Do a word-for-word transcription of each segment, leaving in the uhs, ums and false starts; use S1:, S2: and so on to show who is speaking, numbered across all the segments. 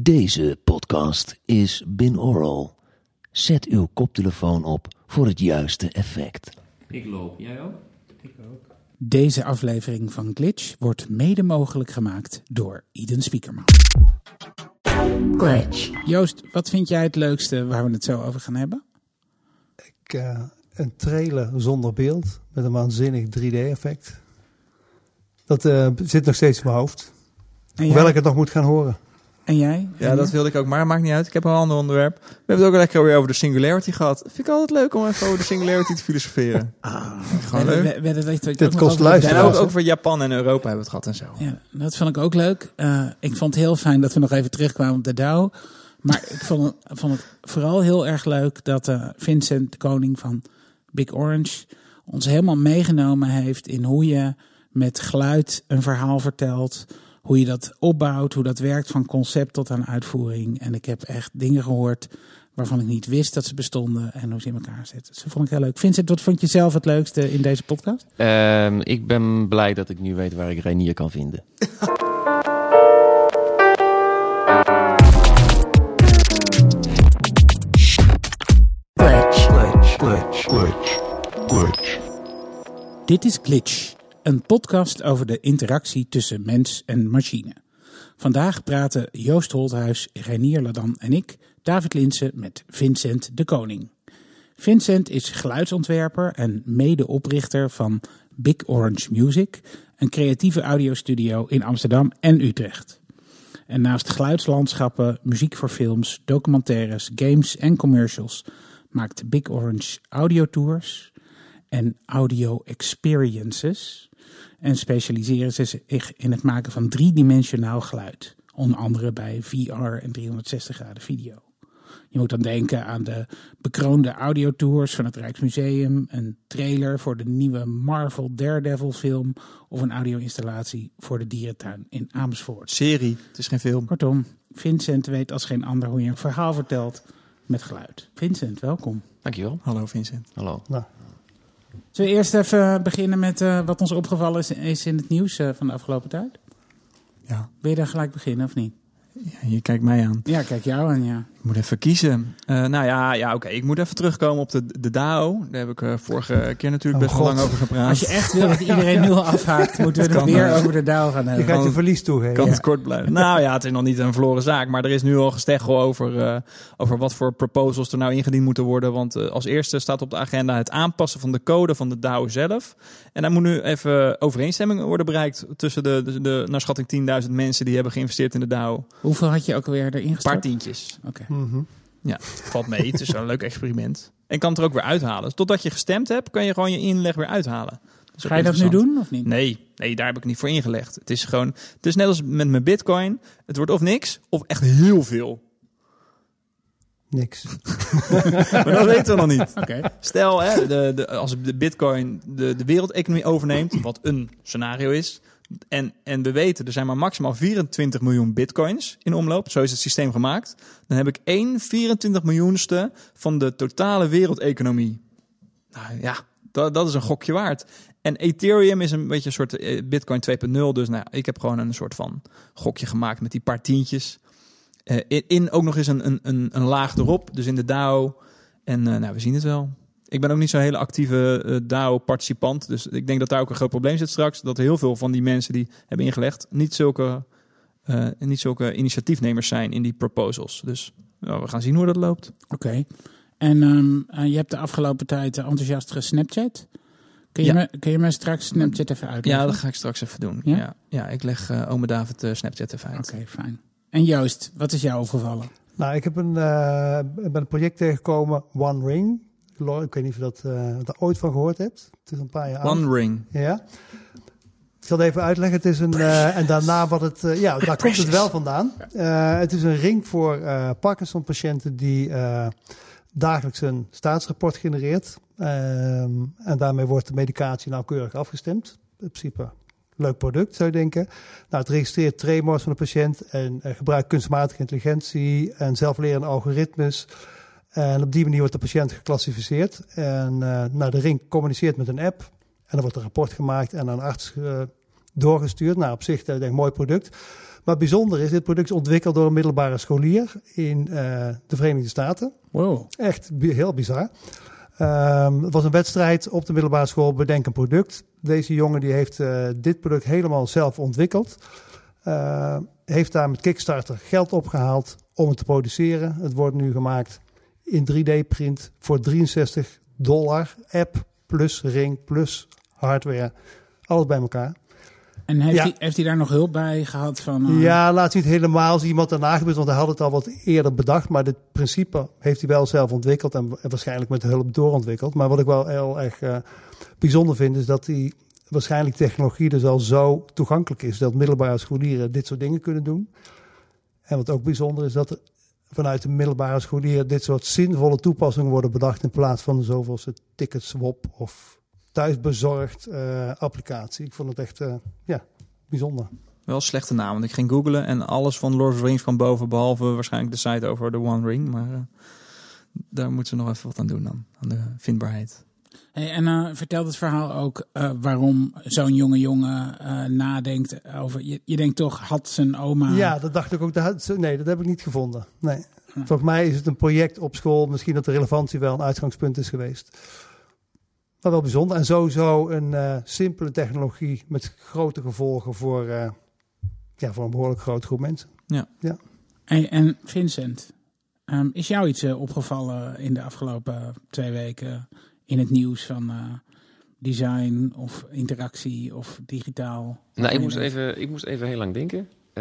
S1: Deze podcast is binaural. Zet uw koptelefoon op voor het juiste effect.
S2: Ik loop. Jij ook?
S3: Ik ook. Deze aflevering van Glitch wordt mede mogelijk gemaakt door Eden Spiekerman.
S4: Glitch.
S3: Joost, wat vind jij het leukste waar we het zo over gaan hebben?
S5: Ik, uh, een trailer zonder beeld met een waanzinnig drie D-effect. Dat uh, zit nog steeds in mijn hoofd. Hoewel ik het nog moet gaan horen.
S3: En jij?
S6: Ja, en dat wilde ik ook, maar maakt niet uit. Ik heb een ander onderwerp. We hebben het ook lekker weer over de singularity gehad. Vind ik altijd leuk om even over de singularity te filosoferen.
S3: Ah,
S6: gewoon leuk.
S3: We, we, we, we, we,
S5: Dit kost luisteren.
S6: En ook over Japan en Europa hebben we het gehad en zo.
S3: Ja, dat vond ik ook leuk. Uh, ik vond het heel fijn dat we nog even terugkwamen op de DAO. Maar ik vond het, vond het vooral heel erg leuk dat uh, Vincent, de koning van Big Orange, ons helemaal meegenomen heeft in hoe je met geluid een verhaal vertelt. Hoe je dat opbouwt, hoe dat werkt van concept tot aan uitvoering. En ik heb echt dingen gehoord waarvan ik niet wist dat ze bestonden en hoe ze in elkaar zitten. Dus dat vond ik heel leuk. Vincent, wat vond je zelf het leukste in deze podcast?
S1: Um, ik ben blij dat ik nu weet waar ik Reinier kan vinden.
S4: Glitch.
S7: Glitch, glitch, glitch, glitch.
S3: Dit is Glitch. Een podcast over de interactie tussen mens en machine. Vandaag praten Joost Holthuis, Reinier Ladan en ik, David Linssen, met Vincent de Koning. Vincent is geluidsontwerper en medeoprichter van Big Orange Music, een creatieve audiostudio in Amsterdam en Utrecht. En naast geluidslandschappen, muziek voor films, documentaires, games en commercials maakt Big Orange audiotours en audio experiences. En specialiseren ze zich in het maken van driedimensionaal geluid. Onder andere bij V R en driehonderdzestig graden video. Je moet dan denken aan de bekroonde audiotours van het Rijksmuseum, een trailer voor de nieuwe Marvel Daredevil film of een audio-installatie voor de dierentuin in Amersfoort.
S6: Serie, het is geen film.
S3: Kortom, Vincent weet als geen ander hoe je een verhaal vertelt met geluid. Vincent, welkom.
S1: Dankjewel.
S6: Hallo Vincent.
S1: Hallo.
S5: Nou.
S3: Zullen we eerst even beginnen met uh, wat ons opgevallen is, is in het nieuws uh, van de afgelopen tijd?
S6: Ja.
S3: Wil je daar gelijk beginnen of niet?
S6: Ja, je kijkt mij aan.
S3: Ja, kijk jou aan, ja.
S6: Ik moet even kiezen. Uh, nou ja, ja oké. Okay. Ik moet even terugkomen op de, de DAO. Daar heb ik uh, vorige keer natuurlijk
S5: oh,
S6: best wel lang over gepraat.
S3: Als je echt wil dat iedereen nu al afhaakt, moeten we het weer over de DAO gaan hebben.
S5: Je gaat je verlies toegeven.
S6: Kan
S5: ja.
S6: het kort blijven. Nou ja, het is nog niet een verloren zaak. Maar er is nu al gesteggel over, uh, over wat voor proposals er nou ingediend moeten worden. Want uh, als eerste staat op de agenda het aanpassen van de code van de DAO zelf. En daar moet nu even overeenstemming worden bereikt tussen de, de, de naar schatting tienduizend mensen die hebben geïnvesteerd in de DAO.
S3: Hoeveel had je ook alweer erin
S6: Een
S3: gestort?
S6: paar tientjes.
S3: Oké. Okay.
S5: Mm-hmm.
S6: Ja, valt mee. Het is een leuk experiment. En kan het er ook weer uithalen. Dus totdat je gestemd hebt, kan je gewoon je inleg weer uithalen. Dat
S3: Ga je dat nu doen of niet?
S6: Nee, nee, daar heb ik niet voor ingelegd. Het is gewoon, het is net als met mijn Bitcoin. Het wordt of niks, of echt heel veel.
S5: Niks.
S6: Maar dat weten we nog niet.
S3: Okay.
S6: Stel, hè, de, de, als de Bitcoin de, de wereldeconomie overneemt, wat een scenario is. En, en we weten, er zijn maar maximaal vierentwintig miljoen bitcoins in omloop. Zo is het systeem gemaakt. Dan heb ik één vierentwintig miljoenste van de totale wereldeconomie. Nou ja, dat, dat is een gokje waard. En Ethereum is een beetje een soort uh, Bitcoin twee punt nul. Dus nou ja, ik heb gewoon een soort van gokje gemaakt met die paar tientjes. Uh, in, in ook nog eens een, een, een, een laag erop. Dus in de DAO. En uh, nou, we zien het wel. Ik ben ook niet zo'n hele actieve uh, DAO-participant. Dus ik denk dat daar ook een groot probleem zit straks. Dat heel veel van die mensen die hebben ingelegd niet zulke, uh, niet zulke initiatiefnemers zijn in die proposals. Dus nou, we gaan zien hoe dat loopt.
S3: Oké. Okay. En um, uh, je hebt de afgelopen tijd uh, enthousiast gesnapchat. Kun je,
S6: ja.
S3: me, kun je me straks Snapchat even uitleggen?
S6: Ja, dat ga ik straks even doen.
S3: Ja,
S6: ja, ja ik leg uh, ome David uh, Snapchat even uit.
S3: Oké, okay, fijn. En Joost, wat is jou opgevallen?
S5: Nou, ik heb een, uh, ben een project tegengekomen, One Ring. Ik weet niet of je dat, uh, dat ooit van gehoord hebt. Het is een paar jaar
S6: One
S5: oud.
S6: Ring.
S5: Ja. Ik zal het even uitleggen. Het is een uh, en daarna wat het. Uh, ja, daar komt het wel vandaan. Uh, het is een ring voor uh, Parkinson-patiënten die uh, dagelijks een staatsrapport genereert. Uh, en daarmee wordt de medicatie nauwkeurig afgestemd. In principe leuk product, zou je denken. Nou, het registreert tremors van de patiënt en uh, gebruikt kunstmatige intelligentie en zelflerende algoritmes. En op die manier wordt de patiënt geclassificeerd. En uh, nou, de ring communiceert met een app. En dan wordt een rapport gemaakt en aan de arts uh, doorgestuurd. Nou, op zich uh, denk ik, een mooi product. Maar bijzonder is, dit product is ontwikkeld door een middelbare scholier in uh, de Verenigde Staten.
S3: Wow.
S5: Echt bi- heel bizar. Um, het was een wedstrijd op de middelbare school, bedenk een product. Deze jongen die heeft uh, dit product helemaal zelf ontwikkeld. Uh, heeft daar met Kickstarter geld opgehaald om het te produceren. Het wordt nu gemaakt in drie D-print voor drieënzestig dollar. App plus ring plus hardware. Alles bij elkaar.
S3: En heeft,
S5: Ja.
S3: hij, heeft hij daar nog hulp bij gehad? Van, uh...
S5: Ja, laat niet helemaal zien iemand daarna gebeurt, want hij had het al wat eerder bedacht. Maar dit principe heeft hij wel zelf ontwikkeld en, en waarschijnlijk met de hulp doorontwikkeld. Maar wat ik wel heel erg uh, bijzonder vind, is dat die waarschijnlijk technologie dus al zo toegankelijk is dat middelbare scholieren dit soort dingen kunnen doen. En wat ook bijzonder is, dat er vanuit de middelbare scholieren dit soort zinvolle toepassingen worden bedacht in plaats van de zoveelste ticketswap of thuisbezorgd uh, applicatie. Ik vond het echt uh, ja, bijzonder.
S6: Wel een slechte naam, want ik ging googlen en alles van Lord of the Rings kwam boven, behalve waarschijnlijk de site over de One Ring. Maar uh, daar moeten ze nog even wat aan doen dan, aan de vindbaarheid.
S3: Hey, en uh, vertelt het verhaal ook uh, waarom zo'n jonge jongen uh, nadenkt over... Je, je denkt toch, had zijn oma...
S5: Ja, dat dacht ik ook. Dat, nee, dat heb ik niet gevonden. Nee. Hm. Volgens mij is het een project op school. Misschien dat de relevantie wel een uitgangspunt is geweest. Maar wel bijzonder. En sowieso een uh, simpele technologie met grote gevolgen voor, uh, ja, voor een behoorlijk grote groep mensen.
S6: Ja.
S5: ja.
S3: Hey, en Vincent, um, is jou iets uh, opgevallen in de afgelopen twee weken in het nieuws van uh, design of interactie of digitaal?
S2: Nou, ik moest, even, ik moest even heel lang denken. Uh,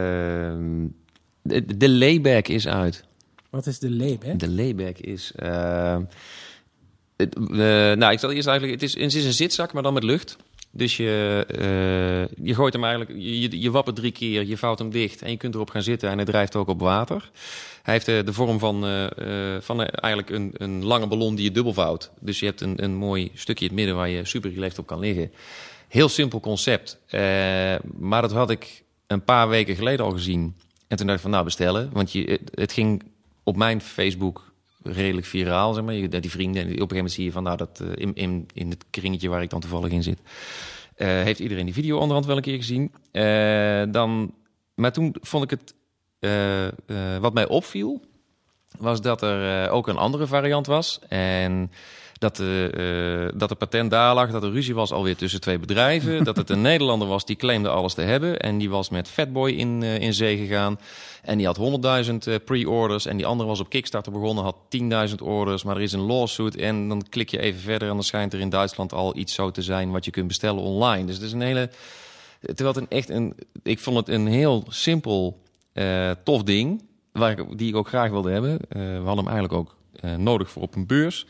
S2: de, de layback is uit.
S3: Wat is de layback?
S2: De layback is... Uh, het, uh, nou, ik zal eerst eigenlijk... Het is, het is een zitzak, maar dan met lucht. Dus je, uh, je gooit hem eigenlijk... Je, je wappert drie keer, je vouwt hem dicht... en je kunt erop gaan zitten en hij drijft ook op water. Hij heeft uh, de vorm van, uh, uh, van uh, eigenlijk een, een lange ballon die je dubbel vouwt. Dus je hebt een, een mooi stukje in het midden... waar je super relaxed op kan liggen. Heel simpel concept. Uh, maar dat had ik een paar weken geleden al gezien. En toen dacht ik van, nou, bestellen. Want je, het, het ging op mijn Facebook... redelijk viraal, zeg maar. Je, die vrienden, en op een gegeven moment zie je van, nou, dat uh, in, in, in het kringetje waar ik dan toevallig in zit, uh, heeft iedereen die video onderhand wel een keer gezien. Uh, dan, maar toen vond ik het, uh, uh, wat mij opviel, was dat er uh, ook een andere variant was. En dat de, uh, dat de patent daar lag, dat er ruzie was alweer tussen twee bedrijven. Dat het een Nederlander was die claimde alles te hebben. En die was met Fatboy in, uh, in zee gegaan. En die had honderdduizend uh, pre-orders. En die andere was op Kickstarter begonnen, had tienduizend orders. Maar er is een lawsuit. En dan klik je even verder en dan schijnt er in Duitsland al iets zo te zijn wat je kunt bestellen online. Dus het is een hele... Terwijl het een echt een... Ik vond het een heel simpel, uh, tof ding. Waar ik, die ik ook graag wilde hebben. Uh, we hadden hem eigenlijk ook uh, nodig voor op een beurs.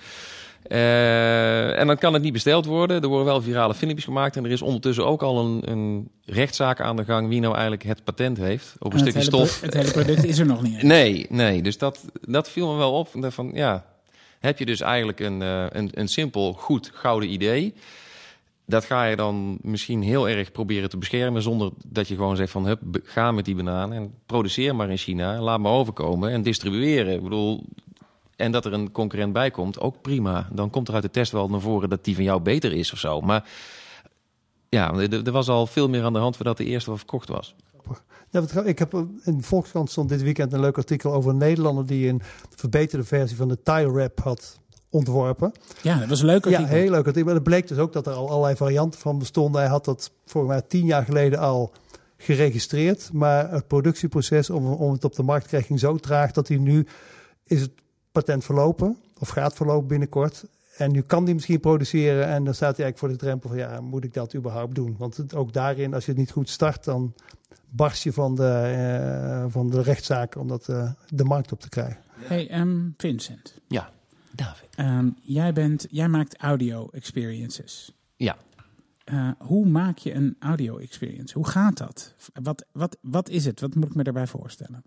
S2: Uh, en dan kan het niet besteld worden. Er worden wel virale filmpjes gemaakt. En er is ondertussen ook al een, een rechtszaak aan de gang... wie nou eigenlijk het patent heeft op een
S3: en
S2: stukje
S3: het hele,
S2: stof.
S3: Het hele product is er nog niet.
S2: Nee, nee. Dus dat, dat viel me wel op. Van, ja, heb je dus eigenlijk een, uh, een, een simpel, goed, gouden idee... Dat ga je dan misschien heel erg proberen te beschermen... zonder dat je gewoon zegt van, hup, ga met die banaan... en produceer maar in China, laat maar overkomen en distribueren. Ik bedoel... En dat er een concurrent bij komt, ook prima. Dan komt er uit de test wel naar voren dat die van jou beter is of zo. Maar ja, er, er was al veel meer aan de hand voordat de eerste wel verkocht was.
S5: Ja, ik heb in de Volkskrant stond dit weekend een leuk artikel over een Nederlander... die een verbeterde versie van de tie wrap had ontworpen.
S3: Ja, dat was een leuk artikel.
S5: Ja, heel leuk artikel. Maar het bleek dus ook dat er al allerlei varianten van bestonden. Hij had dat volgens mij tien jaar geleden al geregistreerd. Maar het productieproces om, om het op de markt te krijgen ging zo traag... dat hij nu is het patent verlopen, of gaat verlopen binnenkort. En nu kan die misschien produceren en dan staat hij eigenlijk voor de drempel van ja, moet ik dat überhaupt doen? Want het, ook daarin, als je het niet goed start, dan barst je van de, uh, van de rechtszaak om dat uh, de markt op te krijgen.
S3: Hey, um, Vincent.
S2: Ja, David.
S3: Um, jij, bent, jij maakt audio experiences.
S2: Ja.
S3: Uh, hoe maak je een audio experience? Hoe gaat dat? Wat, wat, wat is het? Wat moet ik me daarbij voorstellen?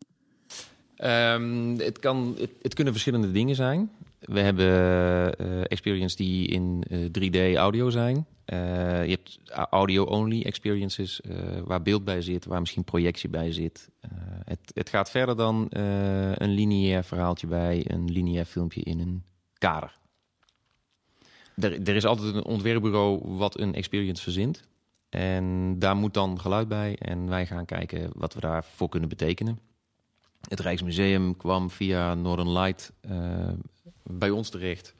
S2: Um, het, kan, het, het kunnen verschillende dingen zijn. We hebben uh, experiences die in uh, drie D audio zijn. Uh, je hebt audio-only experiences uh, waar beeld bij zit, waar misschien projectie bij zit. Uh, het, het gaat verder dan uh, een lineair verhaaltje bij, een lineair filmpje in een kader. Er, er is altijd een ontwerpbureau wat een experience verzint. En daar moet dan geluid bij. En wij gaan kijken wat we daarvoor kunnen betekenen. Het Rijksmuseum kwam via Northern Light uh, bij ons terecht.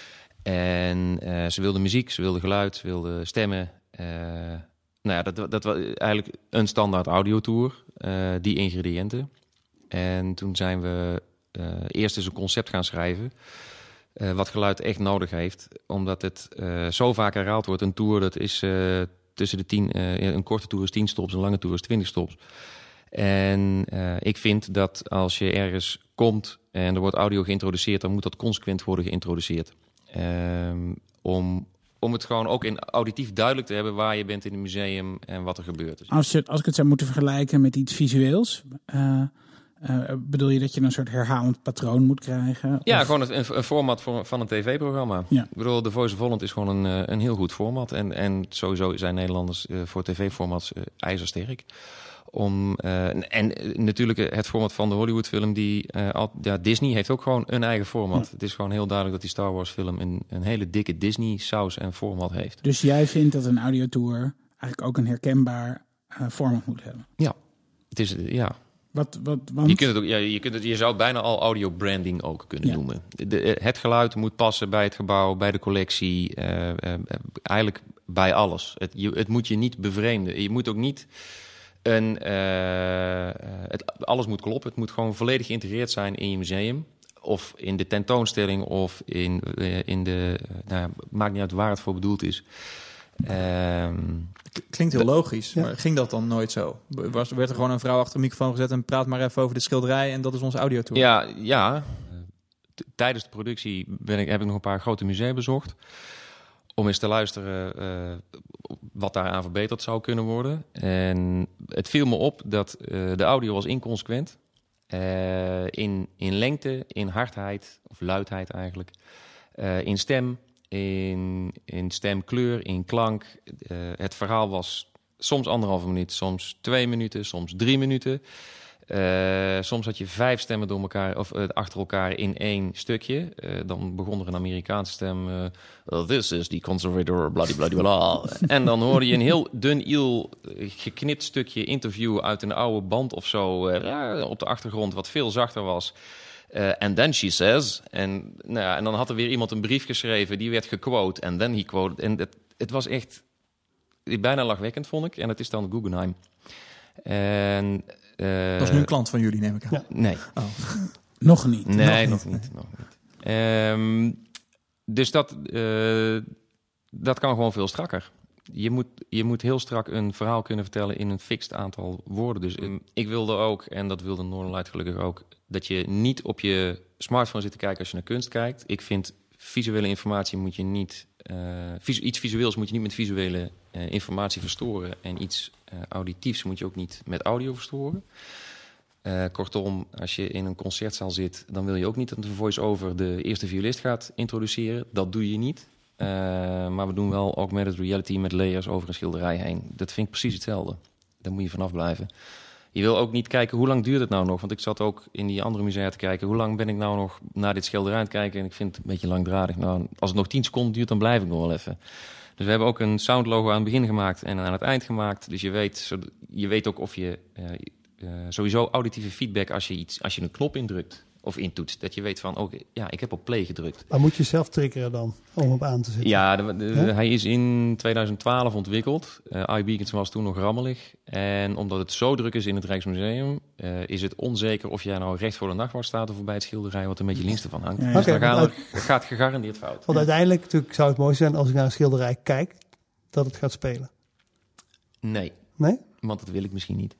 S2: En uh, ze wilden muziek, ze wilden geluid, ze wilden stemmen. Uh, nou ja, dat, dat was eigenlijk een standaard audiotour, uh, die ingrediënten. En toen zijn we uh, eerst eens een concept gaan schrijven. Uh, wat geluid echt nodig heeft. Omdat het uh, zo vaak herhaald wordt. Een tour, dat is uh, tussen de tien... Uh, een korte tour is tien stops, een lange tour is twintig stops. En uh, ik vind dat als je ergens komt en er wordt audio geïntroduceerd, dan moet dat consequent worden geïntroduceerd. Um, om, om het gewoon ook in auditief duidelijk te hebben waar je bent in het museum en wat er gebeurt. Dus
S3: Als, je, als ik het zou moeten vergelijken met iets visueels, uh, uh, bedoel je dat je een soort herhalend patroon moet krijgen?
S2: ja,
S3: of?
S2: gewoon een, een format voor, van een tv-programma.
S3: Ja.
S2: Ik bedoel, The Voice of Holland is gewoon een, een heel goed format. En, en sowieso zijn Nederlanders uh, voor tv-formats uh, ijzersterk. Om, uh, en uh, natuurlijk het format van de Hollywoodfilm, die uh, al, ja, Disney heeft ook gewoon een eigen format. Ja. Het is gewoon heel duidelijk dat die Star Wars film een, een hele dikke Disney saus en format heeft.
S3: Dus jij vindt dat een audiotour eigenlijk ook een herkenbaar uh, format moet hebben?
S2: Ja, het is uh, ja.
S3: Wat, wat, want...
S2: Je kunt het ook, ja, je kunt het, je zou het bijna al audio branding ook kunnen
S3: ja.
S2: noemen. De, het geluid moet passen bij het gebouw, bij de collectie, uh, uh, eigenlijk bij alles. Het, je, het moet je niet bevreemden. Je moet ook niet een, uh, het, alles moet kloppen. Het moet gewoon volledig geïntegreerd zijn in je museum. Of in de tentoonstelling of in, uh, in de... Uh, nou, maakt niet uit waar het voor bedoeld is. Um,
S6: Klinkt heel logisch,
S5: ja.
S6: maar ging dat dan nooit zo? Was, werd er gewoon een vrouw achter de microfoon gezet en praat maar even over de schilderij en dat is onze audiotour?
S2: Ja, ja. T- tijdens de productie ben ik, heb ik nog een paar grote musea bezocht. Om eens te luisteren uh, wat daaraan verbeterd zou kunnen worden. En het viel me op dat uh, de audio was inconsequent. Uh, in, in lengte, in hardheid, of luidheid eigenlijk. Uh, in stem, in, in stemkleur, in klank. Uh, het verhaal was soms anderhalve minuut, soms twee minuten, soms drie minuten. Uh, soms had je vijf stemmen door elkaar, of uh, achter elkaar in één stukje. Uh, dan begon er een Amerikaanse stem. Uh, well, this is the conservator, bladibladibla. En dan hoorde je een heel dun, iel, geknipt stukje interview uit een oude band of zo uh, op de achtergrond, wat veel zachter was. And uh, then she says. En, nou ja, en dan had er weer iemand een brief geschreven, die werd gequote. En then he quoted. En het, het was echt bijna lachwekkend, vond ik. En het is dan Guggenheim. En... Uh,
S6: dat is nu een klant van jullie, neem ik aan.
S2: Ja. Nee.
S3: Oh. Nog niet.
S2: Nee,
S3: nog
S2: nog niet. Nog niet. Um, dus dat, uh, dat kan gewoon veel strakker. Je moet, je moet heel strak een verhaal kunnen vertellen in een fixed aantal woorden. Dus um, ik wilde ook, en dat wilde Northern Light gelukkig ook, dat je niet op je smartphone zit te kijken als je naar kunst kijkt. Ik vind visuele informatie moet je niet... Uh, visu- iets visueels moet je niet met visuele uh, informatie verstoren. En iets uh, auditiefs moet je ook niet met audio verstoren. Uh, kortom, als je in een concertzaal zit, dan wil je ook niet dat de voice-over de eerste violist gaat introduceren. Dat doe je niet. Uh, maar we doen wel augmented reality met layers over een schilderij heen. Dat vind ik precies hetzelfde. Daar moet je vanaf blijven. Je wil ook niet kijken, hoe lang duurt het nou nog? Want ik zat ook in die andere musea te kijken. Hoe lang ben ik nou nog naar dit schilderij aan het kijken? En ik vind het een beetje langdradig. Nou, als het nog tien seconden duurt, dan blijf ik nog wel even. Dus we hebben ook een soundlogo aan het begin gemaakt en aan het eind gemaakt. Dus je weet, je weet ook of je... Uh, uh, sowieso auditieve feedback als je, iets, als je een knop indrukt of intoetst. Dat je weet van, oké, okay, ja, ik heb op play gedrukt.
S5: Maar moet je zelf triggeren dan, om op aan te zetten?
S2: Ja, de, de,
S5: ja?
S2: hij is in twintig twaalf ontwikkeld. Uh, iBeacons was toen nog rammelig. En omdat het zo druk is in het Rijksmuseum, uh, is het onzeker of jij nou recht voor de nachtwacht staat of bij het schilderij wat er met je links ervan hangt.
S3: Ja, ja.
S2: Dus
S5: Okay,
S2: daar gaan,
S5: uit...
S2: gaat gegarandeerd fout.
S5: Want uiteindelijk natuurlijk zou het mooi zijn als ik naar een schilderij kijk, dat het gaat spelen.
S2: Nee.
S5: Nee?
S2: Want dat wil ik misschien niet.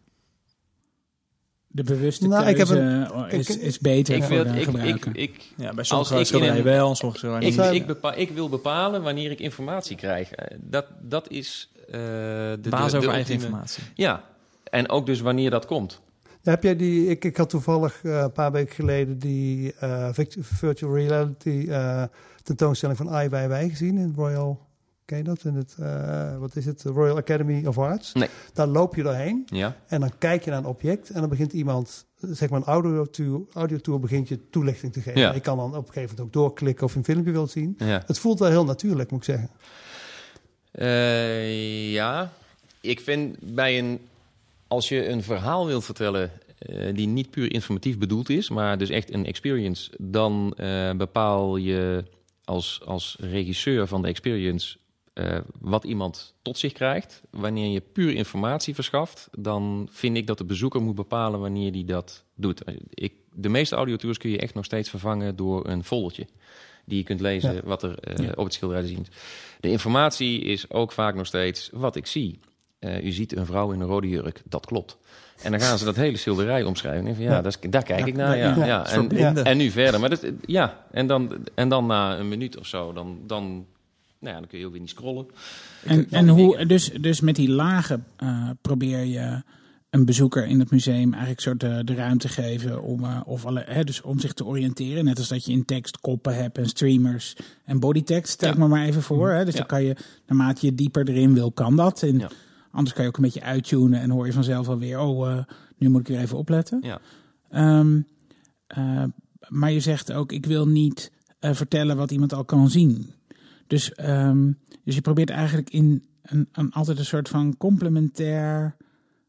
S3: De bewuste
S5: nou,
S3: keuze
S5: ik heb een,
S3: is,
S5: kijk,
S3: is beter
S2: ik
S3: voor
S2: wil,
S3: de
S2: ik,
S3: gebruiker.
S2: ik, ik,
S6: Ja, bij
S2: als
S6: sommige
S2: ik
S6: schilderijen
S2: in een-
S6: wel, en sommige schilderijen
S2: ik,
S6: niet.
S2: ik, bepa- ik wil bepalen wanneer ik informatie krijg. Eh, Dat, dat is uh, de, de,
S6: Baas
S2: de
S6: over eigen
S2: ultieme-
S6: informatie.
S2: Ja, en ook dus wanneer dat komt.
S5: heb jij die, ik, ik had toevallig uh, een paar weken geleden die uh, virtual reality uh, tentoonstelling van Ai Weiwei gezien in het Royal... Ken je dat? In het, uh, wat is het? The Royal Academy of Arts.
S2: Nee.
S5: Daar loop je doorheen
S2: Ja.
S5: en dan kijk je naar een object en dan begint iemand, zeg maar een audiotour, audiotour begint je toelichting te geven.
S2: Ja.
S5: Je kan dan op een gegeven moment ook doorklikken of je een filmpje wilt zien.
S2: Ja.
S5: Het voelt wel heel natuurlijk, moet ik zeggen.
S2: Uh, ja. ik vind bij een... Als je een verhaal wilt vertellen uh, die niet puur informatief bedoeld is, maar dus echt een experience, dan uh, bepaal je als, als regisseur van de experience uh, wat iemand tot zich krijgt. Wanneer je puur informatie verschaft, dan vind ik dat de bezoeker moet bepalen wanneer die dat doet. Ik, de meeste audiotours kun je echt nog steeds vervangen door een foldertje die je kunt lezen ja. wat er uh, ja. op het schilderij te zien is. De informatie is ook vaak nog steeds wat ik zie. Uh, u ziet een vrouw in een rode jurk, dat klopt. En dan gaan ze dat hele schilderij omschrijven. En van, ja, ja. Dat is, daar kijk ja, ik naar. Ja, ja. Ja. En, ja. en nu verder. Maar dat, ja, en dan, en dan na een minuut of zo, dan, dan, nou ja, dan kun je ook weer niet scrollen.
S3: En, en hoe, dus, dus met die lagen uh, probeer je een bezoeker in het museum eigenlijk soort de, de ruimte geven om, uh, of alle, hè, dus om zich te oriënteren. Net als dat je in tekst koppen hebt en streamers en bodytext. Stel ik ja. me maar even voor. Hè. Dus ja. dan kan je, naarmate je dieper erin wil, kan dat. En ja. anders kan je ook een beetje uittunen en hoor je vanzelf alweer, oh, uh, nu moet ik weer even opletten.
S2: Ja.
S3: Um, uh, maar je zegt ook, ik wil niet uh, vertellen wat iemand al kan zien. Dus, um, dus je probeert eigenlijk in een, een, altijd een soort van complementair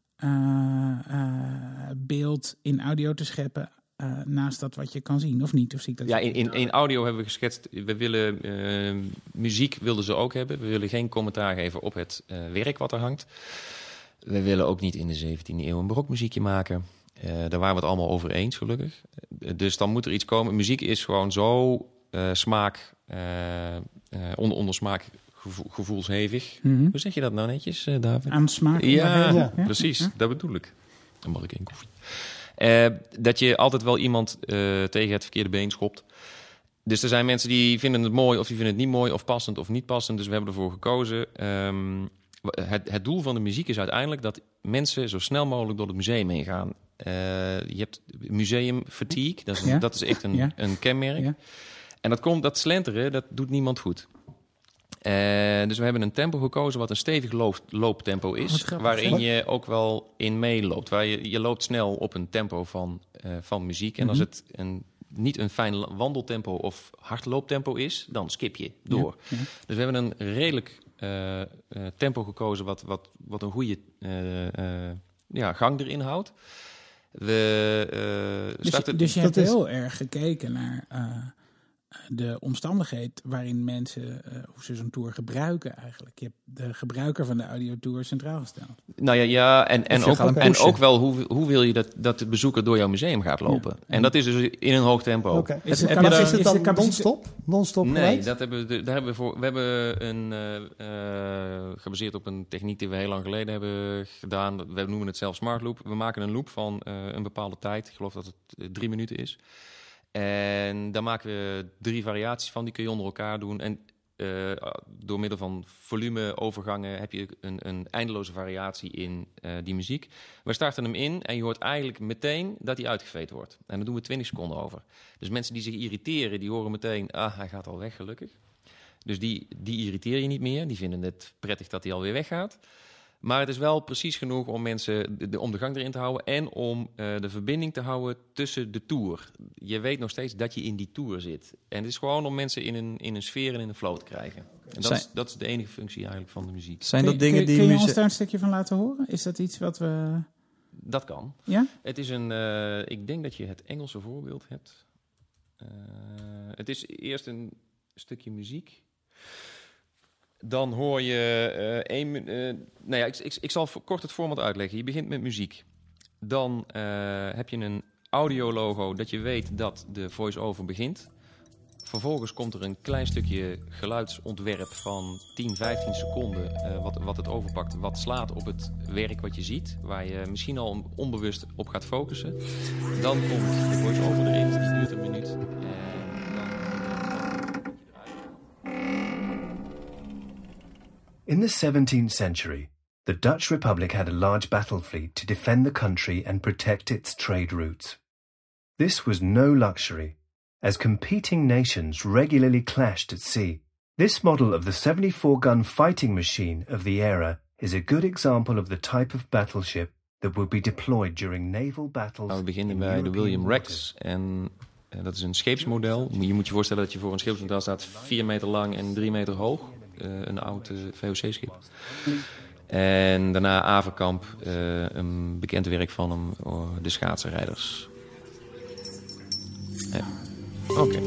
S3: uh, uh, beeld in audio te scheppen uh, naast dat wat je kan zien, of niet? Of zie ik dat
S2: ja, in, in, in audio hebben we geschetst, we willen, uh, muziek wilden ze ook hebben. We willen geen commentaar geven op het uh, werk wat er hangt. We willen ook niet in de zeventiende eeuw een barokmuziekje maken. Uh, daar waren we het allemaal over eens, gelukkig. Uh, dus dan moet er iets komen. Muziek is gewoon zo uh, smaak, uh, uh, onder, onder smaak gevo- gevoelshevig.
S3: Mm-hmm.
S2: Hoe zeg je dat nou netjes, uh, David?
S3: Aan smaak?
S2: Ja,
S3: ja,
S2: precies.
S3: Ja.
S2: Dat bedoel ik. Dan mag ik één koffie. Uh, dat je altijd wel iemand uh, tegen het verkeerde been schopt. Dus er zijn mensen die vinden het mooi of die vinden het niet mooi of passend of niet passend. Dus we hebben ervoor gekozen. Um, het, het doel van de muziek is uiteindelijk dat mensen zo snel mogelijk door het museum heen gaan. Uh, je hebt museumfatigue, dat is, een, ja. dat is echt een, ja. een kenmerk. Ja. En dat komt, dat slenteren, dat doet niemand goed. Uh, dus we hebben een tempo gekozen wat een stevig loop, looptempo is. Waarin je ook wel in meeloopt. Waar je, je loopt snel op een tempo van, uh, van muziek. En mm-hmm. als het een, niet een fijn wandeltempo of hardlooptempo is, dan skip je door. Ja. Ja. Dus we hebben een redelijk uh, uh, tempo gekozen wat, wat, wat een goede uh, uh, ja, gang erin houdt. We, uh,
S3: dus, je, dus je hebt is... heel erg gekeken naar Uh... de omstandigheid waarin mensen uh, hoe ze zo'n tour gebruiken eigenlijk. Je hebt de gebruiker van de audiotour centraal gesteld.
S2: Nou ja, ja en, en, ook, en ook wel hoe, hoe wil je dat, dat de bezoeker door jouw museum gaat lopen. Ja. En dat is dus in een hoog tempo.
S5: Okay. Is, het, is, is het dan non-stop? Non-stop
S2: nee, dat hebben we, daar hebben we voor. We hebben een uh, uh, gebaseerd op een techniek die we heel lang geleden hebben gedaan. We noemen het zelf Smart Loop. We maken een loop van uh, een bepaalde tijd. Ik geloof dat het uh, drie minuten is. En daar maken we drie variaties van, die kun je onder elkaar doen. En uh, door middel van volumeovergangen heb je een, een eindeloze variatie in uh, die muziek. We starten hem in en je hoort eigenlijk meteen dat hij uitgeveed wordt. En daar doen we twintig seconden over. Dus mensen die zich irriteren, die horen meteen, ah, hij gaat al weg, gelukkig. Dus die, die irriteer je niet meer. Die vinden het prettig dat hij alweer weggaat. Maar het is wel precies genoeg om mensen de, de, om de gang erin te houden en om uh, de verbinding te houden tussen de tour. Je weet nog steeds dat je in die tour zit. En het is gewoon om mensen in een, in een sfeer en in een flow te krijgen. En dat, is, dat is de enige functie eigenlijk van de muziek.
S6: Zijn dat dingen
S3: kun,
S6: die
S3: kun je
S6: muzie-
S3: ons daar een stukje van laten horen? Is dat iets wat we...
S2: Dat kan.
S3: Ja?
S2: Het is een, uh, ik denk dat je het Engelse voorbeeld hebt. Uh, het is eerst een stukje muziek. Dan hoor je uh, één... Uh, nou ja, ik, ik, ik zal kort het format uitleggen. Je begint met muziek. Dan uh, heb je een audiologo dat je weet dat de voice-over begint. Vervolgens komt er een klein stukje geluidsontwerp van tien, vijftien seconden... Uh, wat, wat het overpakt, wat slaat op het werk wat je ziet... waar je misschien al onbewust op gaat focussen. Dan komt de voice-over erin, die duurt een minuut... Uh,
S4: In the seventeenth century, the Dutch Republic had a large battle fleet to defend the country and protect its trade routes. This was no luxury, as competing nations regularly clashed at sea. This model of the seventy-four gun fighting machine of the era is a good example of the type of battleship that would be deployed during naval battles.
S2: Nou, we beginnen bij de William Rex en uh, dat is een scheepsmodel. Je moet je voorstellen dat je voor een scheepsmodel staat vier meter lang en drie meter hoog. Uh, een oud uh, V O C-schip. En daarna Averkamp, uh, een bekend werk van hem, uh, de schaatsenrijders. Ja. Oké. Okay.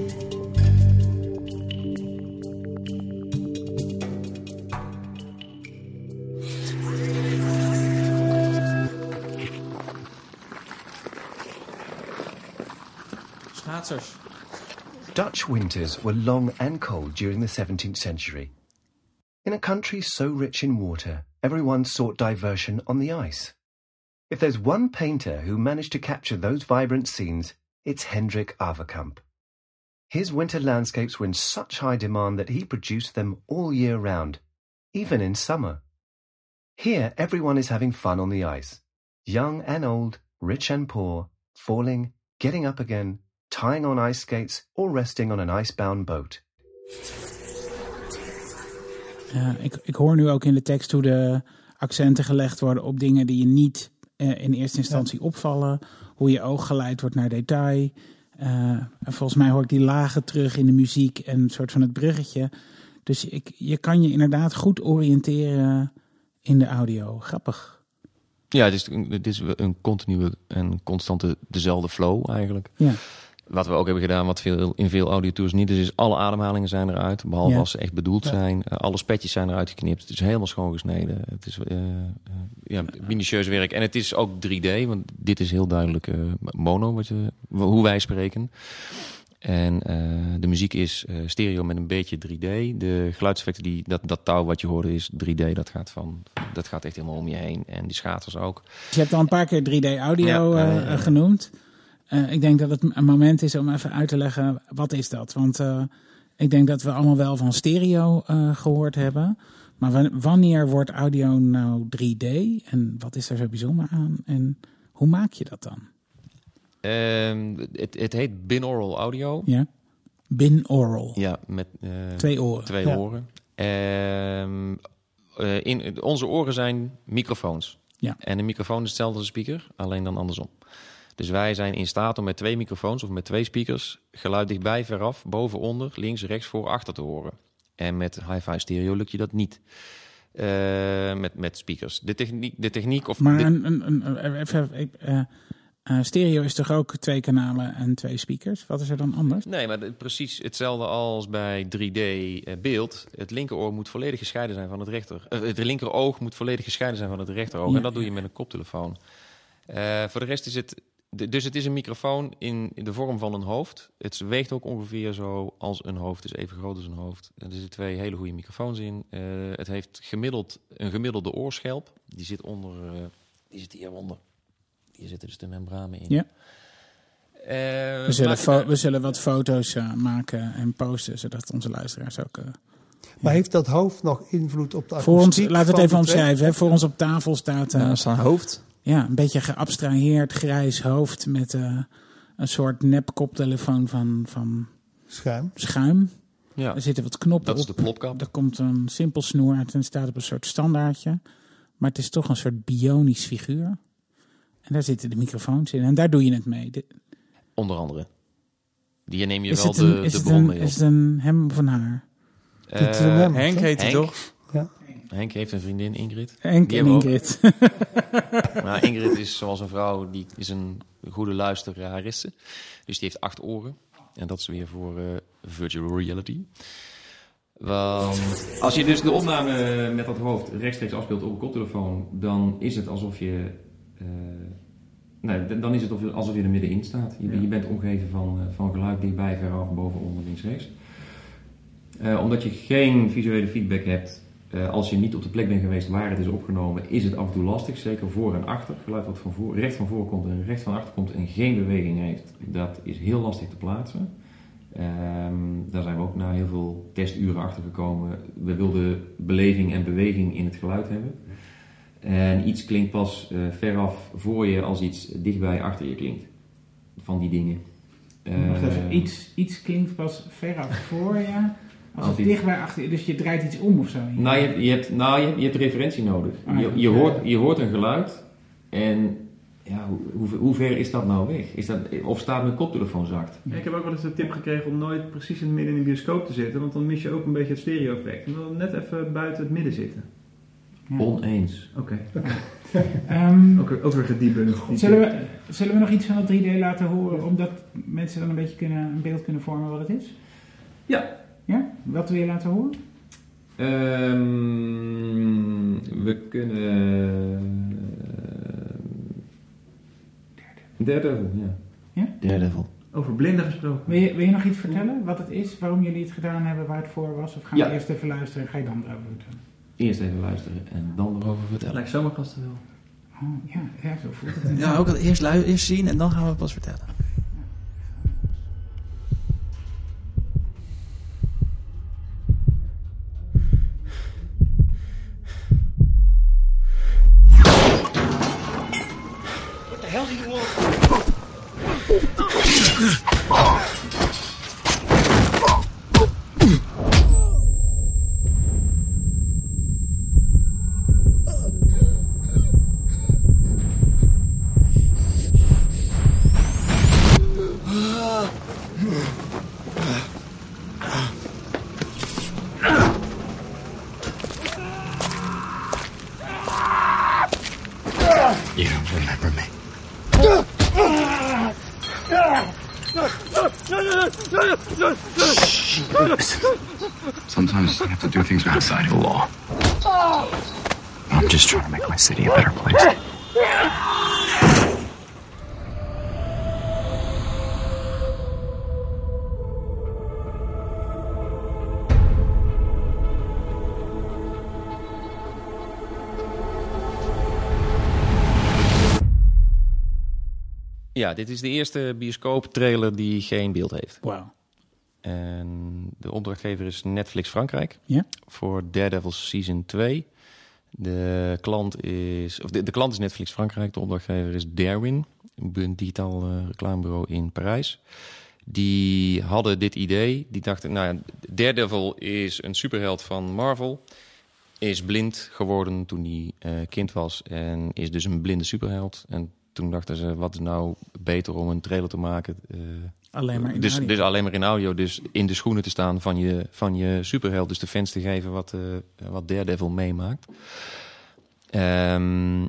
S6: Schaatsers.
S4: Dutch winters were long and cold during the seventeenth century. In a country so rich in water, everyone sought diversion on the ice. If there's one painter who managed to capture those vibrant scenes, it's Hendrik Averkamp. His winter landscapes were in such high demand that he produced them all year round, even in summer. Here, everyone is having fun on the ice. Young and old, rich and poor, falling, getting up again, tying on ice skates or resting on an icebound boat.
S3: Ja, ik, ik hoor nu ook in de tekst hoe de accenten gelegd worden op dingen die je niet uh, in eerste instantie ja. opvallen. Hoe je oog geleid wordt naar detail. Uh, en volgens mij hoor ik die lagen terug in de muziek en een soort van het bruggetje. Dus ik, je kan je inderdaad goed oriënteren in de audio. Grappig.
S2: Ja, het is, het is een continue en constante dezelfde flow eigenlijk.
S3: Ja.
S2: Wat we ook hebben gedaan, wat veel, in veel audiotours niet is, is alle ademhalingen zijn eruit. Behalve
S3: ja.
S2: als ze echt bedoeld
S3: ja.
S2: zijn. Uh, alle spetjes zijn eruit geknipt. Het is helemaal schoongesneden. Het is uh, uh, ja, minutieus werk. En het is ook drie D, want dit is heel duidelijk uh, mono, wat je, hoe wij spreken. En uh, de muziek is uh, stereo met een beetje drie D. De geluidseffecten, die, dat, dat touw wat je hoorde is drie D. Dat gaat, van, dat gaat echt helemaal om je heen. En die schaters ook.
S3: Dus je hebt al een paar keer drie D audio ja, uh, uh, uh, genoemd. Uh, ik denk dat het een moment is om even uit te leggen, wat is dat? Want uh, ik denk dat we allemaal wel van stereo uh, gehoord hebben. Maar w- wanneer wordt audio nou drie D? En wat is er zo bijzonder aan? En hoe maak je dat dan?
S2: Um, het, het heet binaural audio.
S3: Ja, binaural.
S2: Ja, met uh,
S3: twee oren.
S2: Twee
S3: ja.
S2: oren. Um, uh, in, onze oren zijn microfoons.
S3: Ja.
S2: En een microfoon is hetzelfde als een speaker, alleen dan andersom. Dus wij zijn in staat om met twee microfoons of met twee speakers geluid dichtbij, veraf, boven, onder, links, rechts, voor, achter te horen. En met hi-fi stereo lukt je dat niet. Uh, met, met speakers. De techniek, de techniek of...
S3: Maar
S2: de...
S3: een, een, een, even, uh, uh, stereo is toch ook twee kanalen en twee speakers? Wat is er dan anders?
S2: Nee, maar de, precies hetzelfde als bij drie D uh, beeld. Het linkeroor moet volledig gescheiden zijn van het rechter. Uh, het linkeroog moet volledig gescheiden zijn van het rechteroog. Ja, en dat doe je met een koptelefoon. Uh, voor de rest is het... De, dus het is een microfoon in, in de vorm van een hoofd. Het weegt ook ongeveer zo als een hoofd. Het is even groot als een hoofd. Er zitten twee hele goede microfoons in. Uh, het heeft gemiddeld een gemiddelde oorschelp. Die zit onder... Uh, die zit hieronder. Hier zitten dus de membranen in.
S3: Ja.
S2: Uh,
S3: we, zullen fo- we zullen wat foto's uh, maken en posten, zodat onze luisteraars ook... Uh,
S5: maar heeft dat hoofd nog invloed op de akoestiek?
S3: Voor ons, laten we het even omschrijven. Hè? Voor ons op tafel staat... Uh,
S6: ja, staat een hoofd.
S3: Ja, een beetje geabstraheerd grijs hoofd met uh, een soort nepkoptelefoon van, van
S5: schuim.
S3: schuim.
S2: Ja.
S3: Er zitten wat knoppen
S2: dat
S3: op.
S2: Dat is de plopkap.
S3: Er komt een simpel snoer uit en staat op een soort standaardje. Maar het is toch een soort bionisch figuur. En daar zitten de microfoons in en daar doe je het mee. De...
S2: Onder andere. Die neem je
S3: is
S2: wel
S3: het een,
S2: de,
S3: is
S2: de
S3: het
S2: bron
S3: een,
S2: mee op.
S3: Is het een hem of een haar?
S2: Uh,
S5: hem,
S6: Henk
S5: toch?
S6: heet hij
S2: Henk.
S6: toch?
S5: Ja.
S2: Henk heeft een vriendin, Ingrid.
S3: Henk en Ingrid.
S2: Nou, Ingrid is zoals een vrouw, die is een goede luisterariste. Dus die heeft acht oren. En dat is weer voor uh, virtual reality. Want als je dus de opname met dat hoofd rechtstreeks afspeelt op een koptelefoon, dan is het alsof je... Uh, nee, dan is het alsof je er middenin staat. Je, ja. je bent omgeven van, uh, van geluid dichtbij, veraf, boven, onder, links, rechts. Uh, omdat je geen visuele feedback hebt, uh, als je niet op de plek bent geweest waar het is opgenomen, is het af en toe lastig. Zeker voor en achter. Geluid wat van voor, recht van voor komt en recht van achter komt en geen beweging heeft, dat is heel lastig te plaatsen. Um, daar zijn we ook na heel veel testuren achter gekomen. We wilden beleving en beweging in het geluid hebben. En iets klinkt pas uh, veraf voor je als iets dichtbij achter je klinkt. Van die dingen.
S3: Uh, even, iets, iets klinkt pas veraf voor je als het dichtbij achter je. Dus je draait iets om of zo.
S2: Nou, je hebt, je hebt, nou, je hebt, je hebt referentie nodig. Ah, je, je, hoort, je hoort een geluid en... Ja, hoe, hoe, hoe ver is dat nou weg? Is dat, of staat mijn koptelefoon zacht?
S8: Ja, ik heb ook wel eens de tip gekregen om nooit precies in het midden in de bioscoop te zitten, want dan mis je ook een beetje het stereo-effect. En dan net even buiten het midden zitten. Ja.
S2: Oneens.
S8: Oké.
S3: Um,
S8: Ook, weer- ook weer gedebunked.
S3: zullen, we, zullen we nog iets van het drie D laten horen, omdat mensen dan een beetje kunnen, een beeld kunnen vormen wat het is?
S2: Ja.
S3: Ja? Wat wil je laten horen?
S2: Um, we kunnen... Daredevil, ja.
S3: Ja?
S1: Daredevil.
S8: Over blinden gesproken.
S3: Wil je, wil je nog iets vertellen? Wat het is, waarom jullie het gedaan hebben, waar het voor was? Of gaan we
S2: Ja.
S3: eerst even luisteren en ga je dan erover vertellen?
S2: Eerst even luisteren en dan erover vertellen.
S8: Lijkt zomergasten wel.
S3: Oh, ja, ja, zo voelt het.
S6: Ja, ook al eerst, lu- eerst zien en dan gaan we pas vertellen.
S7: You don't remember me. Listen, sometimes you have to do things outside of the law. I'm just trying to make my city a better place.
S2: Ja, dit is de eerste bioscooptrailer die geen beeld heeft.
S3: Wauw.
S2: En de opdrachtgever is Netflix Frankrijk.
S3: Ja?
S2: Voor Daredevil Season twee. De klant is, of de, de klant is Netflix Frankrijk. De opdrachtgever is Darwin, een digitaal uh, reclamebureau in Parijs. Die hadden dit idee. Die dachten, nou ja, Daredevil is een superheld van Marvel. Is blind geworden toen hij uh, kind was. En is dus een blinde superheld. En toen dachten ze, wat is nou beter om een trailer te maken... Uh,
S3: Alleen maar in
S2: dus,
S3: audio.
S2: dus alleen maar in audio. Dus in de schoenen te staan van je, van je superheld. Dus de fans te geven wat, uh, wat Daredevil meemaakt. Um,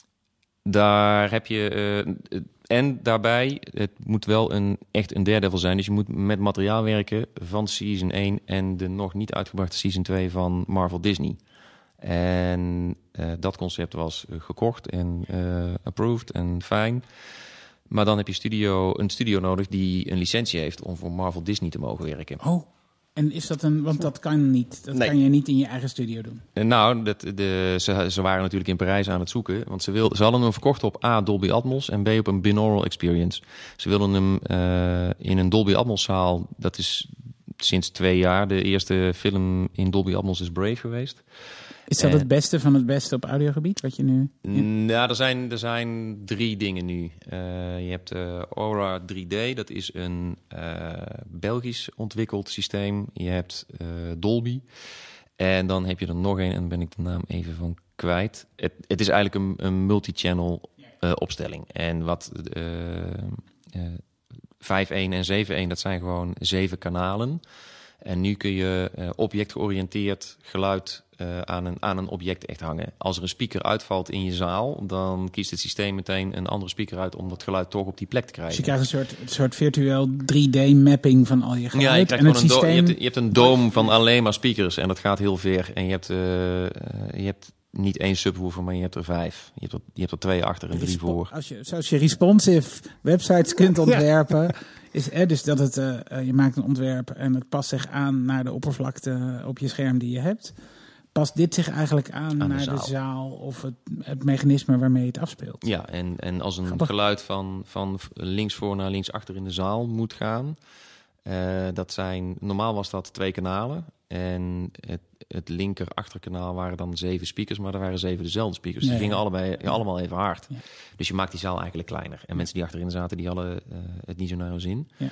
S2: daar heb je... Uh, en daarbij, het moet wel een, echt een Daredevil zijn. Dus je moet met materiaal werken van Season één... en de nog niet uitgebrachte Season twee van Marvel Disney. En uh, dat concept was uh, gekocht en uh, approved en fijn. Maar dan heb je studio, een studio nodig die een licentie heeft om voor Marvel Disney te mogen werken.
S3: Oh, en is dat een... Want dat kan niet. Dat
S2: Nee.
S3: kan je niet in je eigen studio doen.
S2: En nou, dat, de, ze, ze waren natuurlijk in Parijs aan het zoeken. Want ze, wilden, ze hadden hem verkocht op A, Dolby Atmos en B, op een binaural experience. Ze wilden hem uh, in een Dolby Atmos zaal. Dat is sinds twee jaar. De eerste film in Dolby Atmos is Brave geweest.
S3: Is dat
S2: Eh.
S3: het beste van het beste op audiogebied? Wat je nu... Ja.
S2: Nou, er zijn, er zijn drie dingen nu. Uh, je hebt uh, Aura drie D, dat is een uh, Belgisch ontwikkeld systeem. Je hebt uh, Dolby. En dan heb je er nog één, en dan ben ik de naam even van kwijt. Het, het is eigenlijk een, een multi-channel uh, opstelling. En wat uh, uh, vijf punt één en zeven punt één, dat zijn gewoon zeven kanalen. En nu kun je uh, objectgeoriënteerd geluid uh, aan, een, aan een object echt hangen. Als er een speaker uitvalt in je zaal, dan kiest het systeem meteen een andere speaker uit om dat geluid toch op die plek te krijgen.
S3: Dus je krijgt een soort, een soort virtueel drie D-mapping van al je geluid.
S2: Ja, je, krijgt
S3: en het
S2: gewoon een do-
S3: systeem...
S2: je, hebt, je hebt een dome van alleen maar speakers en dat gaat heel ver. En je hebt, uh, uh, je hebt niet één subwoofer, maar je hebt er vijf. Je hebt er, je hebt er twee achter en drie
S3: Respo-
S2: voor.
S3: Als je, zoals je responsive websites kunt ontwerpen, is eh, dus dat het, uh, uh, je maakt een ontwerp en het past zich aan naar de oppervlakte op je scherm die je hebt. Past dit zich eigenlijk aan,
S2: Aan de
S3: naar de
S2: zaal.
S3: zaal of het, het mechanisme waarmee het afspeelt?
S2: Ja, en, en als een
S3: Grappig.
S2: geluid van, van links voor naar links achter in de zaal moet gaan. Uh, dat zijn, normaal was dat twee kanalen. En het, het linker achterkanaal waren dan zeven speakers, maar er waren zeven dezelfde speakers.
S3: Ja,
S2: Die gingen
S3: ja.
S2: allebei, ja, allemaal even hard.
S3: Ja.
S2: Dus je maakt die zaal eigenlijk kleiner. En mensen die achterin zaten, die hadden uh, het niet zo naar hun zin.
S3: Ja.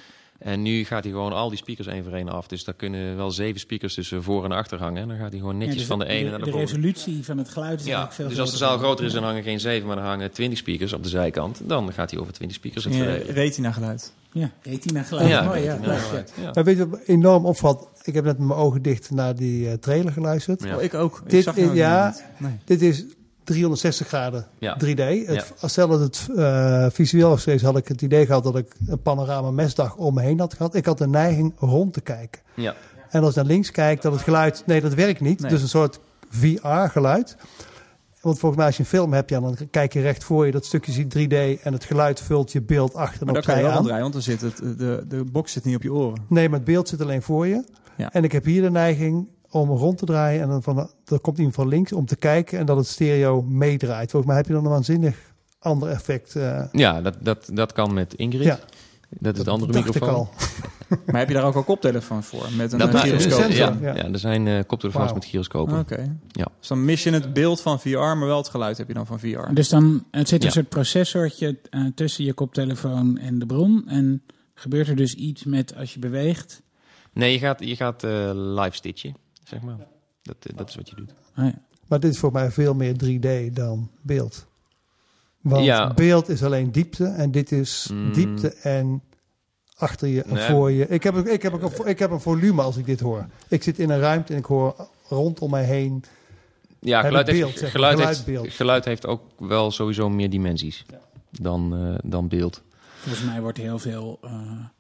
S2: En nu gaat hij gewoon al die speakers één voor één af. Dus daar kunnen wel zeven speakers tussen voor en achter hangen. En dan gaat hij gewoon netjes
S3: Ja, dus
S2: van de ene naar de,
S3: de
S2: volgende.
S3: resolutie van het geluid is
S2: Ja,
S3: eigenlijk veel
S2: dus als de
S3: groter.
S2: zaal groter is, dan hangen geen zeven, maar dan hangen twintig speakers op de zijkant. Dan gaat hij over twintig speakers het
S6: Ja,
S2: verdelen.
S6: retina geluid.
S3: Ja, retina geluid.
S2: Ja,
S3: mooi, ja.
S2: retina
S3: Leuk, ja.
S2: geluid, ja.
S5: Maar weet je wat me enorm opvalt? Ik heb net met mijn ogen dicht naar die uh, trailer geluisterd.
S2: Ja.
S6: Oh, ik ook. Ik
S5: Dit
S6: zag
S5: is-
S6: jou
S5: ja.
S6: niet. Nee.
S5: Dit is driehonderdzestig graden
S2: Ja.
S5: drie D. Het,
S2: Ja.
S5: Als stel dat het uh, visueel was geweest, had ik het idee gehad dat ik een panorama mesdag om me heen had gehad. Ik had de neiging rond te kijken.
S2: Ja.
S5: En als ik naar links kijk, dat het geluid... Nee, dat werkt niet.
S6: Nee.
S5: Dus een soort V R-geluid. Want volgens mij als je een film hebt, ja, dan kijk je recht voor je. Dat stukje ziet drie D en het geluid vult je beeld achter en
S6: Maar daar kan je
S5: opzij
S6: wel
S5: aan.
S6: aan draaien, want dan zit het, de, de box zit niet op je oren.
S5: Nee, maar het beeld zit alleen voor je.
S6: Ja.
S5: En ik heb hier de neiging om rond te draaien. En dan van, er komt iemand van links om te kijken. En dat het stereo meedraait. Volgens mij heb je dan een waanzinnig ander effect. Uh,
S2: Ja, dat, dat, dat kan met Ingrid.
S5: Ja.
S2: Dat is de andere
S5: dacht
S2: microfoon.
S5: ik al.
S6: Maar heb je daar ook al koptelefoons voor? Met een
S2: Dat
S6: uh,
S2: maakt-
S6: gyroscoop?
S5: een sensor.
S2: ja,
S5: ja.
S2: ja, er zijn uh, koptelefoons
S5: Wauw.
S2: met gyroscopen.
S6: Oké.
S2: Ja.
S6: Dus dan mis je het beeld van V R, maar wel het geluid heb je dan van V R.
S3: Dus dan het zit een
S2: Ja.
S3: soort processortje uh, tussen je koptelefoon en de bron. En gebeurt er dus iets met als je beweegt.
S2: Nee, je gaat, je gaat uh, live stitchen, zeg maar. Dat, uh, dat is wat je doet.
S3: Oh ja.
S5: Maar dit is voor mij veel meer drie D dan beeld. Want
S2: Ja.
S5: beeld is alleen diepte. En dit is
S2: Mm.
S5: diepte en achter je en
S2: Nee.
S5: voor je. Ik heb, ik, heb een, ik heb een volume als ik dit hoor. Ik zit in een ruimte en ik hoor rondom mij heen.
S2: Ja,
S5: Heb
S2: geluid,
S5: het
S2: heeft,
S5: beeld, zeg maar,
S2: geluid, heeft,
S5: geluidbeeld.
S2: geluid heeft ook wel sowieso meer dimensies dan, uh, dan beeld.
S3: Volgens mij wordt heel veel uh,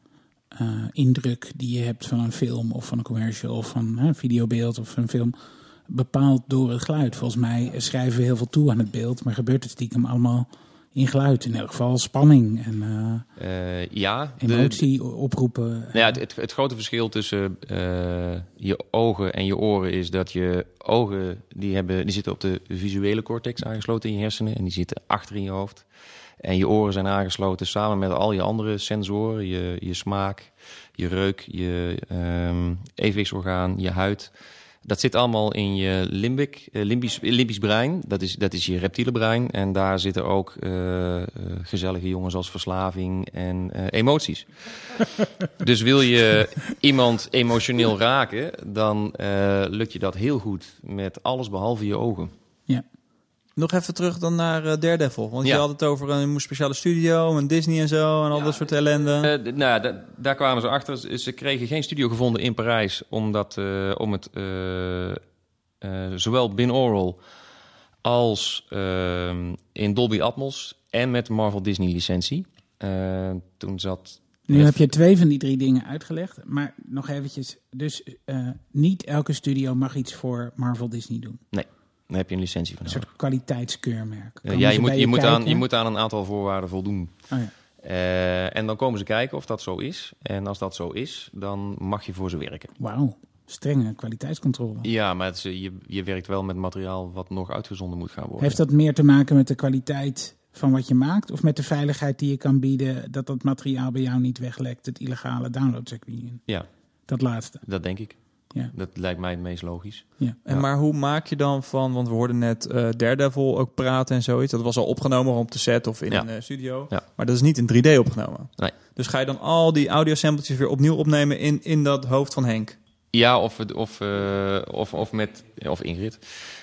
S3: uh, indruk die je hebt van een film of van een commercial of van een uh, videobeeld of een film bepaald door het geluid. Volgens mij schrijven we heel veel toe aan het beeld, maar gebeurt het stiekem allemaal in geluid. In elk geval spanning en uh,
S2: Uh, ja. de-
S3: emotie oproepen.
S2: Nou ja, het, het, het grote verschil tussen uh, je ogen en je oren is dat je ogen, die, hebben, die zitten op de visuele cortex aangesloten in je hersenen en die zitten achter in je hoofd. En je oren zijn aangesloten samen met al je andere sensoren, je, je smaak, je reuk, je um, evenwichtsorgaan, je huid. Dat zit allemaal in je limbic, uh, limbisch, limbisch brein. Dat is, dat is je reptiele brein. En daar zitten ook uh, uh, gezellige jongens als verslaving en uh, emoties. Dus wil je iemand emotioneel raken, dan uh, lukt je dat heel goed met alles behalve je ogen.
S3: Ja.
S6: Nog even terug dan naar uh, Daredevil. Want
S2: Ja.
S6: je had het over een speciale studio, een Disney en zo en al
S2: Ja.
S6: dat soort ellende.
S2: Uh, d- nou, ja, da- daar kwamen ze achter. Ze kregen geen studio gevonden in Parijs omdat, uh, om het uh, uh, zowel binaural als uh, in Dolby Atmos en met Marvel Disney licentie. Uh, toen zat...
S3: Nu
S2: met-
S3: heb je twee van die drie dingen uitgelegd, maar nog eventjes. Dus uh, niet elke studio mag iets voor Marvel Disney doen.
S2: Daar heb je een licentie van
S3: Een
S2: nodig.
S3: soort kwaliteitskeurmerk.
S2: Uh,
S3: Komen
S2: ja,
S3: ze
S2: je moet,
S3: bij
S2: je, moet aan,
S3: kijken?
S2: je moet aan een aantal voorwaarden voldoen.
S3: Oh ja.
S2: Uh, en dan komen ze kijken of dat zo is. En als dat zo is, dan mag je voor ze werken.
S3: Wauw, strenge kwaliteitscontrole.
S2: Ja, maar het is, je, je werkt wel met materiaal wat nog uitgezonden moet gaan worden.
S3: Heeft dat meer te maken met de kwaliteit van wat je maakt? Of met de veiligheid die je kan bieden dat dat materiaal bij jou niet weglekt, het illegale downloadcircuit in?
S2: Ja,
S3: Dat laatste.
S2: dat denk ik.
S3: Ja.
S2: Dat lijkt mij het meest logisch.
S3: Ja.
S6: En
S2: Ja.
S6: maar hoe maak je dan van, want we hoorden net uh, Daredevil ook praten en zoiets. Dat was al opgenomen op de set of in
S2: Ja.
S6: een uh, studio.
S2: Ja.
S6: Maar dat is niet in drie D opgenomen.
S2: Nee.
S6: Dus ga je dan al die audio-sampletjes weer opnieuw opnemen in, in dat hoofd van Henk?
S2: Ja, of, het- of, uh, of, of met of Ingrid.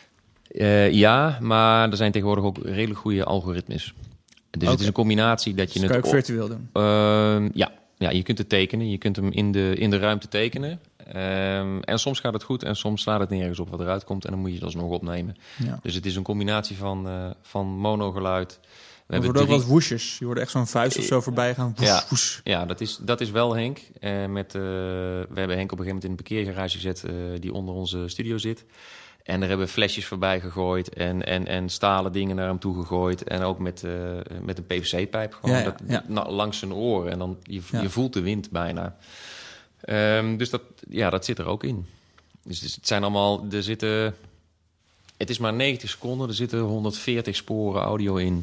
S2: Uh, ja, maar er zijn tegenwoordig ook redelijk goede algoritmes. Dus
S6: Oké.
S2: het is een combinatie dat je
S6: Dus kan je
S2: het...
S6: ook virtueel doen.
S2: Uh, ja. ja, je kunt het tekenen. Je kunt hem in de, in de ruimte tekenen. Um, en soms gaat het goed en soms slaat het nergens op wat eruit komt. En dan moet je het alsnog opnemen.
S6: Ja.
S2: Dus het is een combinatie van, uh, van monogeluid. We
S6: Er worden ook wat woesjes. Je hoort echt zo'n vuist of zo voorbij gaan. Woes,
S2: Ja.
S6: woes.
S2: Ja, dat is, dat is wel Henk. Uh, met, uh, we hebben Henk op een gegeven moment in een parkeergarage gezet uh, die onder onze studio zit. En daar hebben we flesjes voorbij gegooid en, en, en stalen dingen naar hem toe gegooid. En ook met, uh, met een P V C-pijp gewoon
S6: Ja, ja,
S2: dat,
S6: ja.
S2: na- langs zijn oren. En dan je,
S6: Ja.
S2: je voelt de wind bijna. Um, dus dat, ja, dat zit er ook in. Dus het zijn allemaal, er zitten, het is maar negentig seconden, er zitten honderdveertig sporen audio in.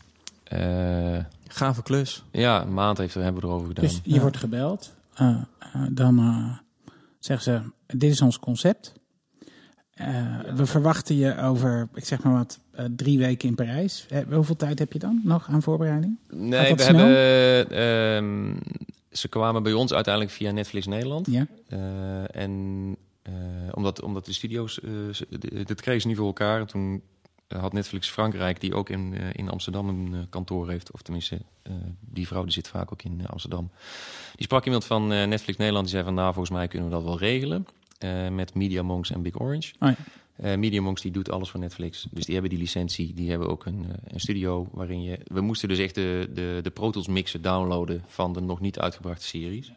S2: Uh,
S6: Gave klus.
S2: ja, een maand heeft, hebben we erover gedaan.
S3: Dus je
S6: Ja.
S3: wordt gebeld. Uh, uh, dan uh, zeggen ze, dit is ons concept. Uh, we verwachten je over, ik zeg maar wat, uh, drie weken in Parijs. Uh, hoeveel tijd heb je dan nog aan voorbereiding? Gaat
S2: Nee,
S3: dat
S2: we
S3: snel?
S2: hebben um, ze kwamen bij ons uiteindelijk via Netflix Nederland.
S3: Ja.
S2: Uh, en uh, omdat, omdat de studio's, uh, dit kregen ze niet voor elkaar. En toen had Netflix Frankrijk, die ook in, uh, in Amsterdam een uh, kantoor heeft. Of tenminste, uh, die vrouw die zit vaak ook in uh, Amsterdam. Die sprak iemand van uh, Netflix Nederland. Die zei van, nou, volgens mij kunnen we dat wel regelen. Uh, met Media Monks en Big Orange.
S3: Oh ja.
S2: Uh, Media Monks die doet alles voor Netflix. Dus die hebben die licentie. Die hebben ook een, uh, een studio waarin je... We moesten dus echt de, de, de Pro Tools mixen downloaden van de nog niet uitgebrachte series.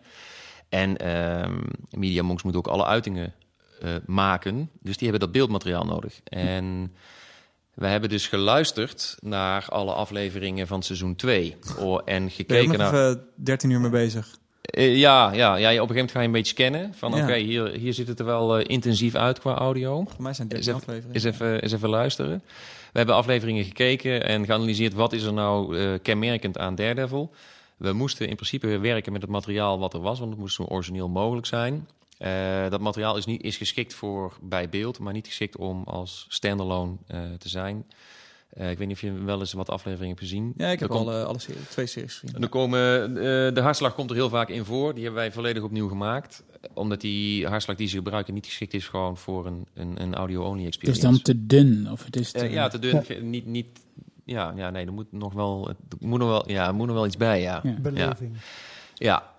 S2: En uh, Media Monks moet ook alle uitingen uh, maken. Dus die hebben dat beeldmateriaal nodig. En we hebben dus geluisterd naar alle afleveringen van seizoen twee. Oh, en gekeken
S6: ben je
S2: naar...
S6: even dertien uur mee bezig?
S2: Uh, ja, ja, ja, op een gegeven moment ga je een beetje scannen. Van
S6: Ja.
S2: oké, okay, hier, hier ziet het er wel uh, intensief uit qua audio.
S6: Voor mij zijn dertien
S2: Eens even,
S6: afleveringen.
S2: eens, even, eens even luisteren. We hebben afleveringen gekeken en geanalyseerd wat is er nou uh, kenmerkend aan Daredevil. We moesten in principe werken met het materiaal wat er was, want het moest zo origineel mogelijk zijn. Uh, dat materiaal is, niet, is geschikt voor bij beeld, maar niet geschikt om als standalone uh, te zijn. Uh, ik weet niet of je wel eens wat afleveringen hebt gezien.
S6: Ja, ik heb
S2: Er
S6: al
S2: komt-
S6: uh, alle series, twee series gezien.
S2: er komen, uh, de hartslag komt er heel vaak in voor. Die hebben wij volledig opnieuw gemaakt. Omdat die hartslag die ze gebruiken niet geschikt is gewoon voor een, een, een audio-only
S3: Het
S2: experience.
S3: is dan te dun. Of het is te...
S2: Uh, ja, te dun. ge- Niet, niet, ja, ja, nee, er moet nog wel, er moet nog wel, ja, er moet nog wel iets bij, ja.
S3: Ja.
S5: Beleving.
S2: Ja,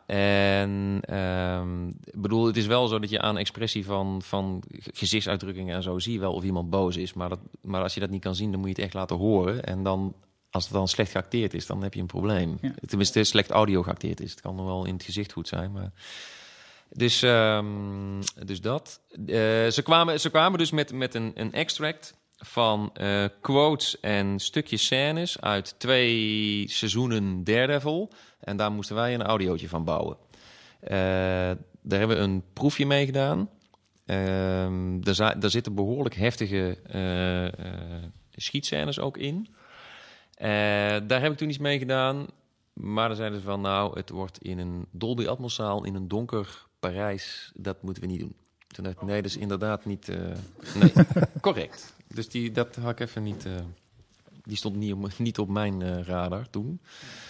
S2: en ehm, ik bedoel, het is wel zo dat je aan expressie van, van gezichtsuitdrukkingen en zo zie je wel of iemand boos is. Maar, dat, maar als je dat niet kan zien, dan moet je het echt laten horen. En dan, als het dan slecht geacteerd is, dan heb je een probleem.
S3: Ja.
S2: Tenminste, slecht audio geacteerd is. Het kan nog wel in het gezicht goed zijn, maar... Dus, ehm, dus dat. Uh, ze, kwamen, ze kwamen dus met, met een, een extract van uh, quotes en stukjes scènes uit twee seizoenen Daredevil. En daar moesten wij een audiootje van bouwen. Uh, daar hebben we een proefje mee gedaan. Uh, daar, za- daar zitten behoorlijk heftige uh, uh, schietscènes ook in. Uh, daar heb ik toen iets mee gedaan. Maar dan zeiden ze van, nou, het wordt in een Dolby Atmos zaal in een donker Parijs. Dat moeten we niet doen. Toen dacht ik, nee, dat is inderdaad niet... Uh, nee, correct. Dus die, dat had ik even niet... Uh, die stond niet op, niet op mijn uh, radar toen.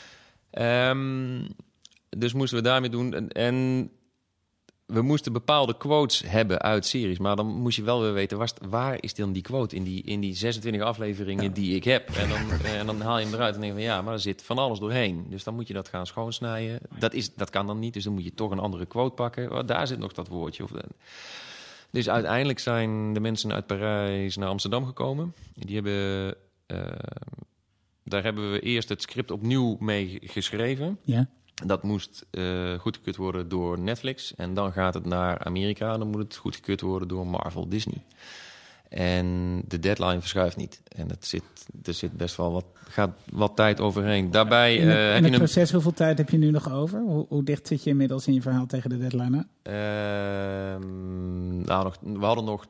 S2: Um, dus moesten we daarmee doen. En, en we moesten bepaalde quotes hebben uit series. Maar dan moest je wel weer weten, waar, waar is dan die quote in die, in die zesentwintig afleveringen ja. die ik heb? En dan, en dan haal je hem eruit en denk je van ja, maar er zit van alles doorheen. Dus dan moet je dat gaan schoonsnijden. Dat, is, dat kan dan niet, dus dan moet je toch een andere quote pakken. Oh, daar zit nog dat woordje. Of, dus uiteindelijk zijn de mensen uit Parijs naar Amsterdam gekomen. Die hebben... Uh, daar hebben we eerst het script opnieuw mee geschreven.
S3: Ja.
S2: Dat moest uh, goedgekeurd worden door Netflix. En dan gaat het naar Amerika. Dan moet het goedgekeurd worden door Marvel Disney. En de deadline verschuift niet. En het zit, er zit best wel wat, gaat wat tijd overheen. Daarbij
S3: In het,
S2: uh,
S3: in
S2: heb
S3: het
S2: je een...
S3: proces, hoeveel tijd heb je nu nog over? Hoe, hoe dicht zit je inmiddels in je verhaal tegen de deadline?
S2: Uh, nou, nog, we hadden nog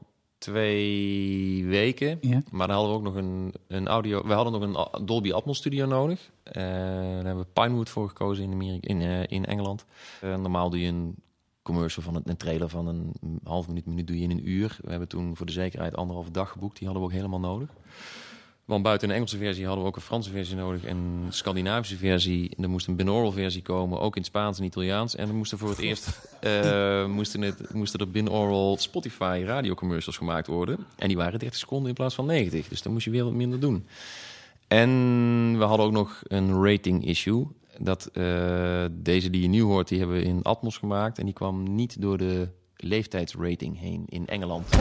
S2: twee weken.
S3: Ja.
S2: Maar dan hadden we ook nog een, een audio... We hadden nog een Dolby Atmos studio nodig. Uh, daar hebben we Pinewood voor gekozen in, Amerika, in, uh, in Engeland. Uh, normaal doe je een commercial van een, een trailer van een half minuut, minuut doe je in een uur. We hebben toen voor de zekerheid anderhalve dag geboekt. Die hadden we ook helemaal nodig. Want buiten een Engelse versie hadden we ook een Franse versie nodig. En een Scandinavische versie. Er moest een binaural versie komen. Ook in Spaans en Italiaans. En we moesten voor het eerst... Uh, moesten, het, moesten er binaural Spotify radiocommercials gemaakt worden. En die waren dertig seconden in plaats van negentig. Dus dan moest je weer wat minder doen. En we hadden ook nog een rating issue. Dat uh, deze die je nu hoort, die hebben we in Atmos gemaakt. En die kwam niet door de leeftijdsrating heen in Engeland.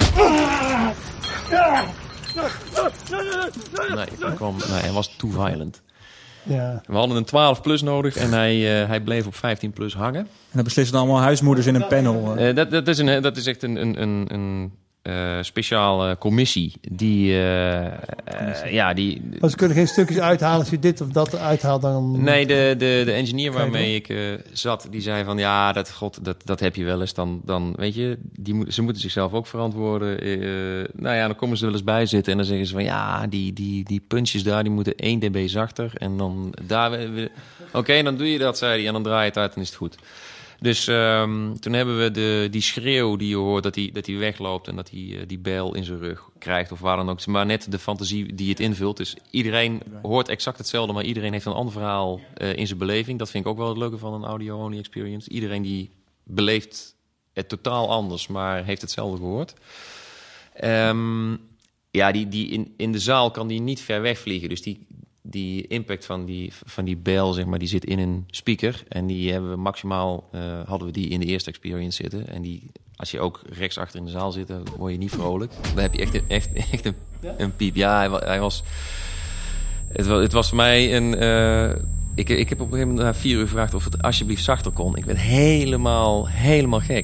S2: Nee, hij, kwam, nee, hij was too violent.
S5: Ja.
S2: We hadden een twaalf plus nodig en hij, uh, hij bleef op vijftien plus hangen.
S6: En dan beslissen allemaal huismoeders in een panel. Uh.
S2: Uh, dat, dat, is een, dat is echt een, een, een, een uh, speciale commissie. Die, uh, uh, ja, die...
S5: Maar ze kunnen geen stukjes uithalen als je dit of dat uithaalt. Dan...
S2: Nee, de, de, de engineer waarmee ik uh, zat, die zei van... Ja, dat, god, dat, dat heb je wel eens. Dan, dan weet je, die moet, ze moeten zichzelf ook verantwoorden. Uh, nou ja, dan komen ze wel eens bij zitten en dan zeggen ze van... Ja, die, die, die punches daar, die moeten één decibel zachter. En dan daar... Oké, okay, dan doe je dat, zei hij. En dan draai je het uit en is het goed. Dus um, toen hebben we de, die schreeuw die je hoort, dat hij dat die wegloopt en dat hij uh, die bijl in zijn rug krijgt of waar dan ook. Maar net de fantasie die het invult. Dus iedereen hoort exact hetzelfde, maar iedereen heeft een ander verhaal uh, in zijn beleving. Dat vind ik ook wel het leuke van een audio-only experience. Iedereen die beleeft het totaal anders, maar heeft hetzelfde gehoord. Um, ja, die, die in, in de zaal kan die niet ver wegvliegen. Dus die, die impact van die, van die bijl, zeg maar, die zit in een speaker. En die hebben we maximaal, uh, hadden we die in de eerste experience zitten. En die, als je ook rechts achter in de zaal zit, dan word je niet vrolijk. Dan heb je echt, echt, echt een, ja? een piep. Ja, hij, hij was... Het was, het was voor mij een... Uh, ik, ik heb op een gegeven moment na vier uur gevraagd of het alsjeblieft zachter kon. Ik werd helemaal, helemaal gek.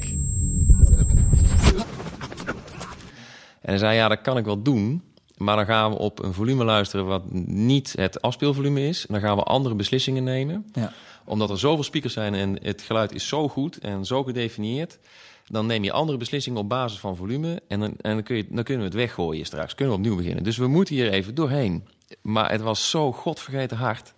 S2: En hij zei, ja, dat kan ik wel doen. Maar dan gaan we op een volume luisteren wat niet het afspeelvolume is. En dan gaan we andere beslissingen nemen. Ja. Omdat er zoveel speakers zijn en het geluid is zo goed en zo gedefinieerd. Dan neem je andere beslissingen op basis van volume. En dan, en dan, kun je, dan kunnen we het weggooien straks. Kunnen we opnieuw beginnen. Dus we moeten hier even doorheen. Maar het was zo godvergeten hard.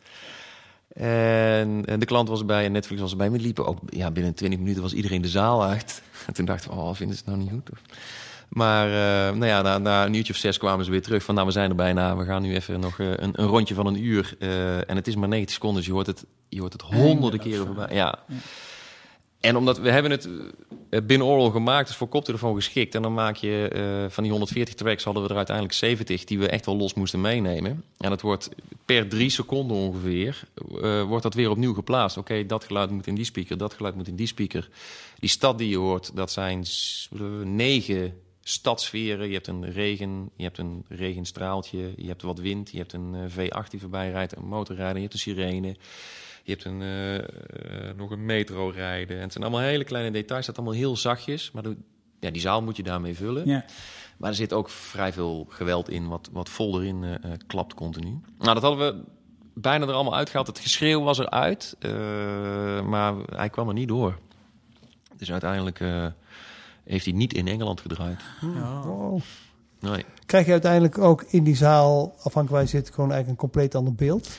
S2: En, en de klant was erbij en Netflix was erbij. We liepen ook, ja, binnen twintig minuten was iedereen de zaal uit. En toen dachten we, oh, vinden ze het nou niet goed? Maar uh, nou ja, na, na een uurtje of zes kwamen ze weer terug. Van nou, we zijn er bijna. We gaan nu even nog uh, een, een rondje van een uur. Uh, en het is maar negentig seconden, dus je hoort het, je hoort het honderden keren voorbij. Ja. ja. En omdat we hebben het uh, binaural gemaakt, dus voor koptelefoon geschikt. En dan maak je uh, van die honderdveertig tracks hadden we er uiteindelijk zeventig die we echt wel los moesten meenemen. En het wordt per drie seconden ongeveer, uh, wordt dat weer opnieuw geplaatst. Oké, okay, dat geluid moet in die speaker, dat geluid moet in die speaker. Die stad die je hoort, dat zijn uh, negen stadsferen. Je hebt een regen, je hebt een regenstraaltje, je hebt wat wind, je hebt een uh, V acht die voorbij rijdt, een motorrijder, je hebt een sirene. Je hebt een, uh, uh, nog een metro rijden. En het zijn allemaal hele kleine details. Het staat allemaal heel zachtjes. Maar de, ja, die zaal moet je daarmee vullen. Ja. Maar er zit ook vrij veel geweld in, wat, wat vol erin uh, klapt continu. Nou, dat hadden we bijna er allemaal uitgehaald. Het geschreeuw was eruit. Uh, maar hij kwam er niet door. Dus uiteindelijk uh, heeft hij niet in Engeland gedraaid.
S5: Oh. Wow.
S2: Nee.
S5: Krijg je uiteindelijk ook in die zaal, afhankelijk waar je zit, gewoon eigenlijk een compleet ander beeld?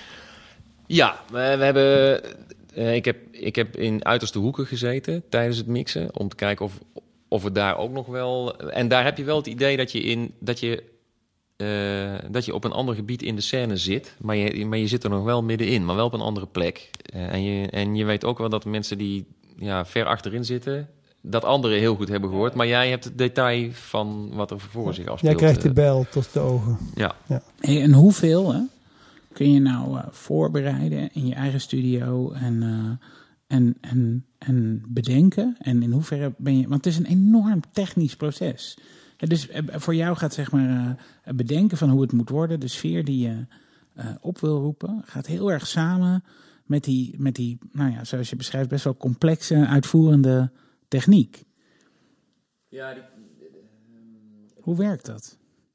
S2: Ja, we, we hebben, uh, ik, heb, ik heb in uiterste hoeken gezeten tijdens het mixen. Om te kijken of, of het daar ook nog wel... En daar heb je wel het idee dat je, in, dat je, uh, dat je op een ander gebied in de scène zit. Maar je, maar je zit er nog wel middenin, maar wel op een andere plek. Uh, en, je, en je weet ook wel dat mensen die ja, ver achterin zitten... dat anderen heel goed hebben gehoord. Maar jij hebt het detail van wat er voor zich afspeelt.
S5: Jij krijgt de bel tot de ogen.
S2: Ja.
S3: ja. Hey, en hoeveel... Hè? Kun je nou uh, voorbereiden in je eigen studio en, uh, en, en, en bedenken? En in hoeverre ben je... Want het is een enorm technisch proces. Ja, dus uh, voor jou gaat zeg maar uh, bedenken van hoe het moet worden. De sfeer die je uh, op wil roepen gaat heel erg samen met die, met die, nou ja, zoals je beschrijft, best wel complexe, uitvoerende techniek. Ja, die, de, de, um, hoe werkt dat?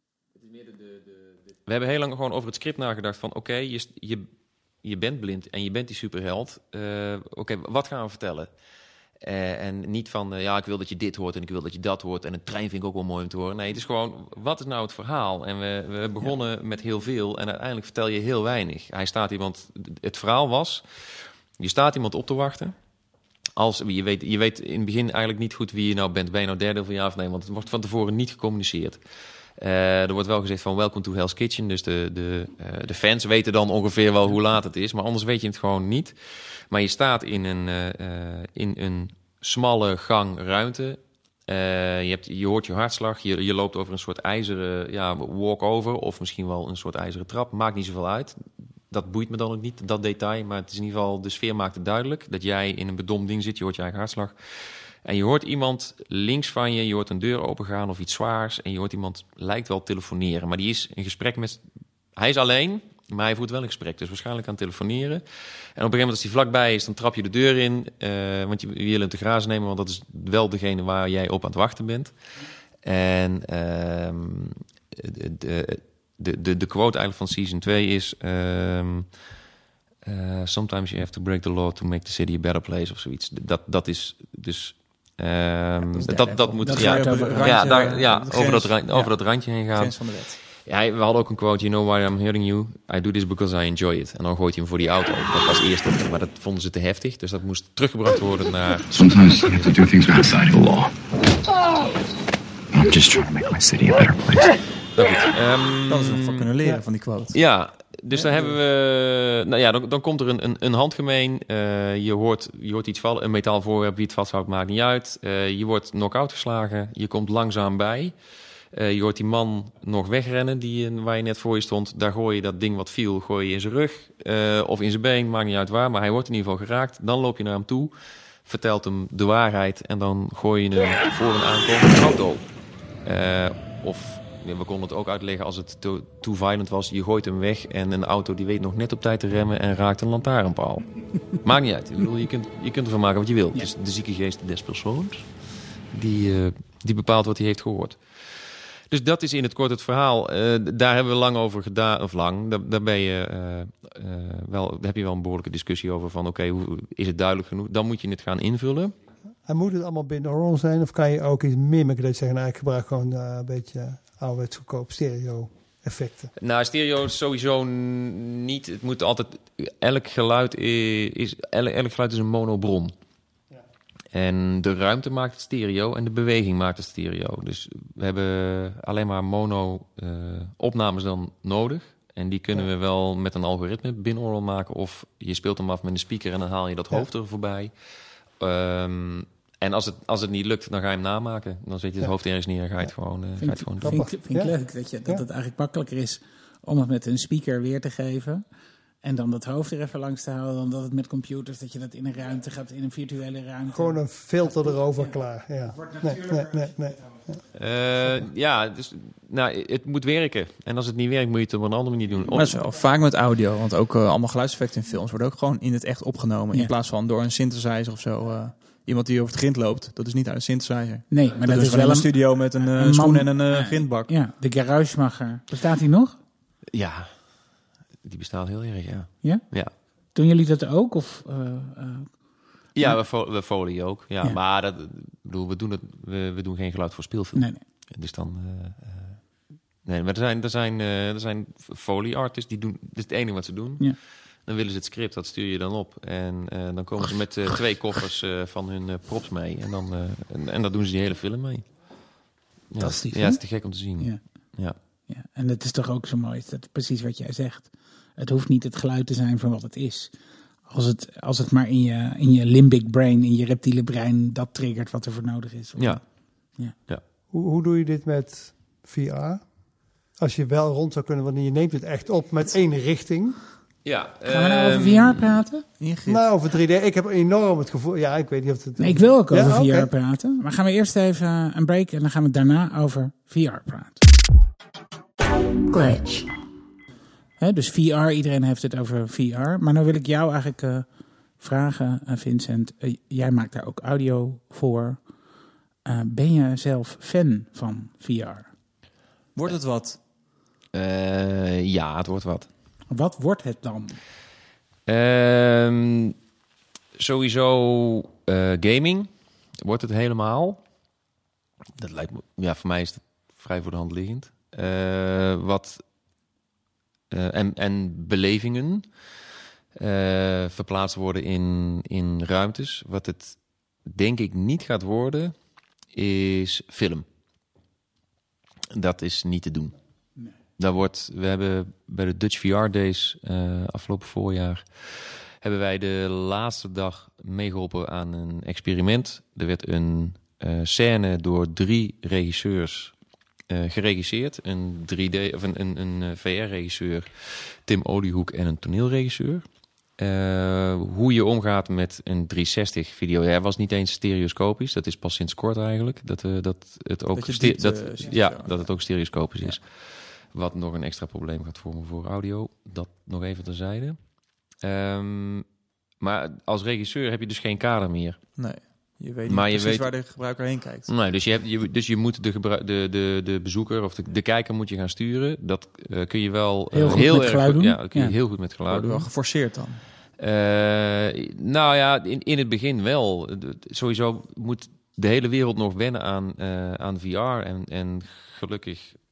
S2: We hebben heel lang gewoon over het script nagedacht van... oké, okay, je, je, je bent blind en je bent die superheld. Uh, oké, okay, wat gaan we vertellen? Uh, en niet van, uh, ja, ik wil dat je dit hoort en ik wil dat je dat hoort... en een trein vind ik ook wel mooi om te horen. Nee, het is gewoon, wat is nou het verhaal? En we, we begonnen ja. met heel veel en uiteindelijk vertel je heel weinig. Hij staat iemand... Het verhaal was, je staat iemand op te wachten... Als, je, weet, je weet in het begin eigenlijk niet goed wie je nou bent. Ben je nou derde of ja of nee? Want het wordt van tevoren niet gecommuniceerd. Uh, er wordt wel gezegd van welcome to Hell's Kitchen. Dus de, de, uh, de fans weten dan ongeveer wel hoe laat het is. Maar anders weet je het gewoon niet. Maar je staat in een, uh, uh, in een smalle gang ruimte. Uh, je, hebt, je hoort je hartslag. Je, je loopt over een soort ijzeren ja, walk-over. Of misschien wel een soort ijzeren trap. Maakt niet zoveel uit. Dat boeit me dan ook niet, dat detail. Maar het is in ieder geval, de sfeer maakt het duidelijk. Dat jij in een bedompt ding zit. Je hoort je eigen hartslag. En je hoort iemand links van je, je hoort een deur opengaan of iets zwaars. En je hoort iemand, lijkt wel telefoneren. Maar die is in gesprek met... Hij is alleen, maar hij voert wel een gesprek. Dus waarschijnlijk aan het telefoneren. En op een gegeven moment als hij vlakbij is, dan trap je de deur in. Uh, want je, je wil hem te grazen nemen, want dat is wel degene waar jij op aan het wachten bent. En uh, de, de, de, de quote eigenlijk van season twee is... Uh, uh, Sometimes you have to break the law to make the city a better place of zoiets. Dat, dat is dus... Um, ja, dat, dat, dat moet
S3: dat
S2: ja,
S3: over,
S2: ja, daar, ja over, dat, over ja. dat randje heen gaan.
S6: Van de wet.
S2: Ja, we hadden ook een quote, you know why I'm hearing you? I do this because I enjoy it. En dan gooit hij hem voor die auto. Dat was eerst, maar dat vonden ze te heftig. Dus dat moest teruggebracht worden naar...
S7: Sometimes you have to do things outside the law. I'm just trying to make my city a better place.
S2: Nou goed, um,
S6: Dat is nog van kunnen leren
S5: ja.
S6: van die quote.
S2: Ja, dus dan hebben we... Nou ja, dan, dan komt er een, een, een handgemeen. Uh, je, hoort, je hoort iets vallen, een metaal voorwerp. Wie het vasthoudt, maakt niet uit. Uh, je wordt knock-out geslagen. Je komt langzaam bij. Uh, je hoort die man nog wegrennen die, waar je net voor je stond. Daar gooi je dat ding wat viel, gooi je in zijn rug. Uh, of in zijn been, maakt niet uit waar. Maar hij wordt in ieder geval geraakt. Dan loop je naar hem toe. Vertelt hem de waarheid. En dan gooi je hem voor een aankomende auto. Uh, of... We konden het ook uitleggen als het too, too violent was. Je gooit hem weg en een auto die weet nog net op tijd te remmen en raakt een lantaarnpaal. Maakt niet uit. Ik bedoel, je, kunt, je kunt ervan maken wat je wilt. Ja. Het is de zieke geest des persoons die, uh, die bepaalt wat hij heeft gehoord. Dus dat is in het kort het verhaal. Uh, daar hebben we lang over gedaan, of lang. Daar, daar ben je, uh, uh, wel, daar heb je wel een behoorlijke discussie over van oké, okay, is het duidelijk genoeg? Dan moet je het gaan invullen.
S5: En moet het allemaal binaural zijn? Of kan je ook iets mimiken dat je zegt, nou, ik gebruik gewoon uh, een beetje ouderwets goedkoop stereo effecten?
S2: Nou, stereo sowieso niet. Het moet altijd... Elk geluid is, is, elk, elk geluid is een monobron. Ja. En de ruimte maakt het stereo en de beweging maakt het stereo. Dus we hebben alleen maar mono uh, opnames dan nodig. En die kunnen ja. we wel met een algoritme binaural maken. Of je speelt hem af met een speaker en dan haal je dat ja. hoofd er voorbij. Um, en als het, als het niet lukt, dan ga je hem namaken. Dan zet je het ja. hoofd ergens neer en ga je het gewoon, uh, ga je het gewoon doen.
S3: Vind ik, vind ik ja. leuk dat, je, dat ja. het eigenlijk makkelijker is om het met een speaker weer te geven. En dan dat hoofd er even langs te houden. Dan dat het met computers, dat je dat in een ruimte gaat, in een virtuele ruimte.
S5: Gewoon een filter erover ja. klaar. Ja.
S3: Het wordt
S5: nee, nee, nee, nee.
S2: Uh, ja, dus, nou, het moet werken. En als het niet werkt, moet je het op een andere manier doen.
S6: Maar dat is wel vaak met audio. Want ook uh, allemaal geluidseffecten in films worden ook gewoon in het echt opgenomen. Ja. In plaats van door een synthesizer of zo. Uh, iemand die over het grind loopt, dat is niet uit een synthesizer.
S3: Nee, maar dat, dat is wel
S6: een
S3: een
S6: studio met een, uh, een schoen en een uh, grindbak.
S3: Ja, de Geräuschmacher. Bestaat die nog?
S2: Ja, die bestaat heel erg, ja.
S3: Ja?
S2: Ja.
S3: Doen jullie dat ook? Of, uh, uh,
S2: ja, we, fo- we folie ook. Ja, ja. Maar dat, bedoel, we, doen het, we, we doen geen geluid voor speelfilm.
S3: Nee, nee.
S2: Dus dan... Uh, uh, nee, maar er zijn, er zijn, uh, er zijn folie artists die doen... Dit is het enige wat ze doen. Ja. Dan willen ze het script, dat stuur je dan op. En uh, dan komen ze met uh, twee koffers uh, van hun uh, props mee. En, dan, uh, en, en dat doen ze die hele film mee. Ja,
S3: dat is die,
S2: ja, het is te gek om te zien.
S3: Ja.
S2: Ja.
S3: Ja. En het is toch ook zo mooi, dat precies wat jij zegt. Het hoeft niet het geluid te zijn van wat het is. Als het, als het maar in je, in je limbic brain, in je reptiele brein, dat triggert wat er voor nodig is.
S2: Ja.
S3: Ja.
S2: Ja.
S5: Hoe, hoe doe je dit met V R? Als je wel rond zou kunnen, want je neemt het echt op met één richting.
S2: Ja,
S3: gaan we nou over V R praten?
S5: Ingrid. Nou, over drie D. Ik heb enorm het gevoel... Ja, ik weet niet of het...
S3: Nee, ik wil ook over
S5: ja,
S3: V R
S5: okay.
S3: praten. Maar gaan we eerst even een break en dan gaan we daarna over V R praten.
S9: Glitch.
S3: He, dus V R, iedereen heeft het over V R. Maar nou wil ik jou eigenlijk uh, vragen, uh, Vincent. Uh, jij maakt daar ook audio voor. Uh, ben je zelf fan van V R?
S6: Wordt het wat?
S2: Uh, ja, het wordt wat.
S3: Wat wordt het dan?
S2: Uh, sowieso uh, gaming wordt het helemaal. Dat lijkt me, ja, voor mij is het vrij voor de hand liggend. Uh, wat uh, en, en belevingen uh, verplaatst worden in, in ruimtes. Wat het denk ik niet gaat worden, is film. Dat is niet te doen. Nee. Daar wordt, we hebben bij de Dutch V R Days uh, afgelopen voorjaar hebben wij de laatste dag meegeholpen aan een experiment. Er werd een uh, scène door drie regisseurs uh, geregisseerd. Een drie D of een, een, een V R-regisseur, Tim Oliehoek, en een toneelregisseur. Uh, hoe je omgaat met een driehonderdzestig video. Ja, was niet eens stereoscopisch. Dat is pas sinds kort eigenlijk. Dat, uh, dat, het, ook
S6: dat,
S2: ste-
S6: dit,
S2: dat,
S6: uh,
S2: ja,
S6: zo.
S2: dat het ook stereoscopisch is. Wat nog een extra probleem gaat vormen voor audio. Dat nog even terzijde. Um, maar als regisseur heb je dus geen kader meer.
S6: Nee, je weet niet
S2: maar
S6: precies
S2: je weet,
S6: waar de gebruiker heen kijkt.
S2: Nee, dus je, hebt, je, dus je moet de, gebru- de, de, de bezoeker of de, de kijker moet je gaan sturen. Dat uh, kun je wel uh,
S3: heel goed
S2: heel
S3: met
S2: erg
S3: geluid doen.
S2: Ja, dat kun je
S3: Ja.
S2: heel goed met geluid
S6: Worden
S2: doen.
S6: wel geforceerd dan?
S2: Uh, nou ja, in, in het begin wel. De, sowieso moet de hele wereld nog wennen aan, uh, aan V R. En, en gelukkig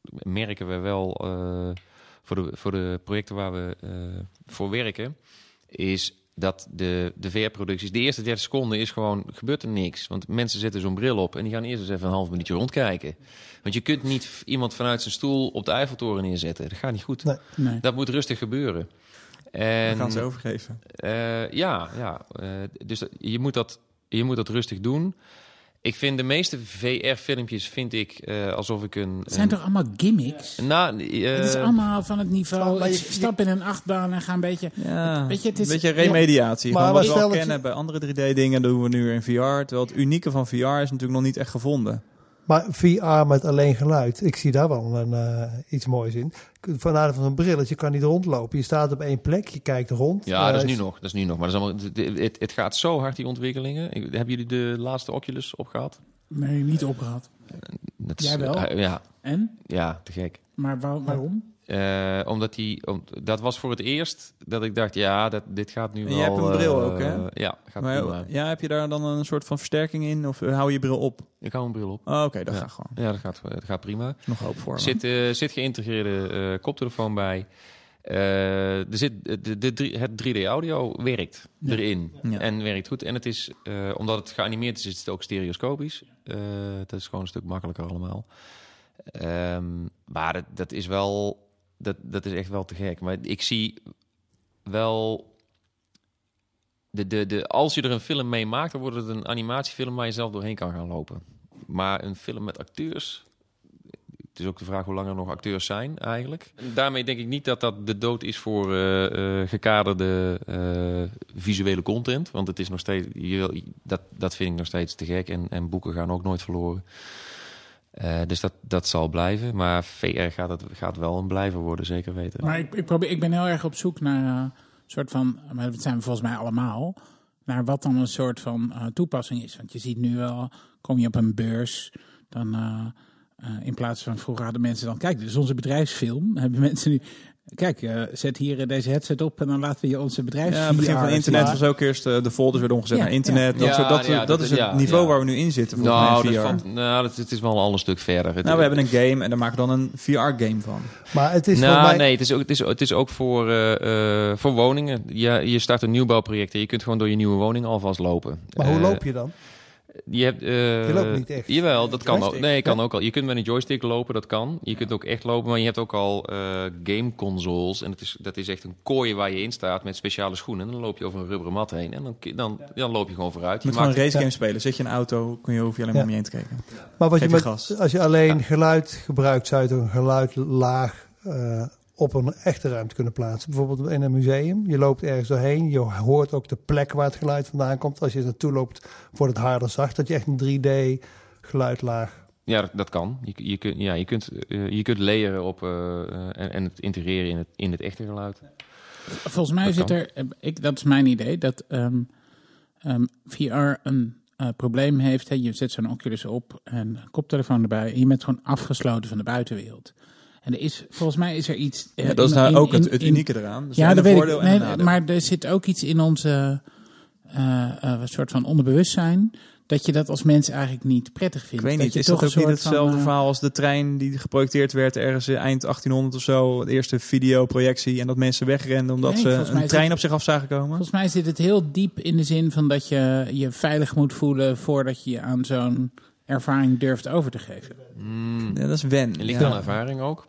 S2: merken we wel uh, voor, de, voor de projecten waar we uh, voor werken, is dat de, de V R-producties, de eerste dertig seconden is gewoon, gebeurt er niks. Want mensen zetten zo'n bril op en die gaan eerst eens even een half minuutje rondkijken. Want je kunt niet iemand vanuit zijn stoel op de Eiffeltoren neerzetten. Dat gaat niet goed.
S5: Nee.
S3: Nee.
S2: Dat moet rustig gebeuren. En,
S6: We gaan ze overgeven.
S2: Uh, ja, ja. Uh, dus dat, je, moet dat, je moet dat rustig doen. Ik vind de meeste V R-filmpjes vind ik uh, alsof ik een...
S3: Het zijn
S2: een,
S3: toch allemaal gimmicks?
S2: Nou, uh,
S3: het is allemaal van het niveau.
S5: Maar je-
S3: Ik stap in een achtbaan en ga een beetje...
S6: Ja,
S3: Weet je, het is-
S6: een beetje remediatie.
S5: Maar
S6: Gewoon
S5: maar
S6: wat we
S5: stel
S6: al
S5: dat
S6: kennen
S5: je-
S6: bij andere drie D-dingen doen we nu in V R. Terwijl het unieke van V R is natuurlijk nog niet echt gevonden.
S5: Maar V R met alleen geluid, ik zie daar wel een, uh, iets moois in. Van nadeel van een brilletje kan niet rondlopen. Je staat op één plek, je kijkt rond.
S2: ja,
S5: Uh,
S2: dat is nu nog. Dat is nu nog. Maar dat is allemaal, het, het, het gaat zo hard, die ontwikkelingen. Ik- Hebben jullie de laatste Oculus opgehad?
S3: Nee, niet opgehad.
S2: Dat is,
S3: Jij wel?
S2: uh, ja,
S3: En?
S2: ja, te gek.
S3: Maar waar- waarom?
S2: Uh, omdat die, om, dat was voor het eerst dat ik dacht, ja, dat, dit gaat nu
S6: En
S2: wel...
S6: jij hebt een bril
S2: uh,
S6: ook, hè?
S2: Ja, gaat
S6: Maar,
S2: prima.
S6: ja, heb je daar dan een soort van versterking in? Of uh, hou je je bril op?
S2: Ik hou een bril op.
S6: Oh, Oké, okay, dat
S2: Ja.
S6: gaat gewoon.
S2: Ja, dat gaat, dat gaat prima.
S6: Er is nog hoop voor.
S2: Er
S6: me.
S2: zit, uh, zit geïntegreerde uh, koptelefoon bij. Uh, er zit, de, de, de, het drie D-audio werkt
S3: Ja.
S2: erin
S6: Ja.
S2: en werkt goed. En het is, uh, omdat het geanimeerd is, is het ook stereoscopisch. Uh, dat is gewoon een stuk makkelijker allemaal. Um, maar dat, dat is wel... Dat, dat is echt wel te gek. Maar ik zie wel... De, de, de, als je er een film mee maakt, dan wordt het een animatiefilm waar je zelf doorheen kan gaan lopen. Maar een film met acteurs... Het is ook de vraag hoe lang er nog acteurs zijn eigenlijk. En daarmee denk ik niet dat dat de dood is voor uh, uh, gekaderde uh, visuele content. Want het is nog steeds... Je wil, dat, dat vind ik nog steeds te gek. En, en boeken gaan ook nooit verloren. Uh, dus dat, dat zal blijven. Maar V R gaat het gaat wel een blijven worden, zeker weten.
S3: Maar ik, ik, probeer, ik ben heel erg op zoek naar uh, een soort van... Maar dat zijn we volgens mij allemaal. Naar wat dan een soort van uh, toepassing is. Want je ziet nu wel... Kom je op een beurs... Dan... Uh, Uh, in plaats van vroeger hadden mensen dan... Kijk, dit is onze bedrijfsfilm. Hebben mensen nu... Kijk, uh, zet hier uh, deze headset op... en dan laten we je onze bedrijfsfilm...
S6: Ja, het begin van internet
S3: ja.
S6: was ook eerst... Uh, de folders werden omgezet
S3: Ja,
S6: naar internet.
S3: ja.
S6: Dat,
S2: Ja,
S6: soort, dat,
S2: ja,
S6: dat,
S2: dat
S6: is
S2: is-
S6: het
S2: ja,
S6: niveau
S2: ja.
S6: waar we nu in zitten. Volgens
S2: Nou,
S6: mij
S2: dat
S6: in V R.
S2: valt, nou dat, het is wel al een stuk verder. Het,
S6: Nou, we hebben een game en daar maken we dan een V R-game van.
S5: Maar het is
S2: nou,
S5: voor mij...
S2: nee, het is ook, het is, het is ook voor, uh, uh, voor woningen. Je, je start een nieuwbouwproject en je kunt gewoon door je nieuwe woning alvast lopen.
S5: Maar hoe
S2: Uh,
S5: loop je dan?
S2: Je, hebt, uh,
S5: Je loopt niet echt.
S2: Jawel, dat kan ook.
S6: Joystick?
S2: Nee, je kan
S5: Ja.
S2: ook al. Je kunt met een joystick lopen, dat kan. Je kunt ook echt lopen, maar je hebt ook al uh, game consoles. En het is, dat is echt een kooi waar je in staat met speciale schoenen. En dan loop je over een rubberen mat heen en dan, dan, dan loop je gewoon vooruit.
S6: Je moet
S2: Je
S6: gewoon
S2: maakt-
S6: een racegame spelen. Zet je in een auto, kun je, hoef je alleen maar
S5: Ja.
S6: om je heen te kijken.
S5: Maar wat je
S6: Geef je
S5: met,
S6: gas.
S5: als je alleen geluid gebruikt, zou je toch een geluidlaag uh, op een echte ruimte kunnen plaatsen. Bijvoorbeeld in een museum. Je loopt ergens doorheen. Je hoort ook de plek waar het geluid vandaan komt. Als je er naartoe loopt, wordt het harder zacht. Dat je echt een drie D geluidlaag...
S2: Ja, dat, dat kan. Je, je, kunt, ja, je, kunt, uh, je kunt layeren op uh, uh, en, en het integreren in het, in het echte geluid.
S3: Volgens mij
S2: Dat
S3: zit
S2: kan.
S3: er... Ik, dat is mijn idee. Dat um, um, V R een uh, probleem heeft. Hè. Je zet zo'n Oculus op en een koptelefoon erbij. En je bent gewoon afgesloten van de buitenwereld. En er is, volgens mij is er iets... uh,
S6: Ja, dat is
S3: in-
S6: nou
S3: in-
S6: ook het,
S3: in-
S6: het
S3: in-
S6: unieke eraan. Dus
S3: Ja,
S6: en
S3: dat
S6: een
S3: weet
S6: voordeel
S3: ik.
S6: en een
S3: Nee,
S6: nadeel.
S3: maar er zit ook iets in onze uh, uh, een soort van onderbewustzijn dat je dat als mens eigenlijk niet prettig
S6: Ik
S3: vindt.
S6: weet
S3: dat
S6: niet,
S3: je
S6: is
S3: toch
S6: dat ook
S3: een
S6: niet
S3: soort
S6: hetzelfde
S3: van, uh,
S6: verhaal als de trein die geprojecteerd werd ergens eind achttienhonderd of zo? De eerste videoprojectie en dat mensen wegrenden omdat
S3: Nee,
S6: ze
S3: volgens mij
S6: een
S3: is
S6: trein
S3: het-
S6: op zich af zagen komen?
S3: Volgens mij zit het heel diep in de zin van dat je je veilig moet voelen voordat je je aan zo'n ervaring durft over te geven.
S2: Mm.
S6: Ja, dat is wen.
S2: Het ligt
S6: Ja.
S2: aan ervaring ook.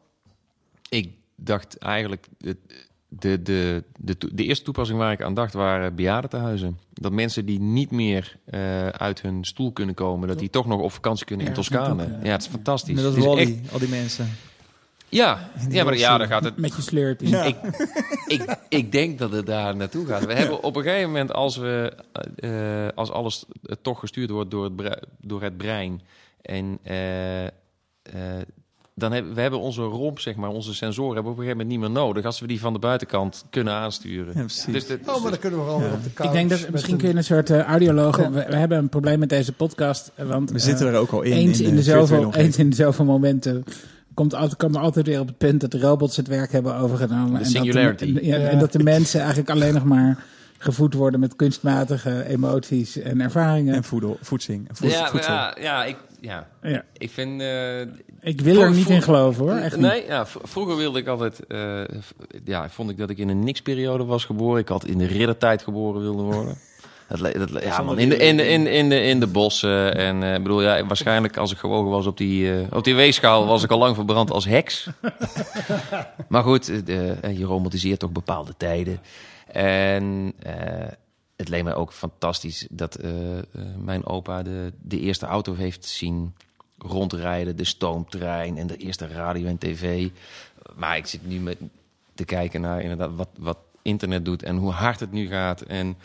S2: Ik dacht eigenlijk... De, de, de, de, to- de eerste toepassing waar ik aan dacht waren bejaardentehuizen. Dat mensen die niet meer uh, uit hun stoel kunnen komen... dat die toch nog op vakantie kunnen in
S3: Ergens
S2: Toscane.
S3: naartoe kunnen.
S2: Ja, het is fantastisch.
S6: Net als
S2: Het is
S6: Wally,
S2: echt-
S6: al die mensen.
S2: Ja, ja, maar ja, dan gaat het...
S3: Met je slurpje.
S6: Ja.
S2: Ik, ik, ik denk dat het daar naartoe gaat. We hebben op een gegeven moment, als, we, uh, als alles uh, toch gestuurd wordt door het, bre- door het brein... en uh, uh, dan hebben we hebben onze romp, zeg maar, onze sensoren hebben we op een gegeven moment niet meer nodig... als we die van de buitenkant kunnen aansturen.
S6: Ja, precies.
S2: Dus dit,
S5: Oh, maar dan kunnen we gewoon weer op de couch.
S3: Ik denk dat
S5: met
S3: misschien
S5: een-
S3: kun je een soort uh, audiologo.
S5: Ja.
S3: We, we hebben een probleem met deze podcast. uh, Want,
S6: We
S3: uh,
S6: zitten er ook al in.
S3: eens in,
S6: in
S3: de
S6: virtuele
S3: zoveel,
S6: omgeving.
S3: eens in de zoveel momenten komt altijd, komen we altijd weer op het punt dat de robots het werk hebben overgenomen.
S2: De
S3: en
S2: singularity.
S3: Dat de, ja,
S5: Ja.
S3: en dat de mensen eigenlijk alleen nog maar gevoed worden met kunstmatige emoties en ervaringen.
S6: En voedel, voedsing. En voed,
S2: Ja,
S6: voedsel.
S2: ja, ja, ik, ja.
S3: Ja.
S2: ik vind... Uh,
S3: Ik wil er niet in geloven hoor. Echt niet.
S2: Nee, ja, v- vroeger wilde ik altijd... Uh, v- ja, vond ik dat ik in een niks-periode was geboren. Ik had in de riddertijd geboren wilde worden. Dat, le- dat, le- ja, man, in de, in de, in, in de, in de bossen. En uh, ik bedoel, ja, waarschijnlijk als ik gewogen was op die, uh, op die weegschaal... was ik al lang verbrand als heks. Maar goed, uh, je romantiseert toch bepaalde tijden. En... Uh, het leek mij ook fantastisch dat uh, uh, mijn opa de, de eerste auto heeft zien rondrijden. De stoomtrein en de eerste radio en tv. Maar ik zit nu met te kijken naar inderdaad wat, wat internet doet en hoe hard het nu gaat. En,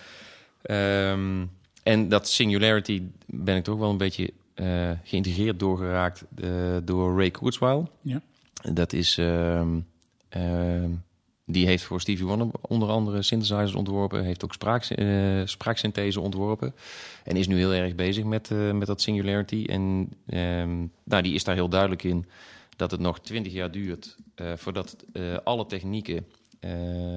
S2: um, en dat Singularity ben ik toch wel een beetje uh, geïntegreerd doorgeraakt uh, door Ray Kurzweil.
S3: Ja.
S2: Dat is... Um, um, Die heeft voor Stevie Wonder onder andere synthesizers ontworpen. Heeft ook spraak, uh, spraaksynthese ontworpen. En is nu heel erg bezig met, uh, met dat Singularity. En um, nou, die is daar heel duidelijk in dat het nog twintig jaar duurt... Uh, voordat uh, alle technieken uh,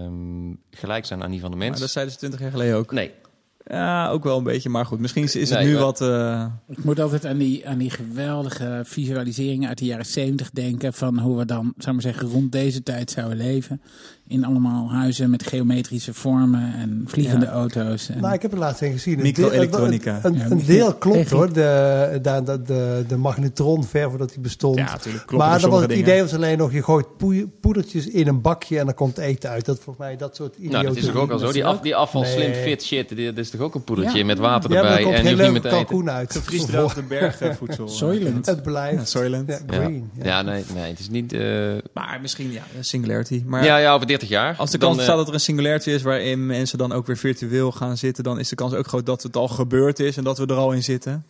S2: gelijk zijn aan die van de mens.
S6: Maar dat zeiden ze twintig jaar geleden ook.
S2: Nee.
S6: Ja, ook wel een beetje. Maar goed, misschien is, is het
S2: nee,
S6: nu
S2: maar...
S6: wat... Uh...
S3: Ik moet altijd aan die, aan die geweldige visualiseringen uit de jaren zeventig denken... van hoe we dan, zou maar zeggen, rond deze tijd zouden leven. In allemaal huizen met geometrische vormen en vliegende ja. auto's. En...
S5: Nou, ik heb er laatst een gezien.
S6: Microelektronica.
S5: Een, een, een deel klopt hoor. De, de, de, de, de magnetron ver voordat die bestond.
S6: Ja, natuurlijk. Klopt
S5: maar dan was het
S6: dingen.
S5: idee was alleen nog, je gooit poedertjes in een bakje en dan komt eten uit. Dat volgens mij dat soort idioten.
S2: Nou, dat is toch ook al zo? Die, af, die afval nee. slim fit shit, die, dat is toch ook een poedertje ja. met water
S5: ja,
S2: erbij.
S5: Ja,
S2: en
S5: je
S2: hoeft niet met
S5: kalkoen uit.
S6: Gevriesdroogde bergvoedsel.
S3: Soylent.
S5: Het blijft.
S6: Ja, Soylent.
S5: Ja, green.
S2: Ja, ja nee, nee, het is niet... Uh...
S6: Maar misschien, ja, Singularity. Maar
S2: ja, ja, over dertig jaar.
S6: Als de kans bestaat dat er een Singularity is waarin mensen dan ook weer virtueel gaan zitten, dan is de kans ook groot dat het al gebeurd is en dat we er al in zitten.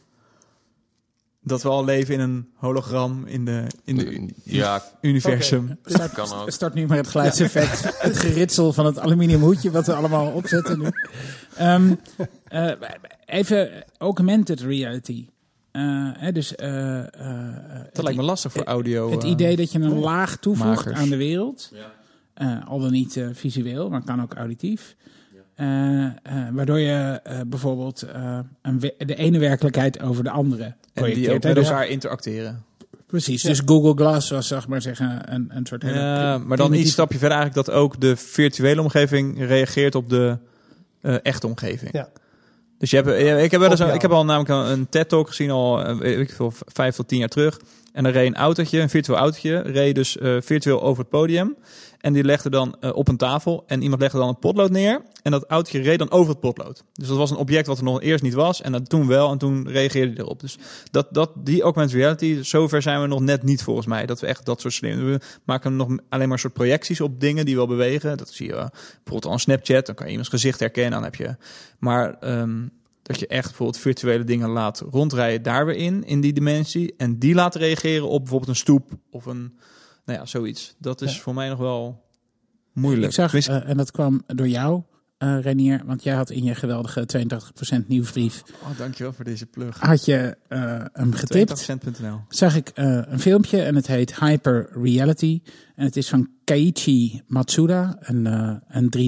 S6: Dat we al leven in een hologram in de, in de
S2: ja.
S6: universum.
S3: Okay. Start, kan ook. Start nu maar het geluidseffect. Het geritsel van het aluminium hoedje wat we allemaal opzetten nu. Um, uh, even augmented reality. Uh, hè, dus, uh, uh,
S6: dat lijkt me lastig voor audio.
S3: Het
S6: uh,
S3: idee dat je een laag toevoegt
S6: makers.
S3: aan de wereld.
S2: Ja.
S3: Uh, al dan niet uh, visueel, maar kan ook auditief. Uh, uh, waardoor je uh, bijvoorbeeld uh, een we- de ene werkelijkheid over de andere
S6: projecteert. En die ook met
S3: dus,
S6: elkaar interacteren.
S3: Precies, ja. Dus Google Glass was, zeg maar zeggen, een, een soort... Hele
S6: ja, maar dan iets stapje verder eigenlijk dat ook de virtuele omgeving reageert op de uh, echte omgeving.
S5: Ja.
S6: Dus je hebt, ik heb wel eens, ik heb al namelijk een TED-talk gezien al, weet ik veel, vijf tot tien jaar terug. En dan reed een autootje, een virtueel autootje, reed dus uh, virtueel over het podium. En die legde dan uh, op een tafel en iemand legde dan een potlood neer. En dat autootje reed dan over het potlood. Dus dat was een object wat er nog eerst niet was. En dat toen wel. En toen reageerde hij erop. Dus dat, dat, die augmented reality, zover zijn we nog net niet volgens mij. Dat we echt dat soort slim... We maken nog alleen maar een soort projecties op dingen die wel bewegen. Dat zie je uh, bijvoorbeeld al een Snapchat. Dan kan je iemands gezicht herkennen. Dan heb je... Maar... Um, dat je echt bijvoorbeeld virtuele dingen laat rondrijden daar weer in, in die dimensie. En die laat reageren op bijvoorbeeld een stoep of een, nou ja, zoiets. Dat is ja. voor mij nog wel moeilijk.
S3: Ik zag, uh, en dat kwam door jou, uh, Reinier, want jij had in je geweldige tweeëntachtig procent nieuwsbrief.
S6: Oh, dankjewel voor deze plug.
S3: Had je uh, hem getipt.
S6: tweeëntachtig procent punt n l.
S3: Zag ik uh, een filmpje en het heet Hyper Reality. En het is van Keiichi Matsuda, een, uh, een drie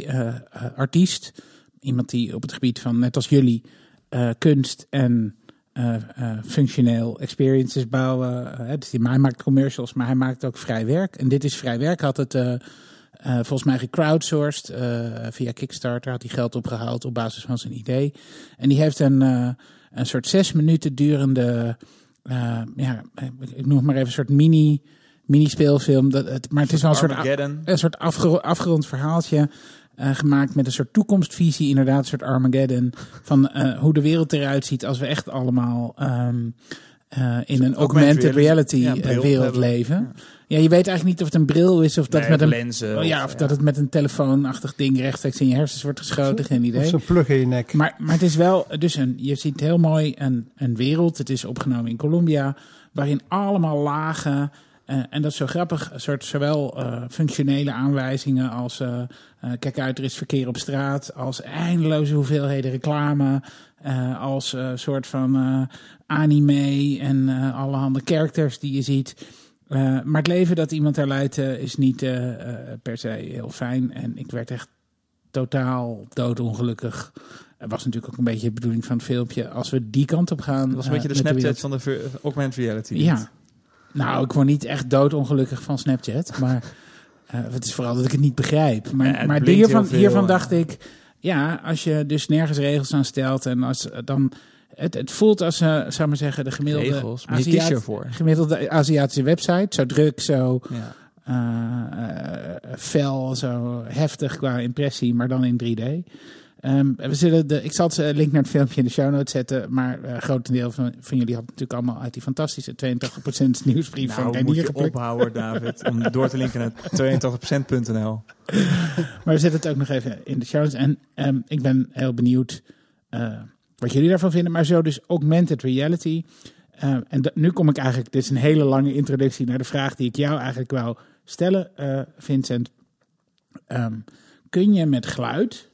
S3: D-artiest. Uh, uh, Iemand die op het gebied van, net als jullie, uh, kunst en uh, uh, functioneel experiences bouwen. Uh, dus die, hij maakt commercials, maar hij maakt ook vrij werk. En dit is vrij werk. Had het uh, uh, volgens mij gecrowdsourced. Uh, via Kickstarter had hij geld opgehaald op basis van zijn idee. En die heeft een, uh, een soort zes minuten durende, uh, ja, ik noem het maar even een soort mini... mini-speelfilm. Dat het, maar het is wel een soort, a, een soort afgerond, afgerond verhaaltje. Uh, gemaakt met een soort toekomstvisie, inderdaad, een soort Armageddon. Van uh, hoe de wereld eruit ziet als we echt allemaal um, uh, in een augmented reality, reality ja, wereld hebben. leven. Ja. ja, je weet eigenlijk niet of het een bril is of dat nee, met een
S6: lenzen.
S3: Oh, ja, of ja. dat het met een telefoonachtig ding rechtstreeks in je hersens wordt geschoten. Geen idee.
S5: Of zo'n plug in je nek.
S3: Maar, maar het is wel, dus een, je ziet heel mooi een, een wereld. Het is opgenomen in Colombia, waarin allemaal lagen. Uh, en dat is zo grappig, een soort zowel uh, functionele aanwijzingen als uh, uh, kijk uit, er is verkeer op straat, als eindeloze hoeveelheden reclame, uh, als een uh, soort van uh, anime en uh, allerhande characters die je ziet. Uh, maar het leven dat iemand daar leidt uh, is niet uh, uh, per se heel fijn. En ik werd echt totaal doodongelukkig. Het was natuurlijk ook een beetje de bedoeling van het filmpje. Als we die kant op gaan...
S6: Dat was een beetje de
S3: uh,
S6: Snapchat
S3: wereld...
S6: van de vir- augmented reality.
S3: Ja. Nou, ik word niet echt doodongelukkig van Snapchat. Maar uh, het is vooral dat ik het niet begrijp. Maar,
S6: Ja,
S3: maar
S6: blinkt
S3: hiervan,
S6: heel veel,
S3: hiervan
S6: en-
S3: dacht ik... Ja, als je dus nergens regels aan stelt... en als dan... Het, het voelt als, uh, zou ik maar zeggen, de gemiddelde...
S6: Regels, maar je kiest ervoor.
S3: Gemiddelde Aziatische website. Zo druk, zo...
S6: Ja.
S3: Uh, uh, fel, zo heftig qua impressie, maar dan in drie D. Um, we zullen de, ik zal het uh, link naar het filmpje in de show notes zetten, maar uh, grotendeel van, van jullie had natuurlijk allemaal uit die fantastische tweeëntachtig procent nieuwsbrief
S6: Nou,
S3: van
S6: moet
S3: Reinier
S6: je
S3: geplukt.
S6: ophouden, David, om door te linken naar tweeëntachtig procent punt n l.
S3: Maar we zetten het ook nog even in de show notes. En um, ik ben heel benieuwd uh, wat jullie daarvan vinden. Maar zo dus augmented reality. Uh, en d- nu kom ik eigenlijk, dit is een hele lange introductie naar de vraag die ik jou eigenlijk wou stellen, uh, Vincent. Um, kun je met geluid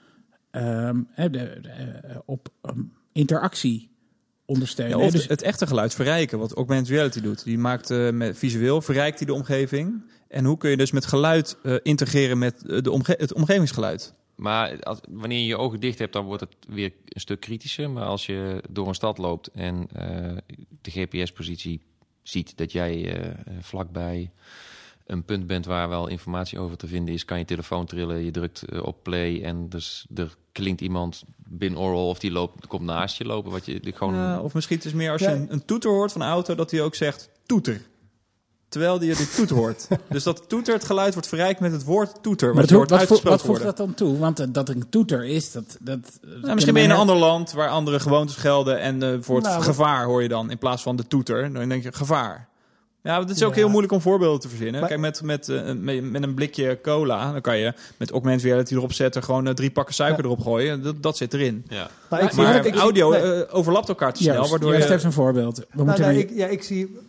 S3: um, de, de, uh, op um, interactie ondersteunen?
S6: Ja, of
S3: dus,
S6: het echte geluid verrijken, wat augmented reality doet. Die maakt uh, met visueel, verrijkt hij de omgeving. En hoe kun je dus met geluid uh, integreren met uh, de omge- het omgevingsgeluid?
S2: Maar als, wanneer je je ogen dicht hebt, dan wordt het weer een stuk kritischer. Maar als je door een stad loopt en uh, de G P S-positie ziet dat jij uh, vlakbij een punt bent waar wel informatie over te vinden is, kan je telefoon trillen, je drukt uh, op play en dus er klinkt iemand binaural of die loopt, komt naast je lopen. Wat je gewoon...
S6: Uh, of misschien het is meer als
S5: Ja.
S6: je een, een toeter hoort van een auto, dat hij ook zegt toeter. Terwijl die de toeter hoort. Dus dat toeter, het geluid wordt verrijkt met het woord toeter.
S3: maar
S6: Wat,
S3: dat,
S6: je hoort
S3: wat, vo-
S6: uitgesproken
S3: wat voegt
S6: worden.
S3: dat dan toe? Want uh, dat er een toeter is, dat... dat
S6: Nou, misschien ben je in een ander land waar andere gewoontes gelden en uh, voor het
S5: Nou,
S6: gevaar hoor je dan in plaats van de toeter. Dan denk je gevaar. Ja, het is ook
S5: Ja.
S6: heel moeilijk om voorbeelden te verzinnen.
S5: Maar-
S6: Kijk, met, met, uh, met, met een blikje cola, dan kan je met augmented reality erop zetten, gewoon uh, drie pakken suiker
S5: Ja.
S6: erop gooien. Dat, dat zit erin.
S2: Ja.
S5: Nou, ik zie-
S6: Maar
S5: ik- ik-
S6: audio
S5: nee.
S6: uh, overlapt elkaar te snel,
S3: Juist,
S6: waardoor
S3: juist
S6: je...
S3: even een voorbeeld. We
S5: Nou,
S3: moeten
S5: nou,
S3: weer-
S5: ik, ja, ik zie... uh,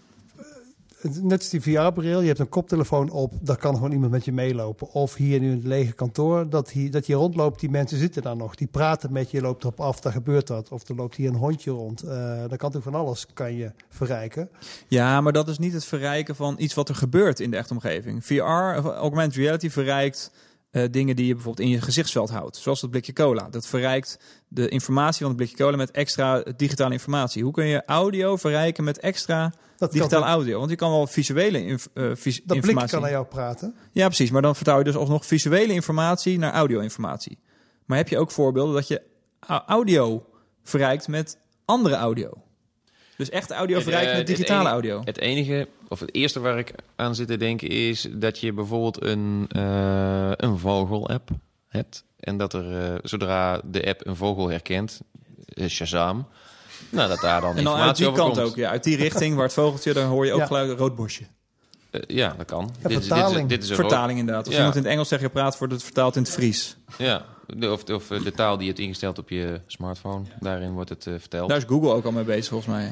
S5: Net als die V R-bril, je hebt een koptelefoon op, daar kan gewoon iemand met je meelopen. Of hier nu in het lege kantoor, dat, hier, dat je rondloopt, die mensen zitten daar nog. Die praten met je, je loopt erop af, daar gebeurt dat. Of er loopt hier een hondje rond. Uh, dan kan natuurlijk van alles kan je verrijken.
S6: Ja, maar dat is niet het verrijken van iets wat er gebeurt in de echte omgeving. V R, of augmented reality, verrijkt uh, dingen die je bijvoorbeeld in je gezichtsveld houdt. Zoals dat blikje cola. Dat verrijkt de informatie van het blikje cola met extra digitale informatie. Hoe kun je audio verrijken met extra
S5: Dat
S6: digitale
S5: kan,
S6: audio? Want je kan wel visuele inf- uh, vis-
S5: dat blikje
S6: informatie...
S5: kan naar jou praten.
S6: Ja, precies. Maar dan vertaal je dus alsnog visuele informatie naar audio-informatie. Maar heb je ook voorbeelden dat je a- audio verrijkt met andere audio? Dus echt audio
S2: Het,
S6: verrijkt
S2: uh,
S6: met
S2: het
S6: digitale
S2: enige-
S6: audio.
S2: Het enige, of het eerste waar ik aan zit te denken is dat je bijvoorbeeld een, uh, een vogel-app hebt. En dat er, uh, zodra de app een vogel herkent, uh, Shazam, nou, dat daar dan
S6: En dan uit
S2: informatie
S6: die
S2: over
S6: kant
S2: komt.
S6: ook, ja. Uit die richting waar het vogeltje, dan hoor je ook
S5: Ja.
S6: geluid rood bosje.
S2: Uh, ja, dat kan.
S5: Ja,
S2: dit, is, dit, is,
S5: vertaling.
S2: dit is een
S6: Vertaling inderdaad. Als
S2: Ja.
S6: iemand in het Engels tegen je praat, wordt het vertaald in het Fries.
S2: ro- Ja, de, of, of de taal die je hebt ingesteld op je smartphone. Daarin wordt het uh, verteld.
S6: Daar is Google ook al mee bezig, volgens mij.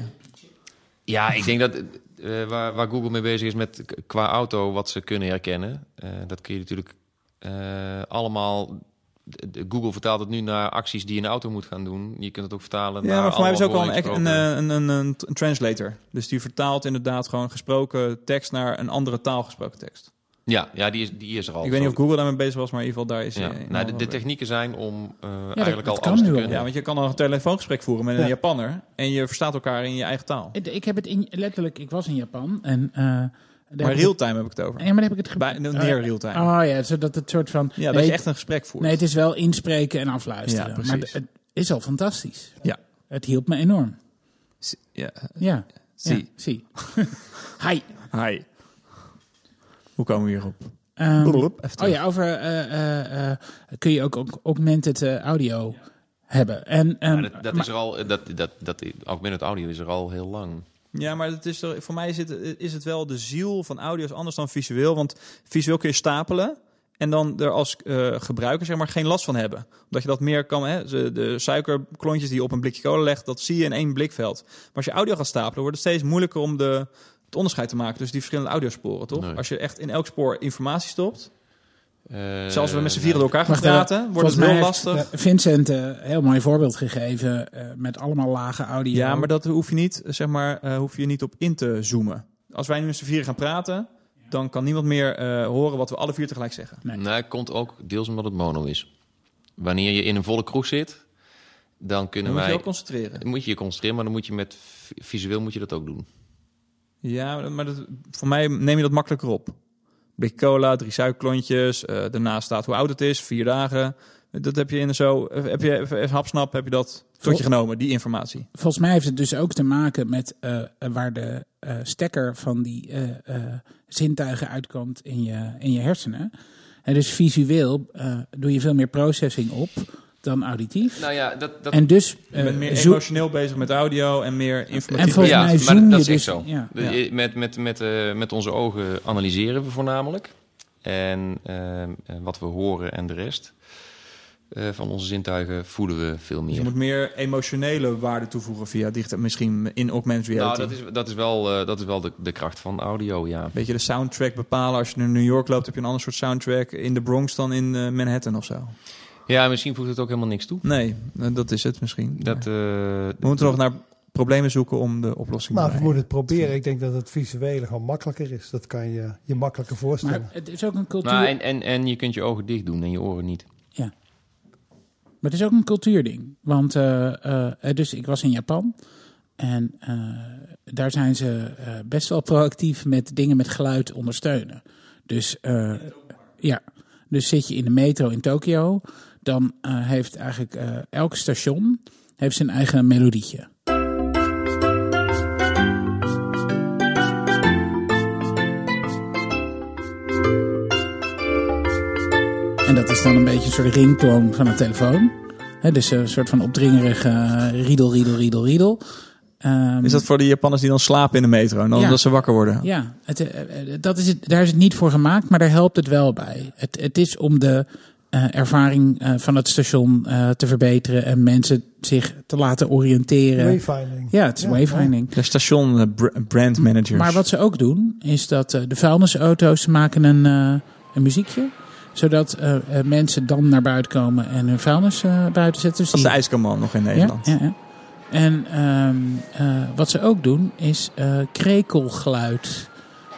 S2: Ja, ik denk dat uh, waar, waar Google mee bezig is met k- qua auto wat ze kunnen herkennen. Uh, dat kun je natuurlijk uh, allemaal... de- de Google vertaalt het nu naar acties die je in de auto moet gaan doen. Je kunt het ook vertalen
S6: Ja,
S2: naar
S6: maar voor mij is ook al een,
S2: allemaal
S6: een,
S2: vooringesproken-
S6: een, een, een, een translator. Dus die vertaalt inderdaad gewoon gesproken tekst naar een andere taal gesproken tekst.
S2: Ja, ja die, is, die is er al.
S6: Ik weet niet of
S2: Zo-
S6: Google daarmee bezig was, maar in ieder geval daar is...
S2: Ja.
S6: hij in
S2: Nou,
S6: al
S2: de, de
S6: wel
S2: technieken zijn om uh,
S3: dat-
S2: eigenlijk
S3: dat
S2: al
S3: kan
S2: alles te
S3: nu al.
S2: kunnen.
S6: Ja, want je kan al een telefoongesprek voeren met een
S5: Ja.
S6: Japanner en je verstaat elkaar in je eigen taal.
S3: Ik- Ik heb het in, letterlijk, ik was in Japan en... Uh, daar
S6: Maar
S3: heb ik-
S6: real-time heb ik het over.
S3: Ja, maar dan heb ik het ge-
S6: Bij, neer real-time.
S3: Oh ja, zodat het soort van...
S6: Ja, dat
S3: nee,
S6: je echt een gesprek voert.
S3: Nee, het is wel inspreken en afluisteren.
S6: Ja, precies.
S3: Maar d- het is al fantastisch.
S6: Ja.
S3: Het hielp me enorm.
S6: Ja,
S3: Ja.
S6: zie.
S3: Ja, zie. Hi.
S6: Hi. Hoe komen we hierop?
S3: Ehm,
S6: Blub, even
S3: oh
S6: terug.
S3: ja, over eh, eh, eh, kun je ook ook augmented eh, audio hebben. En, ehm,
S2: Ja, dat dat
S3: maar-
S2: is er al, dat, dat, dat, augmented audio is er al heel lang.
S6: Ja, maar het is er, voor mij is het, is het wel de ziel van audio is anders dan visueel. Want visueel kun je stapelen en dan er als uh, gebruiker zeg maar geen last van hebben. Omdat je dat meer kan, hè, de, de suikerklontjes die je op een blikje cola legt, dat zie je in één blikveld. Maar als je audio gaat stapelen, wordt het steeds moeilijker om de, het onderscheid te maken tussen die verschillende audiosporen, toch?
S2: Nee.
S6: Als je echt in elk spoor informatie stopt,
S2: Uh,
S6: zelfs we met z'n vieren door elkaar gaan
S3: Wacht even.
S6: praten, wordt het
S3: Volgens mij
S6: heel
S3: heeft,
S6: lastig.
S3: eh, Vincent eh, een heel mooi voorbeeld gegeven uh, met allemaal lage audio.
S6: Ja, maar dat hoef je niet, zeg maar, uh, hoef je niet op in te zoomen. Als wij nu met z'n vieren gaan praten, dan kan niemand meer uh, horen wat we alle vier tegelijk zeggen.
S3: Nee.
S2: Nee, komt ook deels omdat het mono is. wanneer je in een volle kroeg zit, dan kunnen
S6: Dan moet
S2: wij...
S6: je ook concentreren.
S2: Dan moet je je concentreren, maar dan moet je met visueel moet je dat ook doen.
S6: Ja, maar dat, voor mij neem je dat makkelijker op. Blik cola, drie suikerklontjes. Uh, daarnaast staat hoe oud het is, vier dagen. Dat heb je in zo. Heb je even hapsnap, heb je dat tot je genomen, die informatie.
S3: Volgens mij heeft het dus ook te maken met uh, waar de uh, stekker van die uh, uh, zintuigen uitkomt in je, in je hersenen. En dus visueel uh, doe je veel meer processing op dan auditief.
S2: Nou ja, dat, dat...
S3: En dus
S6: je bent meer
S3: uh, zo-
S6: emotioneel bezig met audio en meer informatief.
S3: En volgens
S2: ja,
S3: mij
S2: maar
S3: zoom
S2: dat
S3: je
S2: is echt
S3: dus-
S2: zo.
S3: ja.
S2: De-
S6: Ja.
S2: Met, met, met, uh, met onze ogen analyseren we voornamelijk. En uh, wat we horen en de rest uh, van onze zintuigen voelen we veel meer.
S6: Dus je moet meer emotionele waarde toevoegen via dichter, misschien in augmented
S2: nou,
S6: reality.
S2: dat is, dat is wel, uh, dat is wel de, de kracht van audio, ja.
S6: Beetje de soundtrack bepalen. Als je naar New York loopt, heb je een ander soort soundtrack in de Bronx dan in uh, Manhattan of zo.
S2: Ja, misschien voegt het ook helemaal niks toe.
S6: Nee, dat is het misschien.
S2: Dat, uh,
S6: We moeten nog naar problemen zoeken om de oplossing
S5: Nou,
S6: te
S5: we moeten het proberen. Ik denk dat het visuele gewoon makkelijker is. Dat kan je je makkelijker voorstellen.
S3: Maar het is ook een cultuur.
S2: nou, en, en, en je kunt je ogen dicht doen en je oren niet.
S3: Ja. Maar het is ook een cultuurding. Want uh, uh, dus ik was in Japan. En uh, daar zijn ze uh, best wel proactief met dingen met geluid ondersteunen. Dus uh, ja, dus zit je in de metro in Tokio, dan uh, heeft eigenlijk uh, elk station heeft zijn eigen melodietje. En dat is dan een beetje een soort ringtoon van een telefoon. He, dus een soort van opdringerige uh, riedel, riedel, riedel, riedel. Um,
S6: Is dat voor de Japanners die dan slapen in de metro en dan
S3: Ja.
S6: dat ze wakker worden?
S3: Ja, het, uh, dat is het, daar is het niet voor gemaakt, maar daar helpt het wel bij. Het, het is om de uh, ervaring uh, van het station uh, te verbeteren en mensen zich te laten oriënteren.
S5: Wayfinding.
S3: Ja, het is
S5: Ja,
S3: wayfinding.
S6: De station uh, br- brand managers.
S3: Maar wat ze ook doen, is dat uh, de vuilnisauto's maken een, uh, een muziekje. Zodat uh, uh, mensen dan naar buiten komen en hun vuilnis uh, buiten zetten. Dus
S6: dat is de
S3: die-
S6: ijskamman nog in Nederland.
S3: Ja, ja, ja. En um, uh, wat ze ook doen, is uh, krekelgeluid.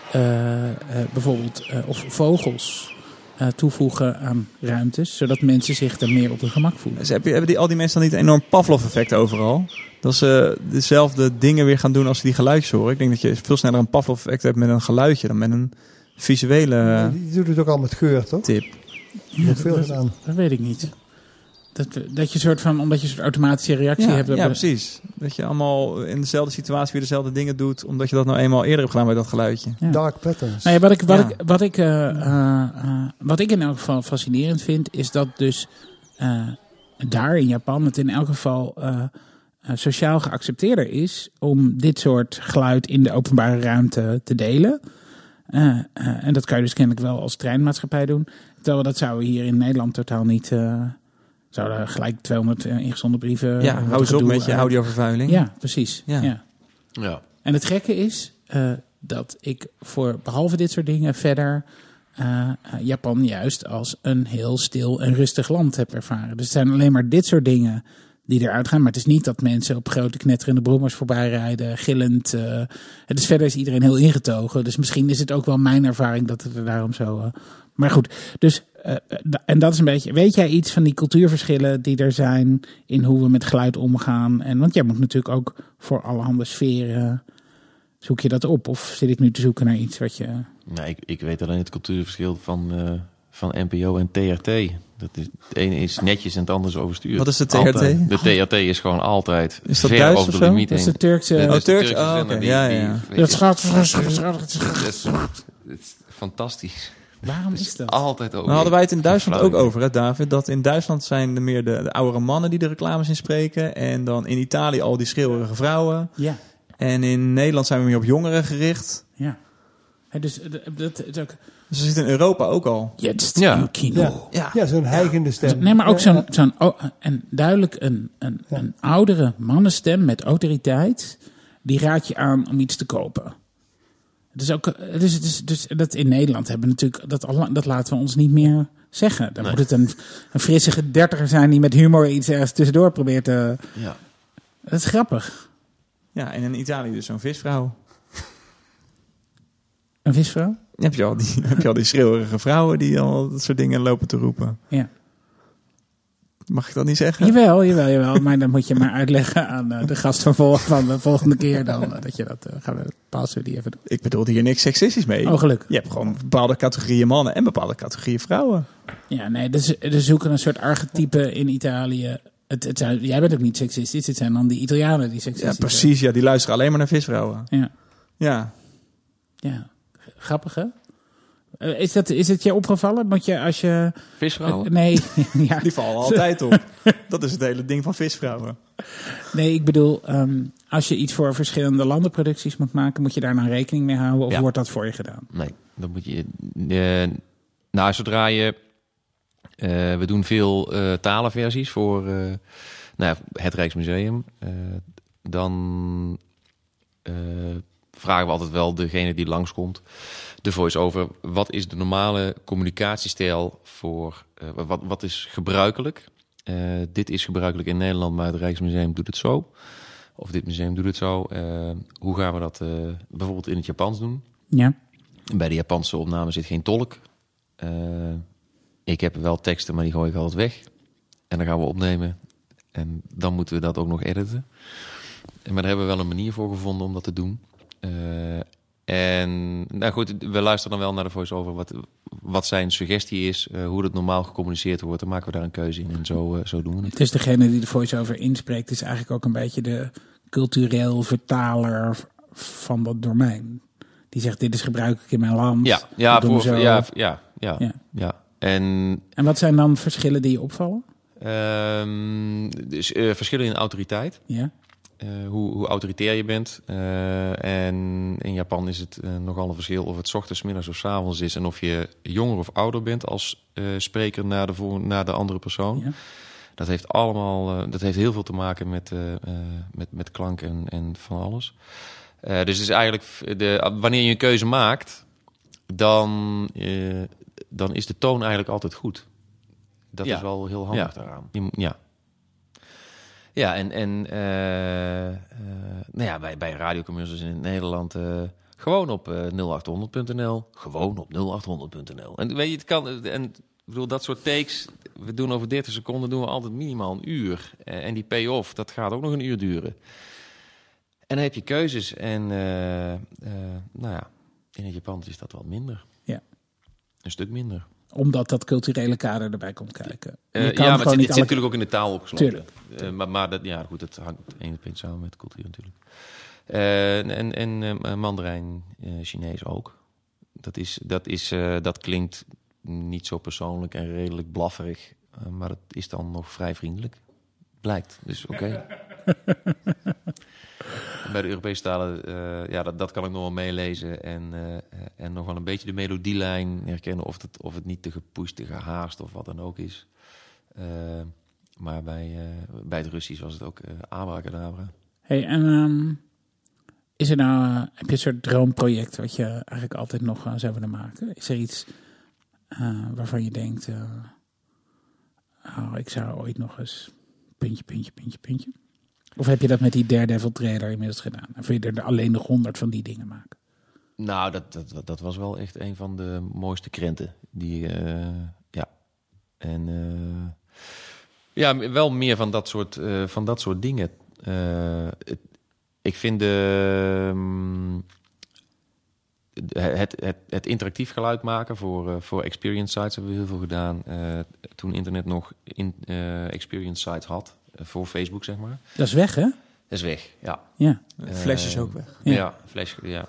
S3: Uh, uh, bijvoorbeeld, uh, of vogels uh, toevoegen aan ruimtes. Zodat mensen zich er meer op hun gemak voelen.
S6: Dus heb je, hebben die, al die mensen dan niet een enorm Pavlov-effect overal? Dat ze dezelfde dingen weer gaan doen als ze die geluidjes horen. Ik denk dat je veel sneller een Pavlov-effect hebt met een geluidje dan met een visuele
S5: Ja, die doet het ook al met geur, toch?
S6: tip.
S5: Er wordt veel
S3: dat,
S5: gedaan.
S3: dat weet ik niet. Dat, dat je soort van, omdat je een soort automatische reactie
S6: Ja,
S3: hebt.
S6: ja,
S3: dat-
S6: precies. Dat je allemaal in dezelfde situatie weer dezelfde dingen doet, omdat je dat nou eenmaal eerder hebt gedaan bij dat geluidje.
S3: Ja.
S5: Dark patterns.
S3: Nou ja, wat ik, wat
S6: Ja.
S3: ik, wat ik, uh, uh, uh, wat ik in elk geval fascinerend vind, is dat dus uh, daar in Japan het in elk geval uh, uh, sociaal geaccepteerder is om dit soort geluid in de openbare ruimte te delen. Uh, uh, en dat kan je dus kennelijk wel als treinmaatschappij doen. Terwijl dat zouden we hier in Nederland totaal niet... Uh, zouden gelijk tweehonderd uh, ingezonden brieven...
S6: Ja,
S3: uh,
S6: hou eens op
S3: gedoe,
S6: met je
S3: uh,
S6: audiovervuiling.
S3: Ja, precies.
S6: Ja.
S3: Ja.
S2: Ja.
S3: En het gekke is uh, dat ik voor behalve dit soort dingen verder uh, uh, Japan juist als een heel stil en rustig land heb ervaren. Dus het zijn alleen maar dit soort dingen die eruit gaan. Maar het is niet dat mensen op grote knetterende brommers voorbij rijden, gillend. Uh, het is verder is iedereen heel ingetogen. Dus misschien is het ook wel mijn ervaring dat het er daarom zo... Uh, maar goed, dus... Uh, en dat is een beetje... Weet jij iets van die cultuurverschillen die er zijn in hoe we met geluid omgaan? En, want jij moet natuurlijk ook voor allerhande sferen... Zoek je dat op? Of zit ik nu te zoeken naar iets wat je...
S2: Nou, ik, ik weet alleen het cultuurverschil van, uh, van N P O en T R T. Dat is, het ene is netjes en het andere is overstuurd.
S6: Wat is de T R T?
S2: Altijd. De T R T is gewoon altijd
S6: Is dat
S2: ver
S6: Duits
S2: over
S6: of
S2: de
S6: zo?
S2: limiet
S3: Dat is
S2: heen.
S3: de Turkse...
S2: Dat
S6: Oh,
S2: is de
S6: Turks?
S2: Turkse
S6: Oh,
S2: zender
S6: oké.
S2: die-
S6: Ja,
S2: die-
S6: ja.
S2: weet
S3: Dat
S2: je,
S3: gaat...
S2: dat is, het is fantastisch.
S3: Waarom
S2: Het
S3: is dat?
S2: Altijd over.
S6: Nou hadden wij het in Duitsland ook
S2: Flauw.
S6: over, hè, David. Dat in Duitsland zijn er meer de, de oudere mannen die de reclames inspreken. En dan in Italië al die schreeuwerige vrouwen.
S3: Ja,
S6: En in Nederland zijn we meer op jongeren gericht.
S3: ja. Hey, dus dat, dat, dat is ook...
S6: Dus we zitten in Europa ook al.
S3: Jetzt
S2: Ja.
S3: im Kino.
S5: Ja,
S6: Ja.
S5: ja zo'n hijgende stem.
S3: Nee, maar ook
S5: Ja,
S3: zo'n, zo'n oh, en duidelijk een, een,
S5: Ja.
S3: een oudere mannenstem met autoriteit, die raadt je aan om iets te kopen. Het is ook, het is, het is, dus dat in Nederland hebben we natuurlijk, dat, al- dat laten we ons niet meer zeggen. Dan
S2: Nee.
S3: moet het een, een frisse dertiger zijn die met humor iets ergens tussendoor probeert te...
S2: Ja.
S3: Dat is grappig.
S6: Ja, en in Italië dus zo'n visvrouw.
S3: Een visvrouw?
S6: Heb je al die, heb je al die schreeuwerige vrouwen die al dat soort dingen lopen te roepen.
S3: Ja.
S6: Mag ik dat niet zeggen?
S3: Jawel, jawel, jawel. Maar dan moet je maar uitleggen aan uh, de gast van, vol- van de volgende keer dan. Uh, dat je dat uh, gaan we pas die even doen.
S6: Ik bedoel hier niks seksistisch mee.
S3: Oh, gelukkig.
S6: Je hebt gewoon bepaalde categorieën mannen en bepaalde categorieën vrouwen.
S3: Ja, nee, dus, dus zoeken een soort archetype in Italië. Het, het zijn, jij bent ook niet seksistisch. Het zijn dan die Italianen die seksistisch
S6: Ja,
S3: zijn.
S6: precies. Ja, die luisteren alleen maar naar visvrouwen.
S3: Ja,
S6: Ja.
S3: ja. Grappig, hè? Uh, is, dat, is het je opgevallen? Moet je als je...
S2: Visvrouwen?
S3: Uh, nee, ja.
S6: Die vallen altijd op. Dat is het hele ding van visvrouwen.
S3: Nee, ik bedoel, um, als je iets voor verschillende landenproducties moet maken, moet je daar nou rekening mee houden of
S2: Ja.
S3: wordt dat voor je gedaan?
S2: Nee, dan moet je... Uh, nou, zodra je... Uh, we doen veel uh, talenversies voor uh, nou, het Rijksmuseum. Uh, dan uh, vragen we altijd wel degene die langskomt, de voice-over, wat is de normale communicatiestijl voor... Uh, wat, wat is gebruikelijk? Uh, dit is gebruikelijk in Nederland, maar het Rijksmuseum doet het zo. Of dit museum doet het zo. Uh, hoe gaan we dat uh, bijvoorbeeld in het Japans doen?
S3: Ja.
S2: Bij de Japanse opname zit geen tolk. Uh, ik heb wel teksten, maar die gooi ik altijd weg. En dan gaan we opnemen. En dan moeten we dat ook nog editen. En maar daar hebben we wel een manier voor gevonden om dat te doen. Uh, en nou goed, we luisteren dan wel naar de voice-over wat, wat zijn suggestie is, uh, hoe het normaal gecommuniceerd wordt. Dan maken we daar een keuze in en zo, uh, zo doen we het.
S3: Dus degene die de voice-over inspreekt is eigenlijk ook een beetje de cultureel vertaler van dat domein. Die zegt, dit is gebruikelijk in mijn land.
S2: Ja, ja,
S3: dat doen we
S2: voor,
S3: zo.
S2: ja, ja, ja,
S3: Ja.
S2: ja. En,
S3: En wat zijn dan verschillen die je opvallen?
S2: um, dus, uh, verschillen in autoriteit.
S3: Ja.
S2: Uh, hoe, hoe autoritair je bent. Uh, en in Japan is het uh, nogal een verschil of het 's ochtends, 's middags of 's avonds is. En of je jonger of ouder bent als uh, spreker naar de, voor, naar de andere persoon.
S3: Ja.
S2: Dat heeft allemaal, uh, dat heeft heel veel te maken met, uh, uh, met, met klank en, en van alles. Uh, dus het is eigenlijk, de, wanneer je een keuze maakt, dan, uh, dan is de toon eigenlijk altijd goed. Dat
S6: Ja.
S2: is wel heel handig
S6: Ja.
S2: daaraan. Je, ja. Ja, en, en uh, uh, nou ja, bij, bij radiocommercials in Nederland uh, gewoon op uh, nul achthonderd punt n l. Gewoon op nul achthonderd punt n l. En weet je, het kan, en ik bedoel, dat soort takes, we doen over dertig seconden, doen we altijd minimaal een uur. Uh, en die payoff, dat gaat ook nog een uur duren. En dan heb je keuzes en uh, uh, nou ja, in het Japans is dat wel minder.
S3: Ja.
S2: Een stuk minder.
S3: Omdat dat culturele kader erbij komt kijken. Je
S2: Uh,
S3: kan
S2: ja, maar het,
S3: gewoon
S2: zit,
S3: niet
S2: het zit
S3: alle-
S2: natuurlijk ook in de taal opgesloten.
S3: Tuurlijk.
S2: Uh, maar maar dat, ja, goed, het hangt één op één samen met de cultuur natuurlijk. Uh, en en uh, Mandarijn, uh, Chinees ook. Dat, is, dat, is, uh, dat klinkt niet zo persoonlijk en redelijk blafferig. Uh, maar het is dan nog vrij vriendelijk. Blijkt, dus oké. Okay. Bij de Europese talen, uh, ja, dat, dat kan ik nog wel meelezen. En, uh, en nog wel een beetje de melodielijn herkennen. Of het, of het niet te gepusht, te gehaast of wat dan ook is. Uh, maar bij, uh, bij het Russisch was het ook uh, abracadabra.
S3: Hey, en um, is er nou, uh, heb je een soort droomproject wat je eigenlijk altijd nog uh, zou willen maken? Is er iets uh, waarvan je denkt, uh, oh, ik zou ooit nog eens puntje, puntje, puntje, puntje? Of heb je dat met die Daredevil trailer inmiddels gedaan? En wil je er alleen nog honderd van die dingen maken?
S2: Nou, dat, dat, dat was wel echt een van de mooiste krenten. Die, uh, ja. En uh, ja, wel meer van dat soort, uh, van dat soort dingen. Uh, het, ik vind de, um, het, het, het interactief geluid maken voor, uh, voor experience sites hebben we heel veel gedaan. Uh, toen internet nog in, uh, experience sites had. Uh, voor Facebook, zeg maar.
S3: Dat is weg, hè?
S2: Dat is weg, ja.
S3: Ja.
S6: Flash is
S2: Uh,
S6: ook weg.
S3: Ja.
S2: Ja, Flash, ja.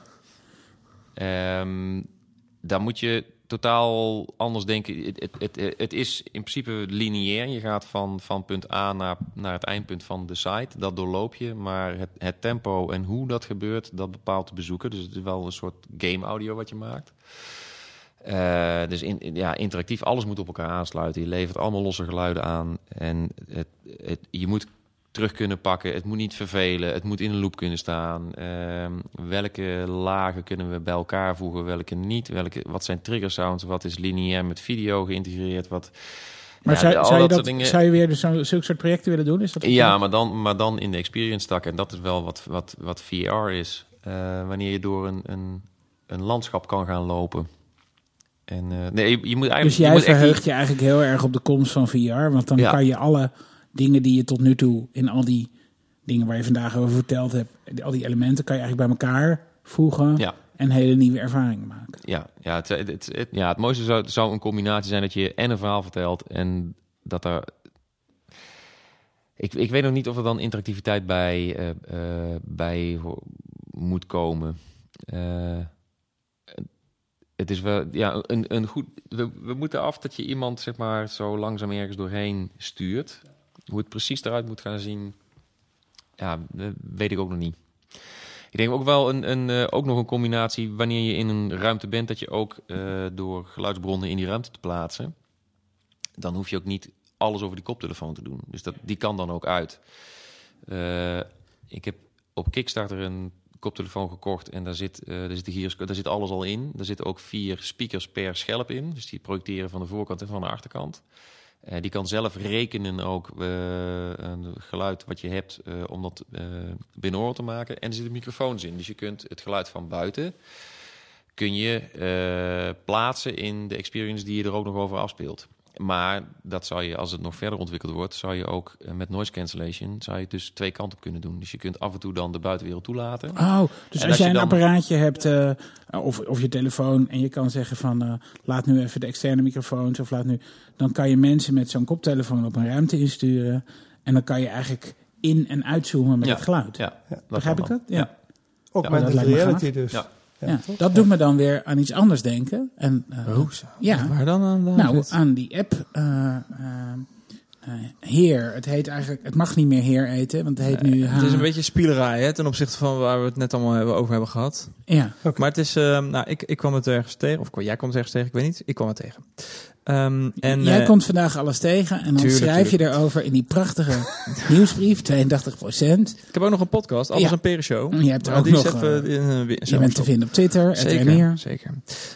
S2: Um, daar moet je totaal anders denken. Het, het, het, het is in principe lineair. Je gaat van, van punt A naar, naar het eindpunt van de site. Dat doorloop je. Maar het, het tempo en hoe dat gebeurt, dat bepaalt de bezoeker. Dus het is wel een soort game audio wat je maakt. Uh, dus in, ja, interactief, alles moet op elkaar aansluiten. Je levert allemaal losse geluiden aan. En het, het, je moet terug kunnen pakken. Het moet niet vervelen. Het moet in een loop kunnen staan. Uh, welke lagen kunnen we bij elkaar voegen? Welke niet? Welke, wat zijn trigger sounds? Wat is lineair met video geïntegreerd? Wat,
S3: Maar
S2: ja,
S3: zou,
S2: al
S3: zou, je
S2: dat
S3: dat,
S2: soort dingen.
S3: zou je weer dus zo, zulke soort projecten willen doen? Is dat
S2: Ja, maar dan, maar dan in de experience tak. En dat is wel wat, wat, wat V R is. Uh, wanneer je door een, een, een landschap kan gaan lopen. En uh, nee, je, je moet eigenlijk...
S3: Dus jij
S2: je moet
S3: verheugt
S2: echt...
S3: je eigenlijk heel erg op de komst van V R. Want dan ja. kan je alle dingen die je tot nu toe in al die dingen waar je vandaag over verteld hebt, al die elementen kan je eigenlijk bij elkaar voegen
S2: Ja.
S3: en hele nieuwe ervaringen maken.
S2: Ja, ja, het, het, het, het, ja, het mooiste zou, zou een combinatie zijn dat je en een verhaal vertelt en dat er... Ik, ik weet nog niet of er dan interactiviteit bij, uh, uh, bij moet komen. Uh, het is wel, ja, een, een goed... We, we moeten af dat je iemand, zeg maar, zo langzaam ergens doorheen stuurt. Hoe het precies eruit moet gaan zien, ja, weet ik ook nog niet. Ik denk ook wel een, een, uh, ook nog een combinatie wanneer je in een ruimte bent, dat je ook uh, door geluidsbronnen in die ruimte te plaatsen, dan hoef je ook niet alles over die koptelefoon te doen. Dus dat, die kan dan ook uit. Uh, ik heb op Kickstarter een koptelefoon gekocht en daar zit, uh, daar, zit de gyroscoop, daar zit alles al in. Daar zitten ook vier speakers per schelp in. Dus die projecteren van de voorkant en van de achterkant. Uh, die kan zelf rekenen ook uh, een geluid wat je hebt uh, om dat uh, binaural te maken. En er zitten microfoons in. Dus je kunt het geluid van buiten kun je uh, plaatsen in de experience die je er ook nog over afspeelt. Maar dat zou je, als het nog verder ontwikkeld wordt, zou je ook uh, met noise cancellation zou je dus twee kanten op kunnen doen. Dus je kunt af en toe dan de buitenwereld toelaten.
S3: Oh, dus
S2: en
S3: als jij
S2: je
S3: een
S2: dan...
S3: apparaatje hebt, uh, of, of je telefoon, en je kan zeggen van uh, laat nu even de externe microfoons, of laat nu, dan kan je mensen met zo'n koptelefoon op een ruimte insturen. En dan kan je eigenlijk in- en uitzoomen met
S2: ja.
S3: het geluid.
S2: Ja. Ja.
S3: Begrijp ik dat? Ja. ja.
S5: Augmented
S3: ja,
S5: reality dus.
S2: Ja.
S3: Ja, ja, dat doet me dan weer aan iets anders denken. En, uh,
S6: oh, zo.
S3: Ja.
S6: Waar dan aan? Dan
S3: nou, aan die app. Uh, uh, uh, Heer. Het heet eigenlijk. Het mag niet meer Heer eten, want het heet
S6: nee,
S3: nu.
S6: Het is een beetje spielerij, hè, ten opzichte van waar we het net allemaal hebben, over hebben gehad.
S3: Ja.
S6: Okay. Maar het is. Uh, nou, ik, ik kwam het ergens tegen, of jij kwam het ergens tegen, ik weet niet. Ik kwam het tegen. Um, en,
S3: Jij
S6: uh,
S3: komt vandaag alles tegen en dan tuurlijk, schrijf tuurlijk. je erover in die prachtige nieuwsbrief, tweeëntachtig procent.
S6: Ik heb ook nog een podcast, alles
S3: ja.
S6: een Perenshow.
S3: Je hebt er ook nog,
S6: even, uh, uh,
S3: je bent te vinden op Twitter,
S6: zeker, zeker.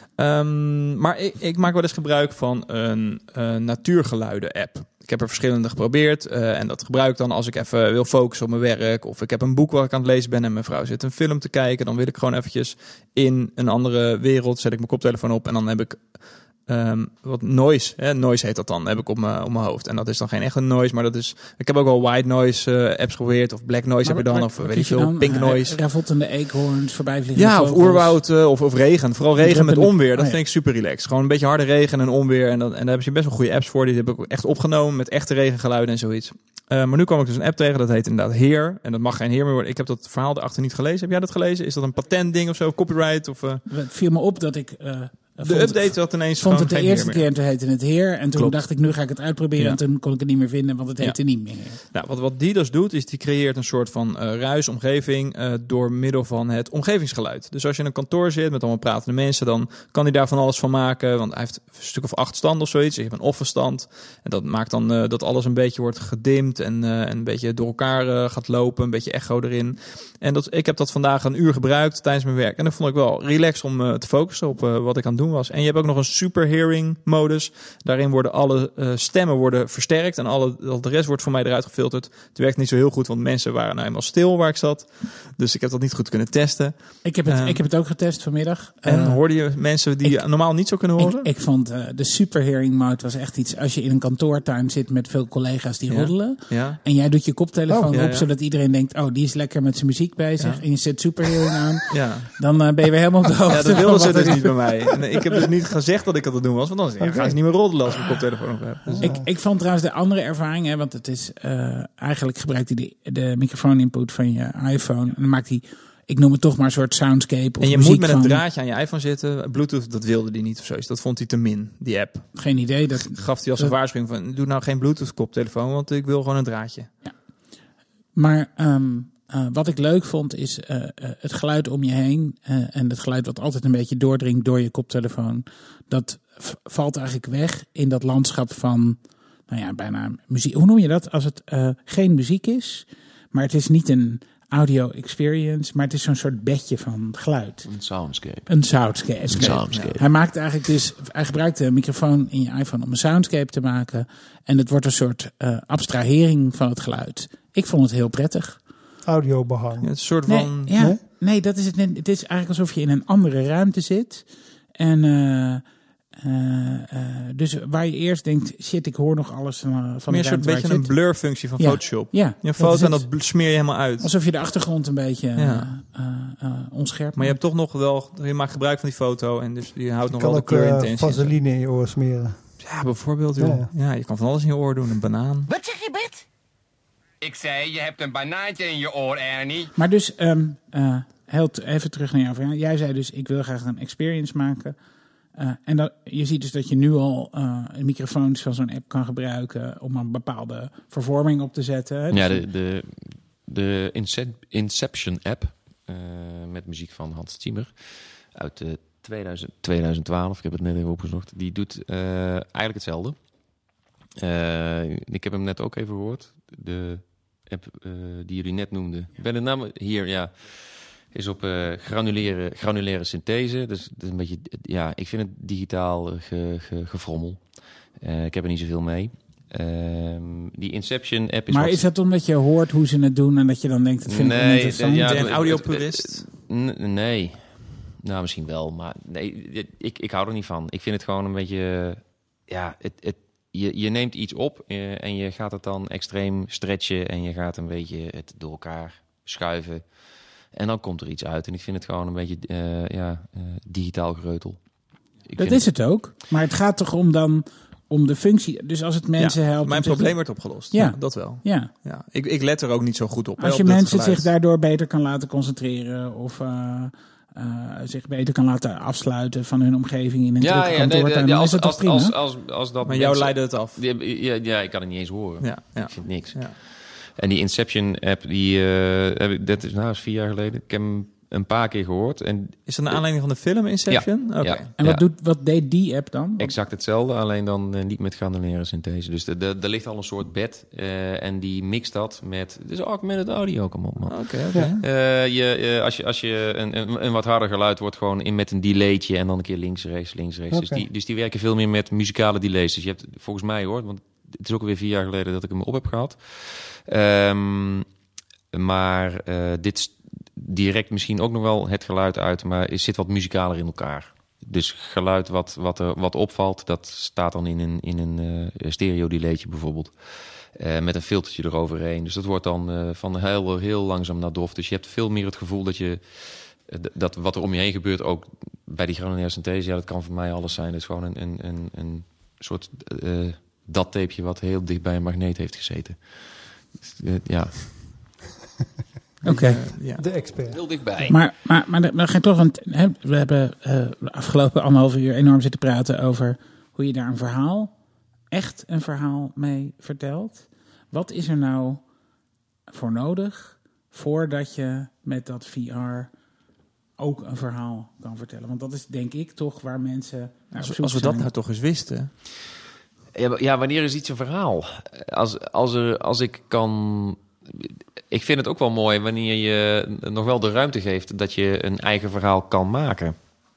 S6: Um, maar ik, ik maak wel eens gebruik van een uh, natuurgeluiden-app. Ik heb er verschillende geprobeerd uh, en dat gebruik ik dan als ik even wil focussen op mijn werk. Of ik heb een boek waar ik aan het lezen ben en mijn vrouw zit een film te kijken. Dan wil ik gewoon eventjes in een andere wereld, zet ik mijn koptelefoon op en dan heb ik... Um, wat noise, hè? Noise heet dat dan, heb ik op mijn op mijn hoofd. En dat is dan geen echte noise, maar dat is... Ik heb ook wel white noise uh, apps geprobeerd, of black noise maar, heb je dan, maar, of weet ik veel, dan, pink noise.
S3: Uh, ravottende eekhoorns, voorbijvliegende
S6: Ja,
S3: vogels.
S6: of oerwoud, uh, of, of regen. Vooral regen met onweer, dat
S3: oh, ja.
S6: vind ik super relaxed. Gewoon een beetje harde regen en onweer. En, dat, en daar hebben ze best wel goede apps voor. Die heb ik ook echt opgenomen met echte regengeluiden en zoiets. Uh, maar nu kwam ik dus een app tegen, dat heet inderdaad Heer. En dat mag geen Heer meer worden. Ik heb dat verhaal erachter niet gelezen. Heb jij dat gelezen? Is dat een patentding of zo, copyright? Of, uh...
S3: Het viel me op dat ik... Uh,
S6: De
S3: vond,
S6: update had ineens
S3: vond het de
S6: geen
S3: eerste
S6: heer
S3: keer en toen heette het Heer. En toen
S6: Klopt.
S3: dacht ik, nu ga ik het uitproberen.
S6: Ja.
S3: En toen kon ik het niet meer vinden, want het heette
S6: ja.
S3: niet meer.
S6: Nou, wat, wat die dus doet, is die creëert een soort van uh, ruisomgeving uh, door middel van het omgevingsgeluid. Dus als je in een kantoor zit met allemaal pratende mensen, dan kan hij daar van alles van maken. Want hij heeft een stuk of acht standen of zoiets. Je hebt een office stand. En dat maakt dan uh, dat alles een beetje wordt gedimd en, uh, en een beetje door elkaar uh, gaat lopen. Een beetje echo erin. En dat, ik heb dat vandaag een uur gebruikt tijdens mijn werk. En dat vond ik wel relaxed om uh, te focussen op uh, wat ik aan het doen was. En je hebt ook nog een super hearing modus. Daarin worden alle uh, stemmen worden versterkt. En alle, de rest wordt voor mij eruit gefilterd. Het werkt niet zo heel goed, want mensen waren nou eenmaal stil waar ik zat. Dus ik heb dat niet goed kunnen testen.
S3: Ik heb het,
S6: um,
S3: ik heb het ook getest vanmiddag.
S6: En uh, hoorde je mensen die
S3: ik,
S6: normaal niet zo kunnen horen?
S3: Ik, ik vond uh, de super hearing mode was echt iets... Als je in een kantoortuin zit met veel collega's die
S6: ja.
S3: roddelen...
S6: Ja.
S3: en jij doet je koptelefoon
S6: oh, ja,
S3: op...
S6: ja.
S3: zodat iedereen denkt, oh, die is lekker met zijn muziek bezig...
S6: Ja.
S3: en je zet super hearing aan...
S6: Ja.
S3: dan uh, ben je weer helemaal op de hoogte.
S6: Ja, dat wilden ze dus niet bij mij. En ik heb dus niet gezegd dat ik dat te doen was... want dan ja,
S3: okay.
S6: gaan ze niet meer roddelen als ik mijn koptelefoon op heb. Dus,
S3: ik, ik vond trouwens de andere ervaring... Hè, want het is uh, eigenlijk gebruikt hij de, de microfoon-input van je iPhone... en dan maakt hij... Ik noem het toch maar een soort soundscape. Of
S6: en je
S3: muziek
S6: moet met een
S3: van...
S6: draadje aan je iPhone zitten. Bluetooth, dat wilde hij niet of zo. Dat vond hij te min, die app.
S3: Geen idee. Dat
S6: gaf hij als een
S3: dat...
S6: waarschuwing van... doe nou geen Bluetooth koptelefoon, want ik wil gewoon een draadje.
S3: Ja. Maar um, uh, wat ik leuk vond is uh, uh, het geluid om je heen. Uh, en het geluid wat altijd een beetje doordringt door je koptelefoon. Dat v- valt eigenlijk weg in dat landschap van... Nou ja, bijna muziek. Hoe noem je dat? Als het uh, geen muziek is, maar het is niet een... audio experience, maar het is zo'n soort bedje van geluid.
S2: Een soundscape.
S3: Een soundscape.
S2: Een soundscape.
S3: Ja. Hij maakt eigenlijk dus, hij gebruikt de microfoon in je iPhone om een soundscape te maken en het wordt een soort uh, abstrahering van het geluid. Ik vond het heel prettig.
S5: Audiobehang.
S6: Ja, het is een soort
S3: nee,
S6: van...
S3: Ja,
S5: nee?
S3: nee, dat is het. Het is eigenlijk alsof je in een andere ruimte zit en uh, Uh, uh, dus waar je eerst denkt, shit, ik hoor nog alles uh, van
S6: Meer
S3: de
S6: een soort beetje een blurfunctie van
S3: ja.
S6: Photoshop.
S3: Ja,
S6: je foto en dat smeer je helemaal uit.
S3: Alsof je de achtergrond een beetje
S6: ja.
S3: uh, uh, uh, onscherp.
S6: Maar je hebt toch nog wel, je maakt gebruik van die foto en dus je houdt nog
S5: kan
S6: wel de kleurintentie.
S5: Uh, vaseline in je oor smeren.
S6: Ja, bijvoorbeeld, joh. Ja, ja. ja, je kan van alles in je oor doen, een banaan.
S9: Wat zeg je, Bert? Ik zei, je hebt een banaantje in je oor, Ernie.
S3: Maar dus, um, uh, heel t- even terug naar jou. Van, jij zei dus, ik wil graag een experience maken. Uh, en dat, je ziet dus dat je nu al uh, microfoons van zo'n app kan gebruiken om een bepaalde vervorming op te zetten. Hè?
S2: Ja, de, de, de Incep- Inception app uh, met muziek van Hans Zimmer uit uh, tweeduizend, tweeduizend twaalf. Ik heb het net even opgezocht. Die doet uh, eigenlijk hetzelfde. Uh, ik heb hem net ook even gehoord. De app uh, die jullie net noemden. Ik ben de naam hier, ja. Is op uh, granulaire, granulaire synthese. Dus, dus een beetje, ja, ik vind het digitaal ge, ge, gefrommel. Uh, ik heb er niet zoveel mee. Uh, die Inception app is.
S3: Maar
S2: wat...
S3: is dat omdat je hoort hoe ze het doen en dat je dan denkt, dat vind ik
S2: nee,
S3: interessant?
S2: Ja,
S6: een audiopurist?
S2: N- nee. Nou, misschien wel, maar nee, ik, ik hou er niet van. Ik vind het gewoon een beetje, ja, het, het, je, je neemt iets op uh, en je gaat het dan extreem stretchen en je gaat een beetje het door elkaar schuiven. En dan komt er iets uit. En ik vind het gewoon een beetje uh, ja, uh, digitaal gereutel. Ik
S3: dat is het, het ook. Maar het gaat toch om dan om de functie. Dus als het mensen
S6: ja,
S3: helpt.
S6: Mijn probleem je... werd opgelost. Ja. ja, dat wel.
S3: Ja.
S6: Ja. Ik, ik let er ook niet zo goed op.
S3: Als
S6: hè,
S3: je
S6: op
S3: mensen
S6: geluid.
S3: zich daardoor beter kan laten concentreren of uh, uh, zich beter kan laten afsluiten van hun omgeving in een
S2: ja,
S3: druk
S2: ja,
S3: kantoor,
S2: nee,
S3: dan
S2: ja,
S3: is
S2: als,
S3: dat
S2: als,
S3: toch prima?
S2: Als, als, als, als dat
S6: maar jou
S2: mensen,
S6: leidde het af.
S2: Ja, ja, ja, ik kan het niet eens horen.
S6: Ja, ja.
S2: Ik vind niks.
S6: Ja.
S2: En die Inception app, die uh, heb ik, dat is nou is vier jaar geleden. Ik heb hem een paar keer gehoord. En
S6: is dat naar aanleiding van de film Inception?
S2: Ja.
S6: Okay.
S2: Ja.
S3: En wat, doet, wat deed die app dan?
S2: Exact hetzelfde, alleen dan uh, niet met granulaire synthese. Dus er ligt al een soort bed uh, en die mixt dat met... Het is augmented audio, kom op man.
S6: Oké, okay, oké. Okay.
S2: Uh, je, uh, als je, als je een, een, een wat harder geluid wordt gewoon in met een delaytje en dan een keer links, rechts, links, rechts. Okay. Dus, die, dus die werken veel meer met muzikale delays. Dus je hebt volgens mij hoor, want het is ook alweer vier jaar geleden dat ik hem op heb gehad. Um, maar uh, dit direct misschien ook nog wel het geluid uit, maar het zit wat muzikaler in elkaar. Dus geluid wat, wat, er, wat opvalt, dat staat dan in een, in een uh, stereo delaytje bijvoorbeeld. Uh, met een filtertje eroverheen. Dus dat wordt dan uh, van heel, heel langzaam naar dof. Dus je hebt veel meer het gevoel dat je uh, dat wat er om je heen gebeurt, ook bij die granulaire synthese, ja, dat kan voor mij alles zijn. Het is gewoon een, een, een, een soort uh, dat tapeje wat heel dicht bij een magneet heeft gezeten. Uh, ja.
S3: Oké. Okay.
S6: Uh, ja.
S5: De expert.
S2: Heel dichtbij.
S3: Maar, maar, maar dan ga ik toch een, hè, we hebben uh, de afgelopen anderhalf uur enorm zitten praten over hoe je daar een verhaal, echt een verhaal mee vertelt. Wat is er nou voor nodig voordat je met dat V R ook een verhaal kan vertellen? Want dat is denk ik toch waar mensen naar op zoek
S6: Als we
S3: zijn.
S6: dat nou toch eens wisten.
S2: Ja, ja, wanneer is iets een verhaal? Als, als, er, als ik kan... Ik vind het ook wel mooi wanneer je nog wel de ruimte geeft dat je een eigen verhaal kan maken.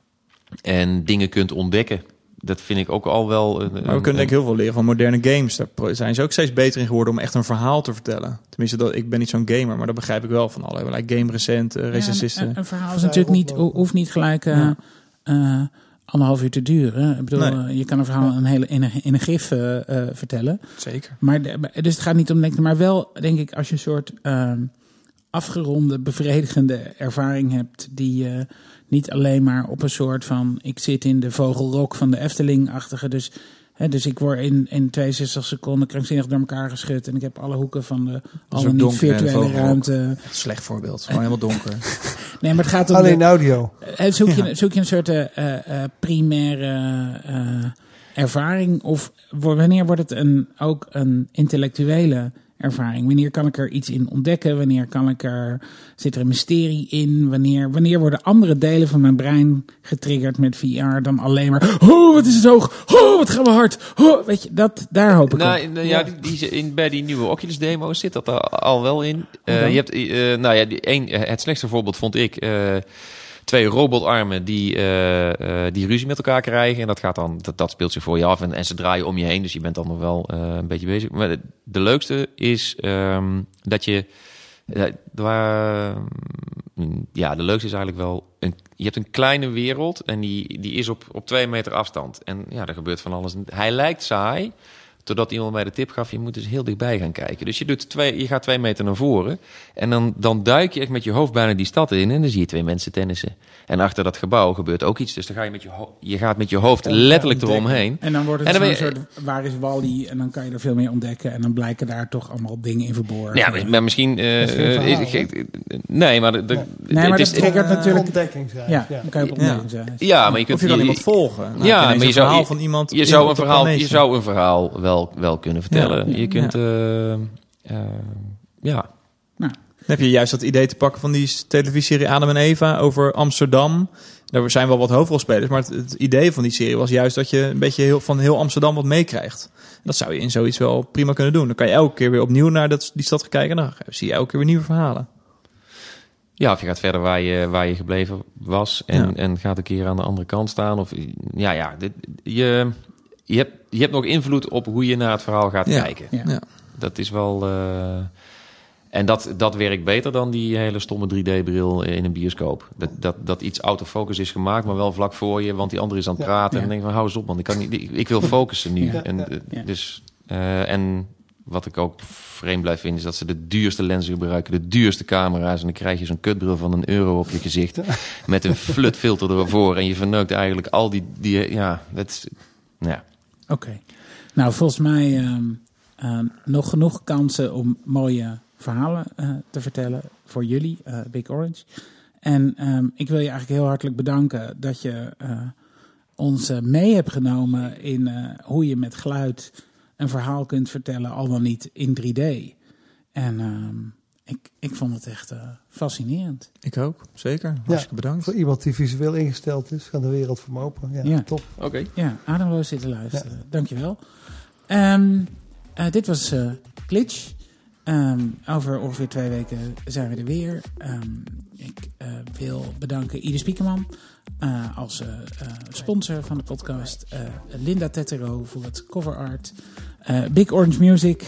S2: En dingen kunt ontdekken. Dat vind ik ook al wel... Een,
S6: maar we
S2: een,
S6: kunnen denk ik heel veel leren van moderne games. Daar zijn ze ook steeds beter in geworden om echt een verhaal te vertellen. Tenminste, dat, ik ben niet zo'n gamer, maar dat begrijp ik wel van allerlei game-recenten, uh, recensisten.
S3: Ja, een, een verhaal is natuurlijk niet, hoeft niet gelijk... Uh, ja. uh, anderhalf uur te duren. Ik bedoel, nee. Je kan een verhaal een hele, in, een, in een gif uh, uh, vertellen.
S6: Zeker.
S3: Maar de, dus het gaat niet om denken, maar wel denk ik als je een soort uh, afgeronde, bevredigende ervaring hebt die uh, niet alleen maar op een soort van ik zit in de vogelrok van de Efteling-achtige. Dus, hè, dus ik word in, in tweeënzestig seconden krankzinnig door elkaar geschud en ik heb alle hoeken van de alle niet virtuele ruimte.
S6: Slecht voorbeeld. Gewoon helemaal donker.
S3: Nee, maar het gaat om
S5: alleen
S3: de,
S5: audio.
S3: Zoek je, zoek je een soort uh, uh, primaire uh, ervaring? Of wanneer wordt het een, ook een intellectuele ervaring? Wanneer kan ik er iets in ontdekken? Wanneer kan ik er, zit er een mysterie in? Wanneer, wanneer worden andere delen van mijn brein getriggerd met V R dan alleen maar... Oh, wat is het hoog? Oh, wat gaan we hard? Oh, weet je, dat, daar hoop ik
S2: nou,
S3: op.
S2: Nou, ja, die, die, in, bij die nieuwe Oculus demo's zit dat er al wel in. Uh, je hebt, uh, nou ja, die, een, het slechtste voorbeeld vond ik... Uh, twee robotarmen die, uh, uh, die ruzie met elkaar krijgen. En dat, gaat dan, dat, dat speelt zich voor je af. En, en ze draaien om je heen. Dus je bent dan nog wel uh, een beetje bezig. Maar de, de leukste is um, dat je Uh, waar, ja, de leukste is eigenlijk wel... Een, je hebt een kleine wereld en die, die is op, op twee meter afstand. En ja, er gebeurt van alles. Hij lijkt saai, totdat iemand mij de tip gaf... je moet dus heel dichtbij gaan kijken. Dus je, doet twee, je gaat twee meter naar voren... en dan, dan duik je echt met je hoofd bijna die stad in... en dan zie je twee mensen tennissen. En achter dat gebouw gebeurt ook iets. Dus dan ga je met je, ho- je gaat met je hoofd letterlijk eromheen.
S3: En dan wordt het
S2: en dan
S3: zo'n
S2: ben je,
S3: soort, waar is Wall-E? En dan kan je er veel meer ontdekken. En dan blijken daar toch allemaal dingen in verborgen.
S2: Ja, maar, maar misschien... Uh,
S5: Dat is geen verhaal,
S2: uh, ik, ik, nee, maar... De, de,
S3: nee, maar
S2: het
S3: dat
S2: is,
S3: triggert
S5: Uh,
S3: natuurlijk...
S5: Ontdekkingsreis.
S3: Ja,
S5: Ja.
S3: dan kan je op
S6: Ja.
S3: ontdekkingsreis.
S2: ja, maar je kunt...
S6: Of je kan
S2: je,
S6: iemand volgen. Nou,
S2: ja,
S6: heb je
S2: maar je
S6: een
S2: zou,
S6: verhaal
S2: je,
S6: van iemand
S2: je, zou
S6: op
S2: een
S6: de
S2: verhaal,
S6: planeet.
S2: je zou een verhaal wel, wel kunnen vertellen.
S6: Ja.
S2: Je kunt...
S6: Ja.
S2: Uh, uh, ja.
S3: Nou,
S6: Dan heb je juist dat idee te pakken van die televisieserie Adam en Eva over Amsterdam. Daar zijn wel wat hoofdrolspelers, maar het, het idee van die serie was juist dat je een beetje heel, van heel Amsterdam wat meekrijgt. Dat zou je in zoiets wel prima kunnen doen. Dan kan je elke keer weer opnieuw naar dat, die stad gaan kijken en dan zie je elke keer weer nieuwe verhalen.
S2: Ja, of je gaat verder waar je, waar je gebleven was en,
S6: Ja.
S2: en gaat een keer aan de andere kant staan. Of, ja, ja, dit, je, je, hebt, je hebt nog invloed op hoe je naar het verhaal gaat
S6: Ja.
S2: kijken.
S3: Ja.
S6: Ja.
S2: Dat is wel... Uh, en dat, dat werkt beter dan die hele stomme drie D-bril in een bioscoop. Dat, dat, dat iets autofocus is gemaakt, maar wel vlak voor je, want die andere is aan het
S5: Ja.
S2: praten.
S3: Ja.
S2: En dan denk je van, hou eens op man, ik, kan niet, ik, ik wil focussen nu.
S3: Ja.
S2: En,
S5: Ja.
S2: uh,
S3: Ja.
S2: Dus, uh, en wat ik ook vreemd blijf vinden, is dat ze de duurste lenzen gebruiken, de duurste camera's. En dan krijg je zo'n kutbril van een euro op je gezicht. Met een flutfilter ervoor. En je verneukt eigenlijk al die... die ja, dat is... Ja.
S3: Oké. Okay. Nou, volgens mij um, um, nog genoeg kansen om mooie verhalen uh, te vertellen voor jullie, uh, Big Orange. En um, ik wil je eigenlijk heel hartelijk bedanken dat je uh, ons uh, mee hebt genomen in uh, hoe je met geluid een verhaal kunt vertellen, al dan niet in drie D. En um, ik, ik vond het echt uh, fascinerend.
S6: Ik ook, zeker. Hartstikke bedankt.
S5: Voor iemand die visueel ingesteld is, gaat de wereld voor me open. Ja,
S3: Ja.
S5: top.
S2: Oké. Okay.
S3: Ja, ademloos zitten luisteren. Ja. Dankjewel. Um, uh, dit was uh, Glitch. Um, over ongeveer twee weken zijn we er weer. Um, ik uh, wil bedanken Ide Spiekerman uh, als uh, uh, sponsor van de podcast. Uh, Linda Tettero voor het cover art. Uh, Big Orange Music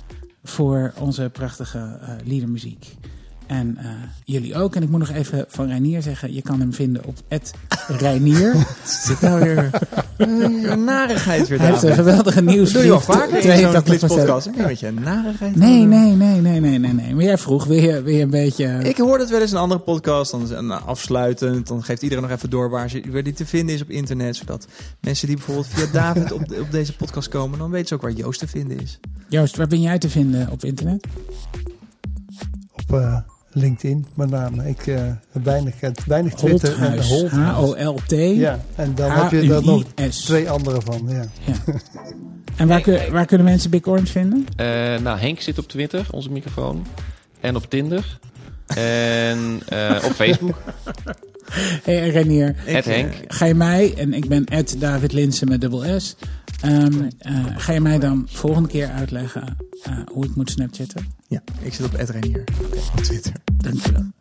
S3: voor onze prachtige uh, liedermuziek. En uh, jullie ook. En ik moet nog even van Reinier zeggen, je kan hem vinden op het Reinier.
S6: Zit nou weer een narigheid weer.
S3: Hij heeft een geweldige nieuws.
S6: Doe je wel vaker in zo'n Glitch-podcast? Een beetje narigheid.
S3: Nee, nee, nee, nee, nee, nee, nee. Maar jij vroeg weer, weer een beetje...
S6: Ik hoorde het wel eens in een andere podcast. Dan nou, afsluitend. Dan geeft iedereen nog even door waar, ze, waar die te vinden is op internet. Zodat mensen die bijvoorbeeld via David op, op deze podcast komen, dan weten ze ook waar Joost te vinden is.
S3: Joost, waar ben jij te vinden op internet?
S5: Op... Uh... LinkedIn, met name. Ik uh, heb weinig, weinig Twitter.
S3: Holthuis.
S5: En Holthuis.
S3: H O L T.
S5: Ja, en dan heb je er nog twee andere van. Ja.
S3: Ja. En waar, kun, waar kunnen mensen Big Orange vinden?
S2: Uh, nou, Henk zit op Twitter, onze microfoon. En op Tinder. En uh, op Facebook.
S3: Hey Renier.
S2: Het Henk.
S3: Ga je mij, en ik ben at David Linsen met dubbel S. Um, uh, ga je mij dan volgende keer uitleggen uh, hoe ik moet Snapchatten?
S6: Ja, ik zit op at Renier. Okay, op Twitter.
S3: Dankjewel.